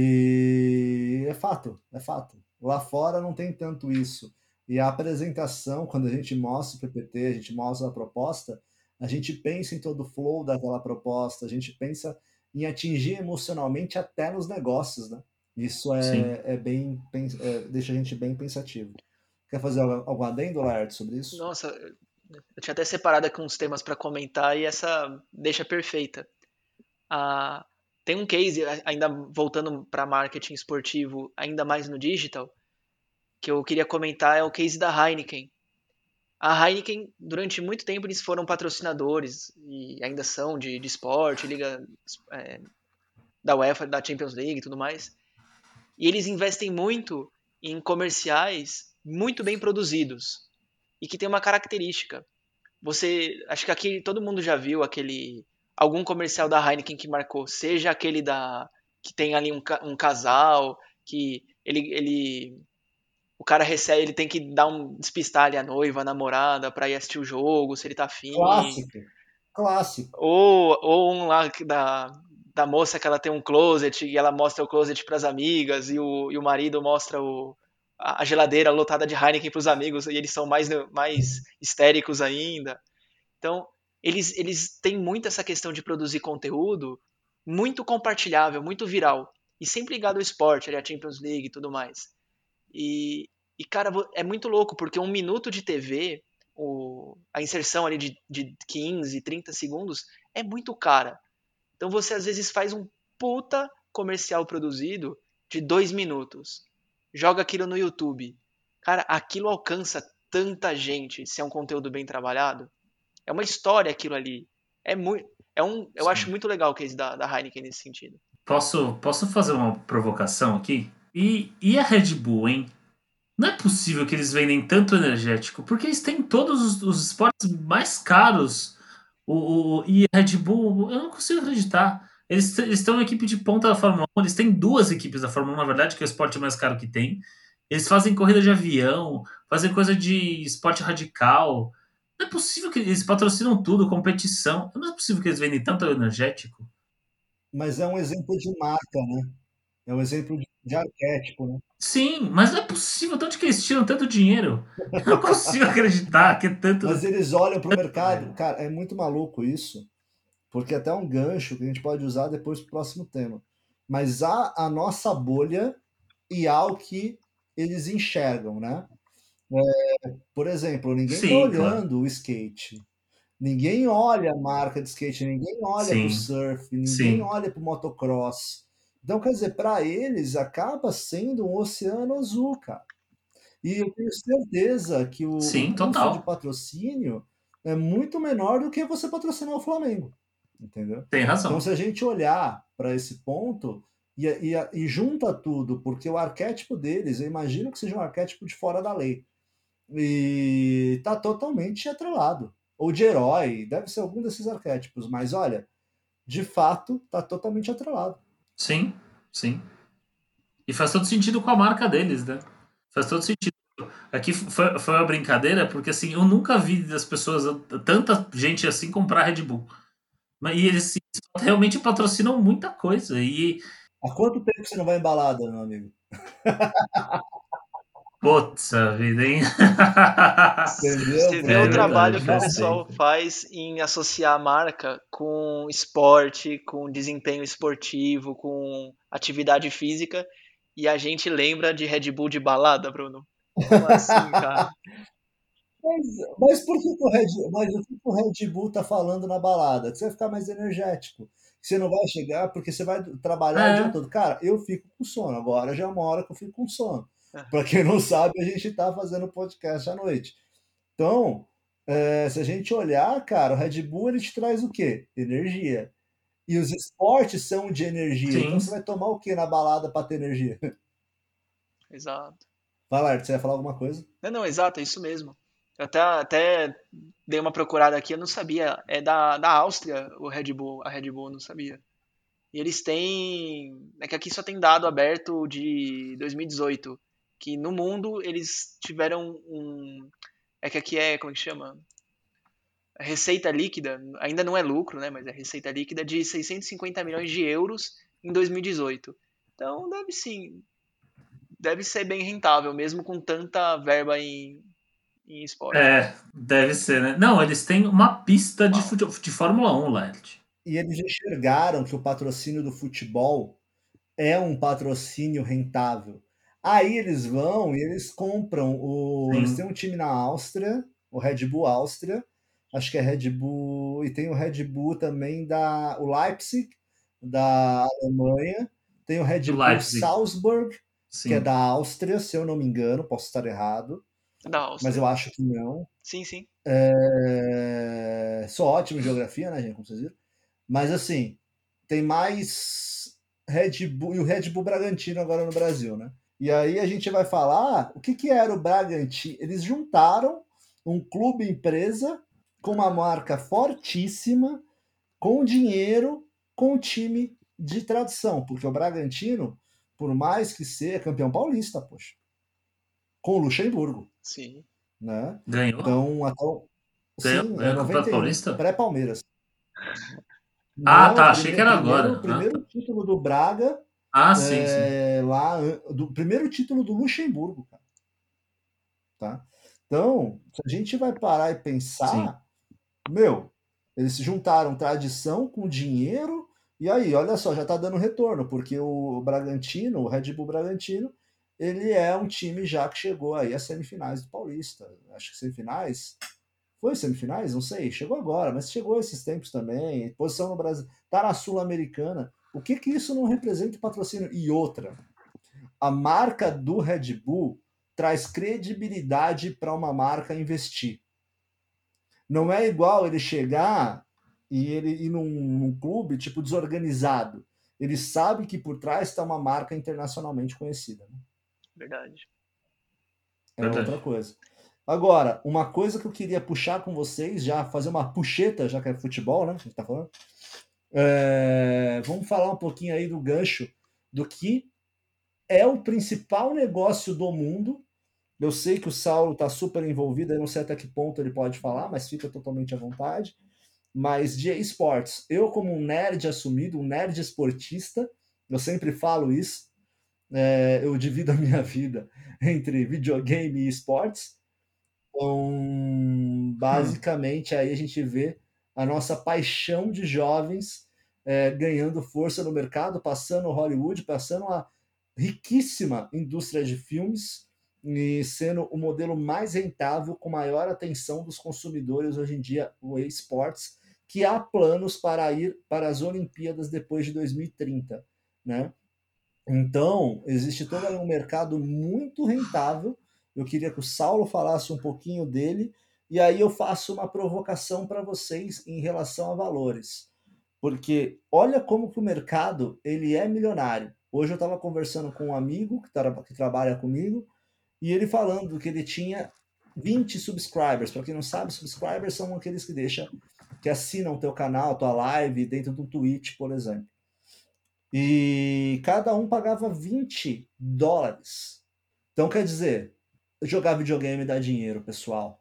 S1: E é fato, é fato. Lá fora não tem tanto isso. E a apresentação, quando a gente mostra o P P T, a gente mostra a proposta, a gente pensa em todo o flow daquela proposta, a gente pensa em atingir emocionalmente até nos negócios, né? Isso
S3: sim.
S1: é, é bem, é, deixa a gente bem pensativo. Quer fazer algum adendo, Laerte, sobre isso?
S2: Nossa, eu tinha até separado aqui uns temas para comentar e essa deixa perfeita. Ah, tem um case, ainda voltando para marketing esportivo, ainda mais no digital, que eu queria comentar é o case da Heineken. A Heineken, durante muito tempo, eles foram patrocinadores e ainda são de, de esporte, liga é, da UEFA, da Champions League e tudo mais. E eles investem muito em comerciais muito bem produzidos e que tem uma característica. Você, acho que aqui todo mundo já viu aquele algum comercial da Heineken que marcou, seja aquele da que tem ali um, um casal que ele, ele o cara recebe, ele tem que dar um despistar ali a noiva, a namorada pra ir assistir o jogo, se ele tá afim.
S1: Clássico, clássico.
S2: Ou, ou um lá da, da moça que ela tem um closet e ela mostra o closet pras amigas e o, e o marido mostra o, a geladeira lotada de Heineken pros amigos e eles são mais, mais histéricos ainda. Então, eles, eles têm muito essa questão de produzir conteúdo muito compartilhável, muito viral. E sempre ligado ao esporte, ali, a Champions League e tudo mais. E, e, cara, é muito louco, porque um minuto de T V, o, a inserção ali de, de quinze, trinta segundos, é muito cara. Então você às vezes faz um puta comercial produzido de dois minutos. Joga aquilo no YouTube. Cara, aquilo alcança tanta gente se é um conteúdo bem trabalhado. É uma história aquilo ali. É muito. É um, eu acho
S3: Sim.
S2: muito legal o case da, da Heineken nesse sentido.
S3: Posso, posso fazer uma provocação aqui? E, e a Red Bull, hein? Não é possível que eles vendem tanto energético, porque eles têm todos os, os esportes mais caros. O, o, e a Red Bull, eu não consigo acreditar. Eles eles estão na equipe de ponta da Fórmula um, eles têm duas equipes da Fórmula um, na verdade, que é o esporte mais caro que tem. Eles fazem corrida de avião, fazem coisa de esporte radical. Não é possível que eles patrocinam tudo, competição. Não é possível que eles vendem tanto energético.
S1: Mas é um exemplo de marca, né? É um exemplo de, de arquétipo, né?
S3: Sim, mas não é possível, de onde que eles tiram tanto dinheiro? Eu não consigo acreditar que é tanto.
S1: Mas eles olham para o mercado. Cara, é muito maluco isso, porque até é um gancho que a gente pode usar depois para o próximo tema. Mas há a nossa bolha e há o que eles enxergam, né? É, por exemplo, ninguém está
S3: Sim, claro.
S1: olhando o skate. Ninguém olha a marca de skate, ninguém olha para o
S3: Sim,
S1: surf, ninguém
S3: sim.
S1: olha para o motocross. Então, quer dizer, para eles acaba sendo um oceano azul, cara. E eu tenho certeza que o,
S3: Sim,
S1: o custo de
S3: total.
S1: patrocínio é muito menor do que você patrocinar o Flamengo, entendeu?
S3: Tem
S1: Então,
S3: razão.
S1: se a gente olhar para esse ponto e, e, e junta tudo, porque o arquétipo deles, eu imagino que seja um arquétipo de fora da lei, e tá totalmente atrelado. Ou de herói, deve ser algum desses arquétipos, mas olha, de fato, tá totalmente atrelado.
S3: Sim, sim. E faz todo sentido com a marca deles, né? Faz todo sentido. Aqui foi, foi uma brincadeira, porque assim, eu nunca vi das pessoas, tanta gente assim, comprar Red Bull. E eles realmente patrocinam muita coisa. E.
S1: Há quanto tempo você não vai embalada, meu amigo?
S3: Putz, a vida, hein?
S2: Você vê
S3: É
S2: o
S3: verdade,
S2: trabalho que o
S3: faz
S2: pessoal
S3: tempo.
S2: faz em associar a marca com esporte, com desempenho esportivo, com atividade física, e a gente lembra de Red Bull de balada, Bruno? Como assim, cara?
S1: Mas, mas por que, que o Red, mas o que, que o Red Bull tá falando na balada? Que você vai ficar mais energético. Que você não vai chegar porque você vai trabalhar o dia
S3: É,
S1: todo. Cara, eu fico com sono. Agora já é uma hora que eu fico com sono. Para quem não sabe, a gente tá fazendo podcast à noite. Então, é, se a gente olhar, cara, o Red Bull ele te traz o quê? Energia. E os esportes são de energia. Então
S3: sim.
S1: você vai tomar o que na balada para ter energia?
S2: Exato.
S1: Vai lá, você vai falar alguma coisa?
S2: Não, não, exato, é isso mesmo. Eu até, até dei uma procurada aqui, eu não sabia. É da, da Áustria o Red Bull, a Red Bull, eu não sabia. E eles têm. É que aqui só tem dado aberto de dois mil e dezoito. Que no mundo eles tiveram um. É que aqui é. Como é que chama? A receita líquida, ainda não é lucro, né? Mas é receita líquida de seiscentos e cinquenta milhões de euros em dois mil e dezoito. Então deve sim. Deve ser bem rentável, mesmo com tanta verba em, em esporte.
S3: É, deve ser, né? Não, eles têm uma pista de,
S2: Uau.
S3: fute... de Fórmula um, Laerte.
S1: E eles enxergaram que o patrocínio do futebol é um patrocínio rentável. Aí eles vão e eles compram o. Eles têm
S3: Sim.
S1: um time na Áustria, o Red Bull Áustria, acho que é Red Bull, e tem o Red Bull também da o Leipzig, da Alemanha, tem o Red
S3: Do
S1: Bull
S3: Leipzig.
S1: Salzburg, que é
S3: Sim.
S1: da Áustria, se eu não me engano, posso estar errado,
S2: Da
S1: mas
S2: Áustria.
S1: eu acho que não.
S2: Sim, sim.
S1: É... Sou ótimo em geografia, né, gente, como vocês viram. Mas assim, tem mais Red Bull e o Red Bull Bragantino agora no Brasil, né? E aí a gente vai falar o que, que era o Bragantino. Eles juntaram um clube empresa com uma marca fortíssima, com dinheiro, com um time de tradição, porque o Bragantino, por mais que seja campeão paulista, poxa, com o Luxemburgo,
S2: Sim.
S1: né?
S3: Ganhou?
S1: Então, até,
S3: Ganhou,
S1: sim, é
S3: ganhou o Campeonato
S1: noventa e um,
S3: Paulista?
S1: pré-Palmeiras.
S3: Ah,
S1: Não,
S3: tá.
S1: o
S3: Achei que
S1: primeiro,
S3: era
S1: primeiro,
S3: agora. Ah,
S1: primeiro
S3: tá.
S1: título do Braga
S3: Ah, sim, sim.
S1: é, lá, do primeiro título do Luxemburgo, cara, tá? Então, se a gente vai parar e
S3: Sim.
S1: pensar, meu, eles se juntaram tradição com dinheiro, e aí, olha só, já tá dando retorno, porque o Bragantino, o Red Bull Bragantino, ele é um time já que chegou aí às semifinais do Paulista. Acho que semifinais. Foi semifinais? Não sei. Chegou agora, mas chegou esses tempos também. Posição no Brasil. Tá na Sul-Americana. O que que isso não representa em patrocínio? E outra, a marca do Red Bull traz credibilidade para uma marca investir. Não é igual ele chegar e ele ir num, num clube tipo desorganizado. Ele sabe que por trás está uma marca internacionalmente conhecida. Né?
S2: Verdade.
S1: É outra
S3: Verdade.
S1: coisa. Agora, uma coisa que eu queria puxar com vocês, já fazer uma puxeta, já que é futebol, né? A gente tá falando. É, vamos falar um pouquinho aí do gancho do que é o principal negócio do mundo. Eu sei que o Saulo está super envolvido, eu não sei até que ponto ele pode falar, mas fica totalmente à vontade. Mas de esportes, eu como um nerd assumido, um nerd esportista, eu sempre falo isso, é, eu divido a minha vida entre videogame e esportes. Então,
S3: Hum.
S1: basicamente, aí a gente vê a nossa paixão de jovens é, ganhando força no mercado, passando Hollywood, passando a riquíssima indústria de filmes e sendo o modelo mais rentável, com maior atenção dos consumidores hoje em dia, o esportes, que há planos para ir para as Olimpíadas depois de dois mil e trinta, né? Então, existe todo um mercado muito rentável. Eu queria que o Saulo falasse um pouquinho dele, e aí eu faço uma provocação para vocês em relação a valores. Porque olha como que o mercado ele é milionário. Hoje eu estava conversando com um amigo que, tra que trabalha comigo, e ele falando que ele tinha vinte subscribers. Para quem não sabe, subscribers são aqueles que deixam, que assinam o teu canal, tua live dentro do Twitch, por exemplo. E cada um pagava vinte dólares. Então, quer dizer, jogar videogame dá dinheiro, pessoal.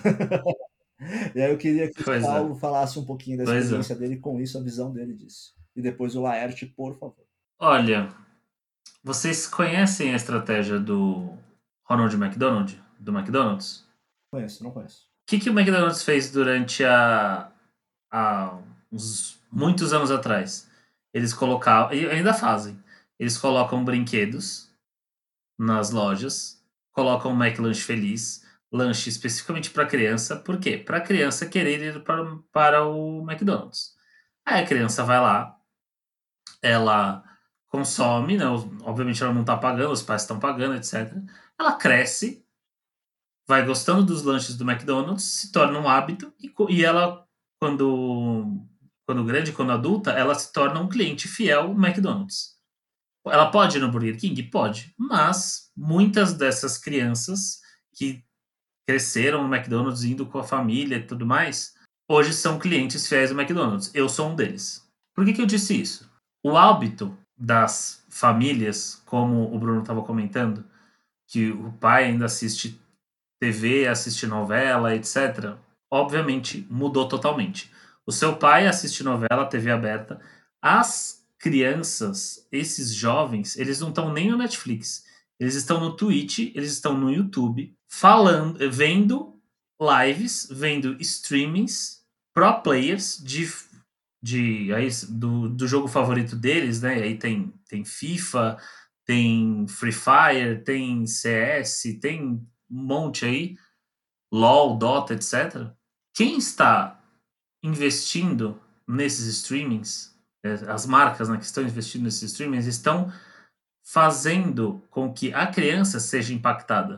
S1: E aí eu queria que o
S3: Pois é,
S1: Paulo falasse um pouquinho da
S3: pois é.
S1: experiência dele com isso, a visão dele disso. E depois o Laerte, por favor.
S3: Olha, vocês conhecem a estratégia do Ronald McDonald, do McDonald's?
S1: Conheço, não conheço.
S3: O que, que o McDonald's fez durante a, a uns muitos anos atrás? Eles colocavam, e ainda fazem, eles colocam brinquedos nas lojas, colocam o McLanche Feliz, lanche especificamente para criança. Por quê? Para a criança querer ir para, para o McDonald's. Aí a criança vai lá, ela consome, né? Obviamente ela não está pagando, os pais estão pagando, etcétera. Ela cresce, vai gostando dos lanches do McDonald's, se torna um hábito e, e ela, quando, quando grande, quando adulta, ela se torna um cliente fiel do McDonald's. Ela pode ir no Burger King? Pode. Mas muitas dessas crianças que cresceram no McDonald's indo com a família e tudo mais, hoje são clientes fiéis do McDonald's. Eu sou um deles. Por que, que eu disse isso? O hábito das famílias, como o Bruno estava comentando, que o pai ainda assiste T V, assiste novela, etcétera, obviamente mudou totalmente. O seu pai assiste novela, T V aberta. As crianças, esses jovens, eles não estão nem no Netflix. Eles estão no Twitch, eles estão no YouTube, falando, vendo lives, vendo streamings, pro players de, de aí, do, do jogo favorito deles, né? Aí tem, tem FIFA, tem Free Fire, tem C S, tem um monte aí, LoL, Dota, etcétera. Quem está investindo nesses streamings, as marcas, né, que estão investindo nesses streamings, estão fazendo com que a criança seja impactada.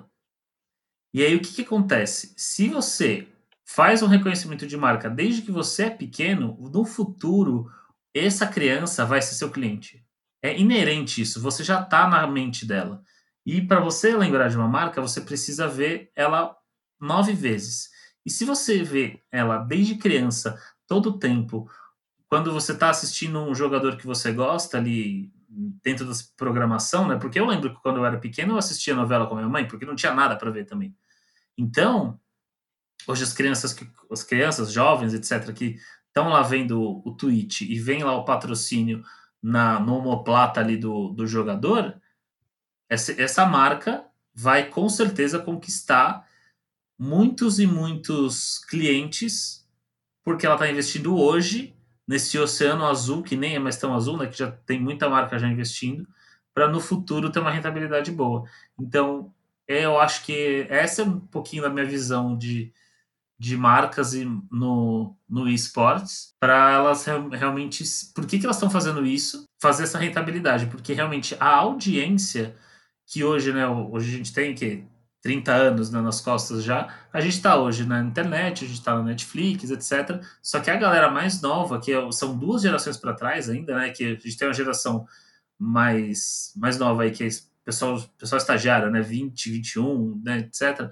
S3: E aí o que, que acontece? Se você faz um reconhecimento de marca desde que você é pequeno, no futuro essa criança vai ser seu cliente. É inerente isso, você já está na mente dela. E para você lembrar de uma marca, você precisa ver ela nove vezes. E se você vê ela desde criança, todo o tempo, quando você está assistindo um jogador que você gosta ali dentro da programação, né? Porque eu lembro que quando eu era pequeno eu assistia novela com a minha mãe, porque não tinha nada para ver também. Então, hoje as crianças, que, as crianças jovens, etcétera, que estão lá vendo o, o Twitch e vem lá o patrocínio na, no omoplata ali do, do jogador, essa, essa marca vai com certeza conquistar muitos e muitos clientes, porque ela está investindo hoje nesse oceano azul, que nem é mais tão azul, né, que já tem muita marca já investindo, para no futuro ter uma rentabilidade boa. Então, eu acho que essa é um pouquinho da minha visão de, de marcas no, no esportes, para elas realmente. Por que, que elas estão fazendo isso? Fazer essa rentabilidade, porque realmente a audiência que hoje, né, hoje a gente tem que trinta anos, né, nas costas já, a gente está hoje na internet, a gente está na Netflix, etcétera. Só que a galera mais nova, que são duas gerações para trás ainda, né, que a gente tem uma geração mais, mais nova aí, que é pessoal, pessoal estagiário, né, vinte, vinte e um, né, etcétera.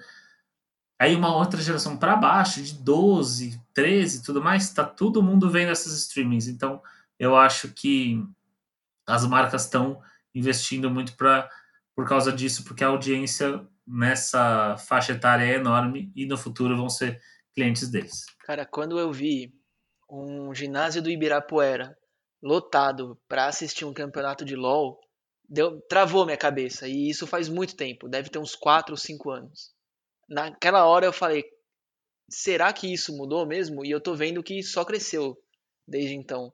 S3: Aí uma outra geração para baixo, de doze, treze, tudo mais, tá todo mundo vendo esses streamings. Então, eu acho que as marcas estão investindo muito pra, por causa disso, porque a audiência nessa faixa etária é enorme e no futuro vão ser clientes deles.
S2: Cara, quando eu vi um ginásio do Ibirapuera lotado para assistir um campeonato de LoL, deu, travou minha cabeça. E isso faz muito tempo, deve ter uns quatro ou cinco anos. Naquela hora eu falei, será que isso mudou mesmo? E eu tô vendo que só cresceu desde então.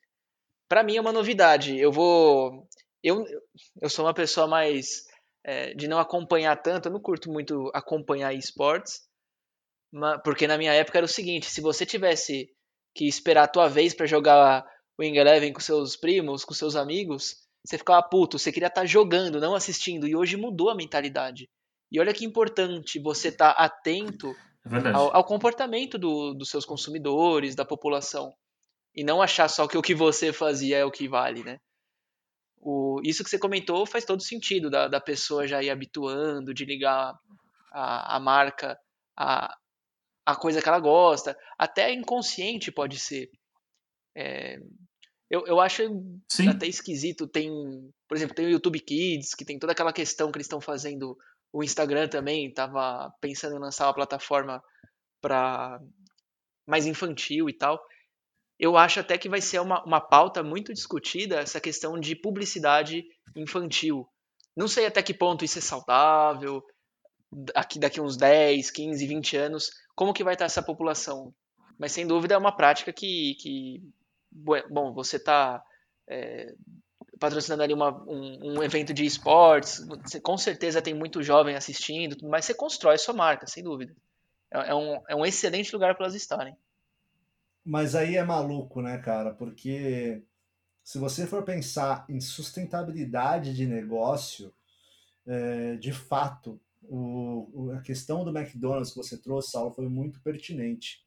S2: Pra mim é uma novidade. Eu vou. Eu, eu sou uma pessoa mais é, de não acompanhar tanto, eu não curto muito acompanhar esportes, mas, porque na minha época era o seguinte: se você tivesse que esperar a tua vez pra jogar Wing Eleven com seus primos, com seus amigos, você ficava puto, você queria estar jogando, não assistindo, e hoje mudou a mentalidade. E olha que importante você estar atento
S3: É verdade.
S2: ao, ao comportamento do, dos seus consumidores, da população, e não achar só que o que você fazia é o que vale, né? O, isso que você comentou faz todo sentido, da, da pessoa já ir habituando, de ligar a, a marca a, a coisa que ela gosta, até inconsciente pode ser. É, eu, eu acho até
S3: Sim.
S2: esquisito, tem, por exemplo, tem o YouTube Kids, que tem toda aquela questão que eles estão fazendo, o Instagram também estava pensando em lançar uma plataforma para mais infantil e tal. Eu acho até que vai ser uma, uma pauta muito discutida essa questão de publicidade infantil. Não sei até que ponto isso é saudável, aqui daqui uns dez, quinze, vinte anos, como que vai estar essa população. Mas sem dúvida é uma prática que, que bom, você está é, patrocinando ali uma, um, um evento de esportes, você com certeza tem muito jovem assistindo, mas você constrói sua marca, sem dúvida. É, é um, é um excelente lugar para elas estarem.
S1: Mas aí é maluco, né, cara? Porque se você for pensar em sustentabilidade de negócio, é, de fato, o, a questão do McDonald's que você trouxe, Saulo, foi muito pertinente.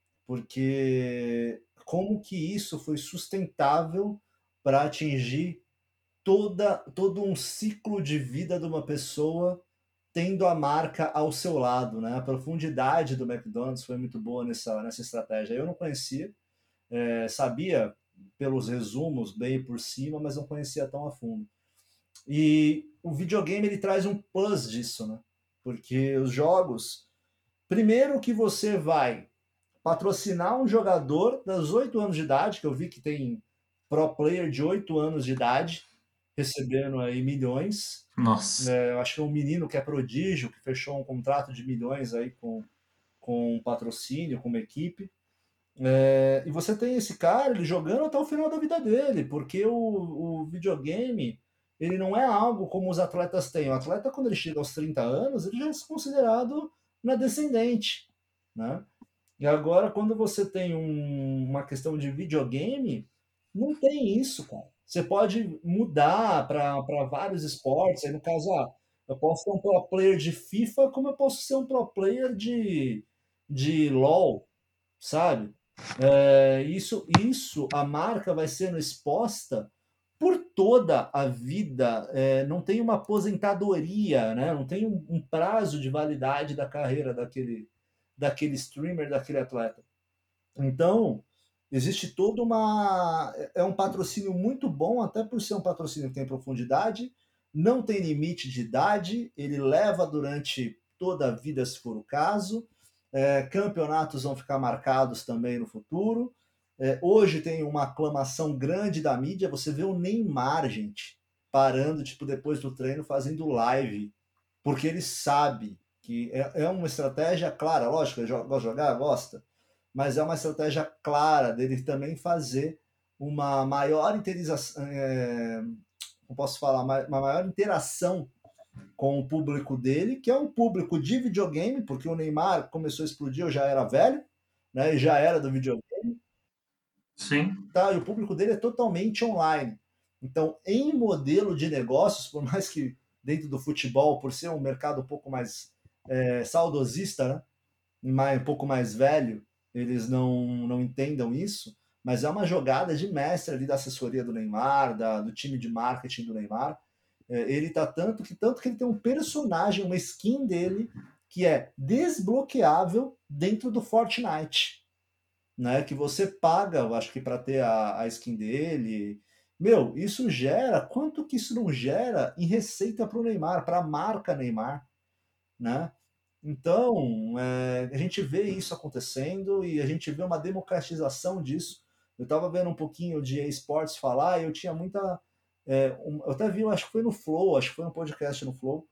S1: Porque como que isso foi sustentável para atingir toda, todo um ciclo de vida de uma pessoa tendo a marca ao seu lado, né? A profundidade do McDonald's foi muito boa nessa, nessa estratégia. Eu não conhecia, é, sabia pelos resumos, bem por cima, mas não conhecia tão a fundo. E o videogame ele traz um plus disso, né? Porque os jogos, primeiro que você vai patrocinar um jogador das oito anos de idade, que eu vi que tem pro player de oito anos de idade, recebendo aí milhões.
S3: Nossa.
S1: É, eu acho que é um menino que é prodígio, que fechou um contrato de milhões aí com, com um patrocínio, com uma equipe. É, e você tem esse cara ele jogando até o final da vida dele, porque o, o videogame ele não é algo como os atletas têm. O atleta, quando ele chega aos trinta anos, ele já é considerado na descendente, né? E agora, quando você tem um, uma questão de videogame, não tem isso, cara. Você pode mudar para vários esportes. Aí, no caso, ah, eu posso ser um pro player de FIFA, como eu posso ser um pro player de, de LoL, sabe? É, isso, isso, a marca vai sendo exposta por toda a vida. É, não tem uma aposentadoria, né? Não tem um, um prazo de validade da carreira daquele, daquele streamer, daquele atleta. Então, existe toda uma. É um patrocínio muito bom, até por ser um patrocínio que tem profundidade, não tem limite de idade, ele leva durante toda a vida, se for o caso. É, campeonatos vão ficar marcados também no futuro. É, hoje tem uma aclamação grande da mídia. Você vê o Neymar, gente, parando, tipo, depois do treino, fazendo live, porque ele sabe que é, é uma estratégia clara. Lógico, ele gosta de jogar, gosta, mas é uma estratégia clara dele também fazer uma maior interação, é, não posso falar, uma maior interação com o público dele, que é um público de videogame, porque o Neymar começou a explodir, eu já era velho, né, e já era do videogame.
S3: Sim.
S1: Tá, e o público dele é totalmente online. Então, em modelo de negócios, por mais que dentro do futebol, por ser um mercado um pouco mais é, saudosista, né, mais, um pouco mais velho, eles não, não entendam isso, mas é uma jogada de mestre ali da assessoria do Neymar, da, do time de marketing do Neymar. É, ele tá tanto que tanto que ele tem um personagem, uma skin dele que é desbloqueável dentro do Fortnite, né? Que você paga, eu acho que para ter a, a skin dele. Meu, isso gera, quanto que isso não gera em receita para o Neymar, para a marca Neymar, né? Então, é, a gente vê isso acontecendo e a gente vê uma democratização disso. Eu estava vendo um pouquinho de esportes falar e eu tinha muita. É, um, eu até vi, acho que foi no Flow, acho que foi no podcast no Flow,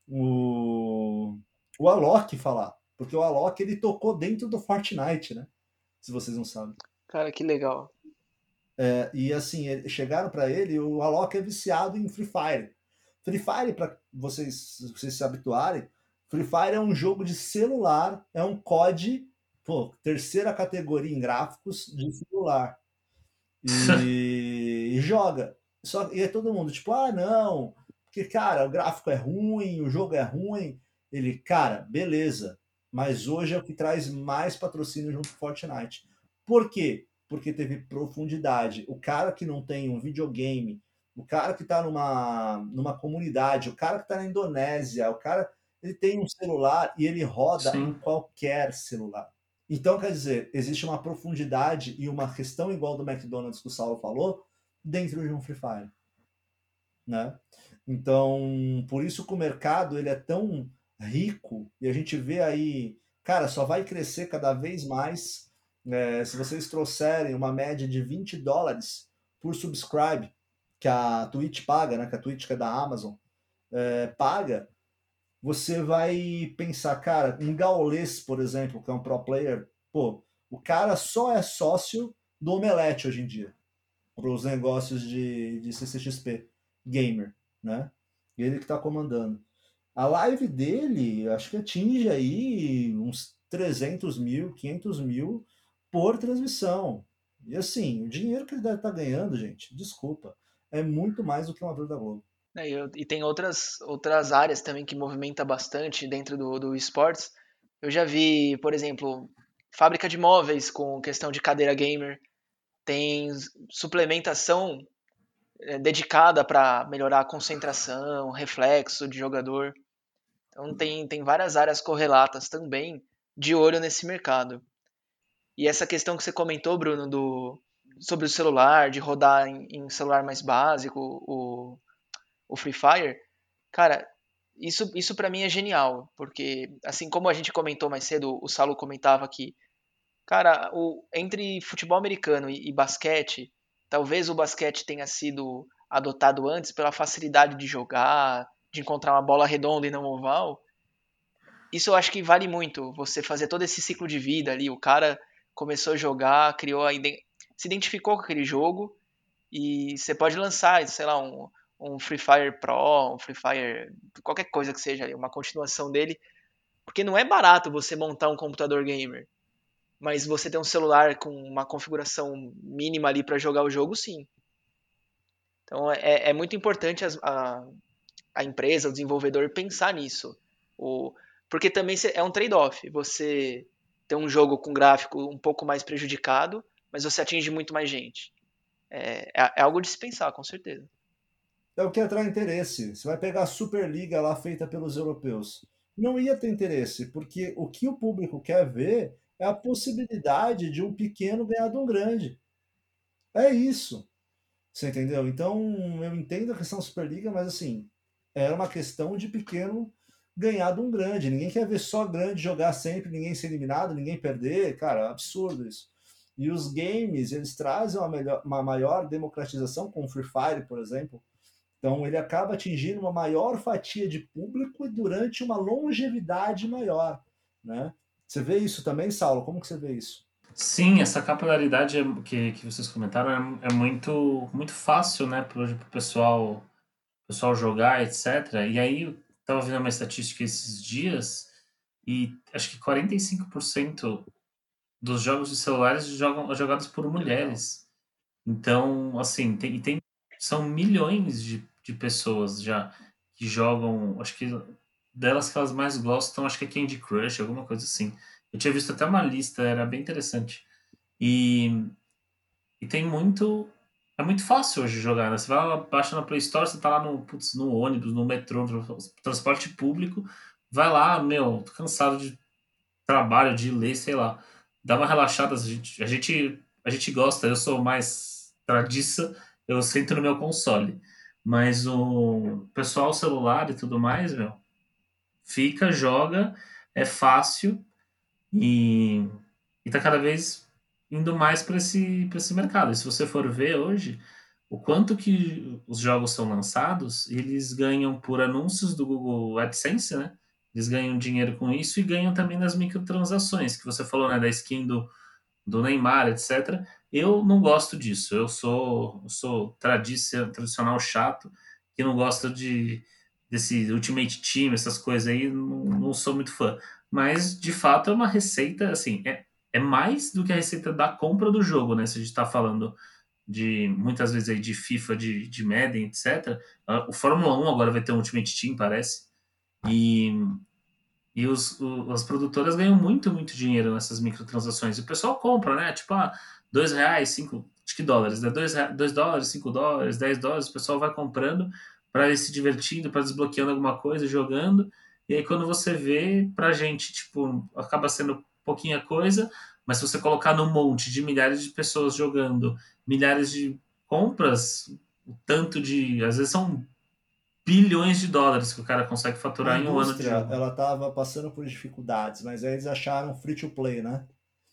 S1: o, o Alok falar. Porque o Alok ele tocou dentro do Fortnite, né? Se vocês não sabem.
S2: Cara, que legal.
S1: É, e assim, ele, chegaram para ele, o Alok é viciado em Free Fire. Free Fire, para vocês, vocês se habituarem, Free Fire é um jogo de celular, é um C O D, pô, terceira categoria em gráficos de celular. E, e joga. Só, e é todo mundo tipo, ah, não, porque, cara, o gráfico é ruim, o jogo é ruim. Ele, cara, beleza, mas hoje é o que traz mais patrocínio junto com Fortnite. Por quê? Porque teve profundidade. O cara que não tem um videogame, o cara que tá numa, numa comunidade, o cara que tá na Indonésia, o cara, ele tem um celular e ele roda em
S3: Sim.
S1: qualquer celular. Então, quer dizer, existe uma profundidade e uma questão igual do McDonald's que o Saulo falou, dentro de um Free Fire, né? Então, por isso que o mercado ele é tão rico e a gente vê aí, cara, só vai crescer cada vez mais. É, se vocês trouxerem uma média de vinte dólares por subscribe, que a Twitch paga, né? Que a Twitch, que é da Amazon, é, paga, você vai pensar, cara, um Gaules, por exemplo, que é um pro player, pô, o cara só é sócio do Omelete hoje em dia para os negócios de, de C C X P gamer, né? Ele que está comandando. A live dele, acho que atinge aí uns trezentos mil, quinhentos mil por transmissão. E assim, o dinheiro que ele deve estar tá ganhando, gente, desculpa, é muito mais do que um ator da Globo.
S2: É, e, eu- e tem outras, outras áreas também que movimenta bastante dentro do, do esportes. Eu já vi, por exemplo, fábrica de móveis com questão de cadeira gamer. Tem suplementação é, dedicada para melhorar a concentração, reflexo de jogador. Então tem, tem várias áreas correlatas também de olho nesse mercado. E essa questão que você comentou, Bruno, do, sobre o celular, de rodar em, em celular mais básico, o, o Free Fire, cara, isso, isso para mim é genial, porque assim como a gente comentou mais cedo, o Saulo comentava que, cara, o, entre futebol americano e, e basquete, talvez o basquete tenha sido adotado antes pela facilidade de jogar, de encontrar uma bola redonda e não oval. Isso eu acho que vale muito, você fazer todo esse ciclo de vida ali. O cara começou a jogar, criou a iden- se identificou com aquele jogo e você pode lançar, sei lá, um, um Free Fire Pro, um Free Fire, qualquer coisa que seja ali, uma continuação dele, porque não é barato você montar um computador gamer, mas você ter um celular com uma configuração mínima ali para jogar o jogo, sim. Então é, é muito importante as- a, a empresa, o desenvolvedor pensar nisso. O, porque também é um trade-off. Você tem um jogo com gráfico um pouco mais prejudicado, mas você atinge muito mais gente. É, é, é algo de se pensar, com certeza.
S1: É o que atrai interesse. Você vai pegar a Superliga lá feita pelos europeus. Não ia ter interesse, porque o que o público quer ver é a possibilidade de um pequeno ganhar de um grande. É isso. Você entendeu? Então, eu entendo a questão da Superliga, mas assim, era uma questão de pequeno ganhar de um grande. Ninguém quer ver só grande jogar sempre, ninguém ser eliminado, ninguém perder. Cara, é absurdo isso. E os games, eles trazem uma, melhor, uma maior democratização, com o Free Fire, por exemplo. Então, ele acaba atingindo uma maior fatia de público durante uma longevidade maior, né? Você vê isso também, Saulo? Como que você vê isso?
S3: Sim, essa capilaridade é- que, que vocês comentaram é, é muito, muito fácil, né, para o pessoal, pessoal jogar, etcétera. E aí, eu estava vendo uma estatística esses dias e acho que quarenta e cinco por cento dos jogos de celulares jogam, jogados por
S2: Que legal.
S3: mulheres. Então, assim, tem, e tem, são milhões de, de pessoas já que jogam, acho que delas que elas mais gostam, acho que é Candy Crush, alguma coisa assim. Eu tinha visto até uma lista, era bem interessante. E, e tem muito. É muito fácil hoje jogar, né? Você vai lá, baixa na Play Store, você tá lá no, putz, no ônibus, no metrô, no transporte público, vai lá, meu, tô cansado de trabalho, de ler, sei lá. Dá uma relaxada, a gente, a gente, a gente gosta, eu sou mais tradiça, eu sento no meu console. Mas o pessoal celular e tudo mais, meu, fica, joga, é fácil e, e tá cada vez indo mais para esse, para esse mercado. E se você for ver hoje, o quanto que os jogos são lançados, eles ganham por anúncios do Google AdSense, né? Eles ganham dinheiro com isso e ganham também nas microtransações, que você falou, né? Da skin do, do Neymar, etcétera. Eu não gosto disso. Eu sou, eu sou tradicia, tradicional chato, que não gosta de desse Ultimate Team, essas coisas aí, não, não sou muito fã. Mas, de fato, é uma receita, assim, é, é mais do que a receita da compra do jogo, né? Se a gente está falando de muitas vezes aí de FIFA, de, de Madden, etcétera. O Fórmula um agora vai ter um Ultimate Team, parece. E, e os, o, as produtoras ganham muito, muito dinheiro nessas microtransações. E o pessoal compra, né? Tipo, ah, dois reais, cinco, acho que dólares, né? Dois, dois dólares, cinco dólares, dez dólares, o pessoal vai comprando para ir se divertindo, para desbloqueando alguma coisa, jogando. E aí quando você vê, pra gente, tipo, acaba sendo pouquinha coisa, mas se você colocar num monte de milhares de pessoas jogando, milhares de compras, o tanto de. Às vezes são bilhões de dólares que o cara consegue
S1: A
S3: faturar em um ano de
S1: indústria,
S3: jogo.
S1: ela estava passando por dificuldades, mas aí eles acharam free to play, né?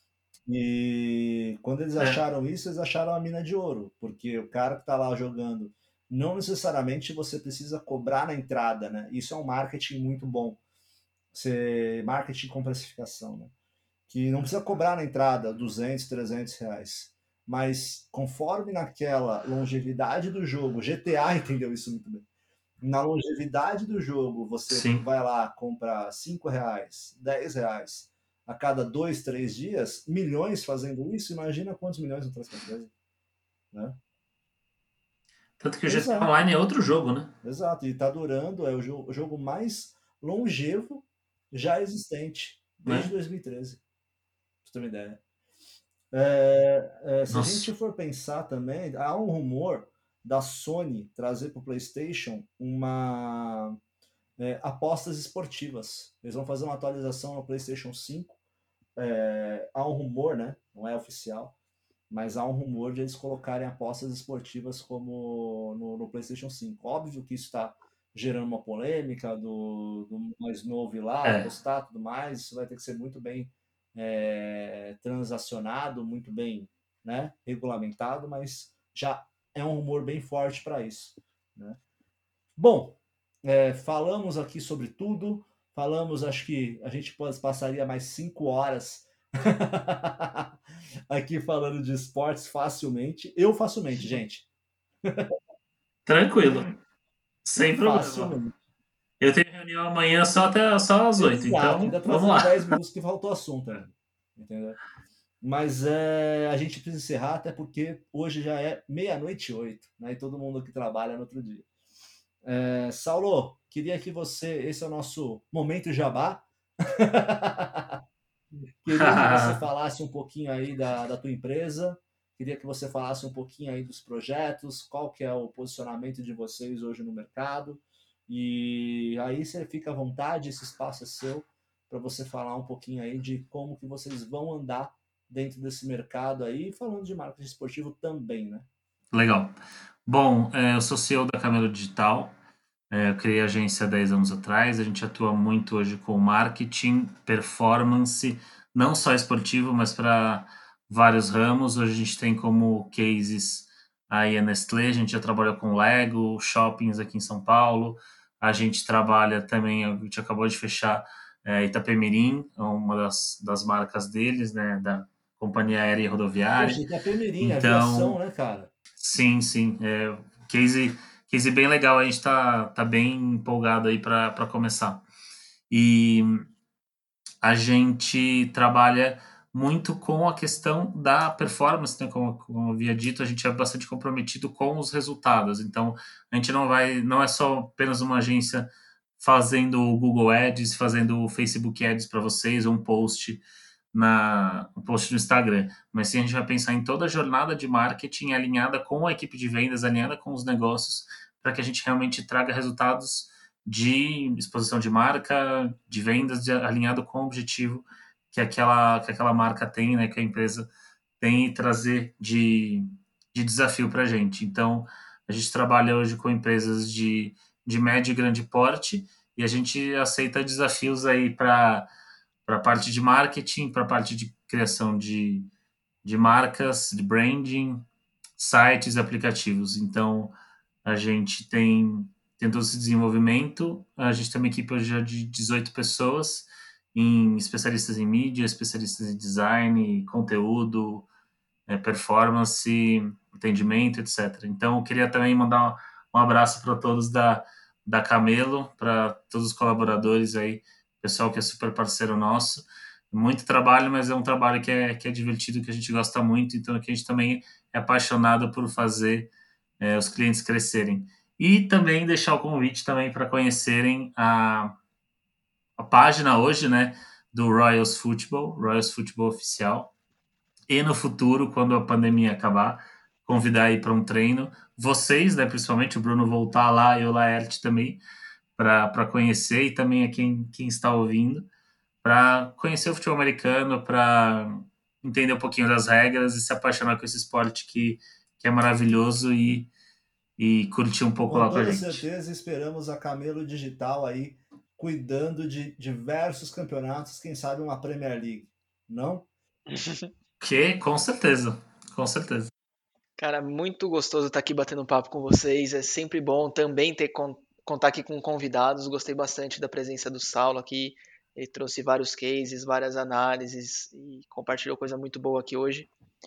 S1: E quando eles
S3: É,
S1: acharam isso, eles acharam a mina de ouro, porque o cara que está lá jogando, não necessariamente você precisa cobrar na entrada, né? Isso é um marketing muito bom. Você, marketing com precificação, né? Que não precisa cobrar na entrada duzentos, trezentos reais. Mas conforme naquela longevidade do jogo, G T A entendeu isso muito bem. Na longevidade do jogo, você
S3: sim.
S1: vai lá, compra cinco reais, dez reais a cada dois, três dias, milhões fazendo isso, imagina quantos milhões não traz para a empresa, né?
S3: Tanto que o G T A
S1: Exato,
S3: Online é outro jogo, né?
S1: exato. E está durando, é o jogo, o jogo mais longevo já existente, desde
S3: Né?
S1: dois mil e treze, pra você ter uma ideia. É, é, se a gente
S3: Nossa.
S1: for pensar também, há um rumor da Sony trazer para o PlayStation uma é, apostas esportivas. Eles vão fazer uma atualização no PlayStation cinco. É, há um rumor, né? Não é oficial, mas há um rumor de eles colocarem apostas esportivas como no, no PlayStation cinco. Óbvio que isso está gerando uma polêmica do, do mais novo ir lá,
S3: É.
S1: apostar tudo mais. Isso vai ter que ser muito bem é, transacionado, muito bem, né, regulamentado, mas já é um rumor bem forte para isso, né? Bom, é, falamos aqui sobre tudo. Falamos, acho que a gente pode, passaria mais cinco horas aqui falando de esportes facilmente. Eu facilmente, gente.
S3: Tranquilo. Sem problema.
S1: Facilmente.
S3: Eu tenho reunião amanhã só até só às oito,
S1: Exato.
S3: então
S1: Ainda
S3: vamos
S1: trazendo
S3: lá.
S1: dez minutos que faltou assunto ainda. Entendeu? Mas é, a gente precisa encerrar, até porque hoje já é meia-noite e oito, né? E todo mundo aqui trabalha no outro dia. É, Saulo, queria que você. Esse é o nosso momento jabá. Queria que você falasse um pouquinho aí da, da tua empresa, queria que você falasse um pouquinho aí dos projetos, qual que é o posicionamento de vocês hoje no mercado, e aí você fica à vontade, esse espaço é seu, para você falar um pouquinho aí de como que vocês vão andar dentro desse mercado aí, falando de marketing esportivo também, né?
S3: Legal. Bom, é, eu sou C E O da Camelo Digital. É, eu criei a agência há dez anos atrás. A gente atua muito hoje com marketing, performance, não só esportivo, mas para vários ramos. Hoje a gente tem como cases aí a Nestlé, a gente já trabalha com Lego, shoppings aqui em São Paulo. A gente trabalha também, a gente acabou de fechar é, Itapemirim, uma das, das marcas deles, né, da Companhia Aérea e Rodoviária.
S1: Poxa, Itapemirim, aviação,
S3: Então,
S1: né, cara?
S3: sim, sim. É, case, case bem legal, a gente está tá bem empolgado aí para começar. E a gente trabalha muito com a questão da performance, né? Como, como eu havia dito, a gente é bastante comprometido com os resultados. Então, a gente não vai, não é só apenas uma agência fazendo o Google Ads, fazendo o Facebook Ads para vocês, um post na um post no Instagram, mas sim a gente vai pensar em toda a jornada de marketing alinhada com a equipe de vendas, alinhada com os negócios, para que a gente realmente traga resultados de exposição de marca, de vendas, de, alinhado com o objetivo que aquela, que aquela marca tem, né, que a empresa tem e trazer de, de desafio para a gente. Então, a gente trabalha hoje com empresas de, de médio e grande porte e a gente aceita desafios aí para para a parte de marketing, para a parte de criação de, de marcas, de branding, sites, aplicativos. Então, a gente tem, tem todo esse desenvolvimento. A gente tem uma equipe hoje já de dezoito pessoas, em especialistas em mídia, especialistas em design, conteúdo, é, performance, atendimento, etcétera. Então, eu queria também mandar um abraço para todos da, da Camelo, para todos os colaboradores aí, pessoal que é super parceiro nosso. muito trabalho, mas é um trabalho que é, que é divertido, que a gente gosta muito, então que a gente também é apaixonado por fazer é, os clientes crescerem. E também deixar o convite também para conhecerem a, a página hoje, né, do Royals Football, Royals Football Oficial, e no futuro, quando a pandemia acabar, convidar aí para um treino. Vocês, né, principalmente o Bruno voltar lá e o Laerte também, para conhecer, e também a quem, quem está ouvindo, para conhecer o futebol americano, para entender um pouquinho das regras e se apaixonar com esse esporte que, que é maravilhoso e, e curtir um pouco
S1: Com
S3: lá com a
S1: toda
S3: gente.
S1: certeza, esperamos a Camelo Digital aí cuidando de diversos campeonatos, quem sabe uma Premier League, não?
S3: Que, com certeza, com certeza.
S2: Cara, muito gostoso estar aqui batendo um papo com vocês. É sempre bom também ter con- contar aqui com convidados. Gostei bastante da presença do Saulo aqui. Ele trouxe vários cases, várias análises e compartilhou coisa muito boa aqui hoje.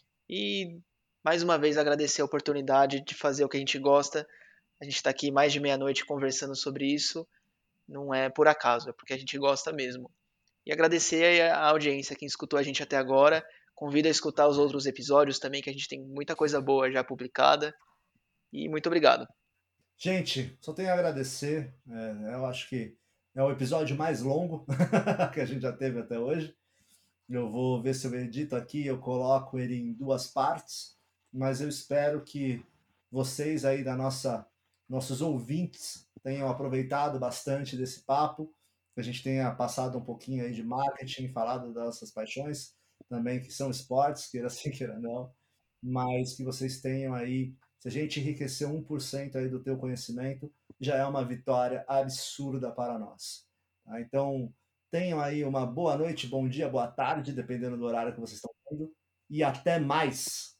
S2: E mais uma vez agradecer a oportunidade de fazer o que a gente gosta. A gente está aqui mais de meia-noite conversando sobre isso. Não é por acaso, é porque a gente gosta mesmo. E agradecer a audiência que escutou a gente até agora. Convido a escutar os outros episódios também, que a gente tem muita coisa boa já publicada. E muito obrigado.
S1: Gente, só tenho a agradecer. É, eu acho que é o episódio mais longo que a gente já teve até hoje. Eu vou ver se eu edito aqui, eu coloco ele em duas partes, mas eu espero que vocês aí da nossa, nossos ouvintes tenham aproveitado bastante desse papo, que a gente tenha passado um pouquinho aí de marketing, falado das nossas paixões, também que são esportes, queira sim, queira não, mas que vocês tenham aí, se a gente enriquecer um por cento aí do teu conhecimento, já é uma vitória absurda para nós. Tá? Então, tenham aí uma boa noite, bom dia, boa tarde, dependendo do horário que vocês estão vendo. E até mais!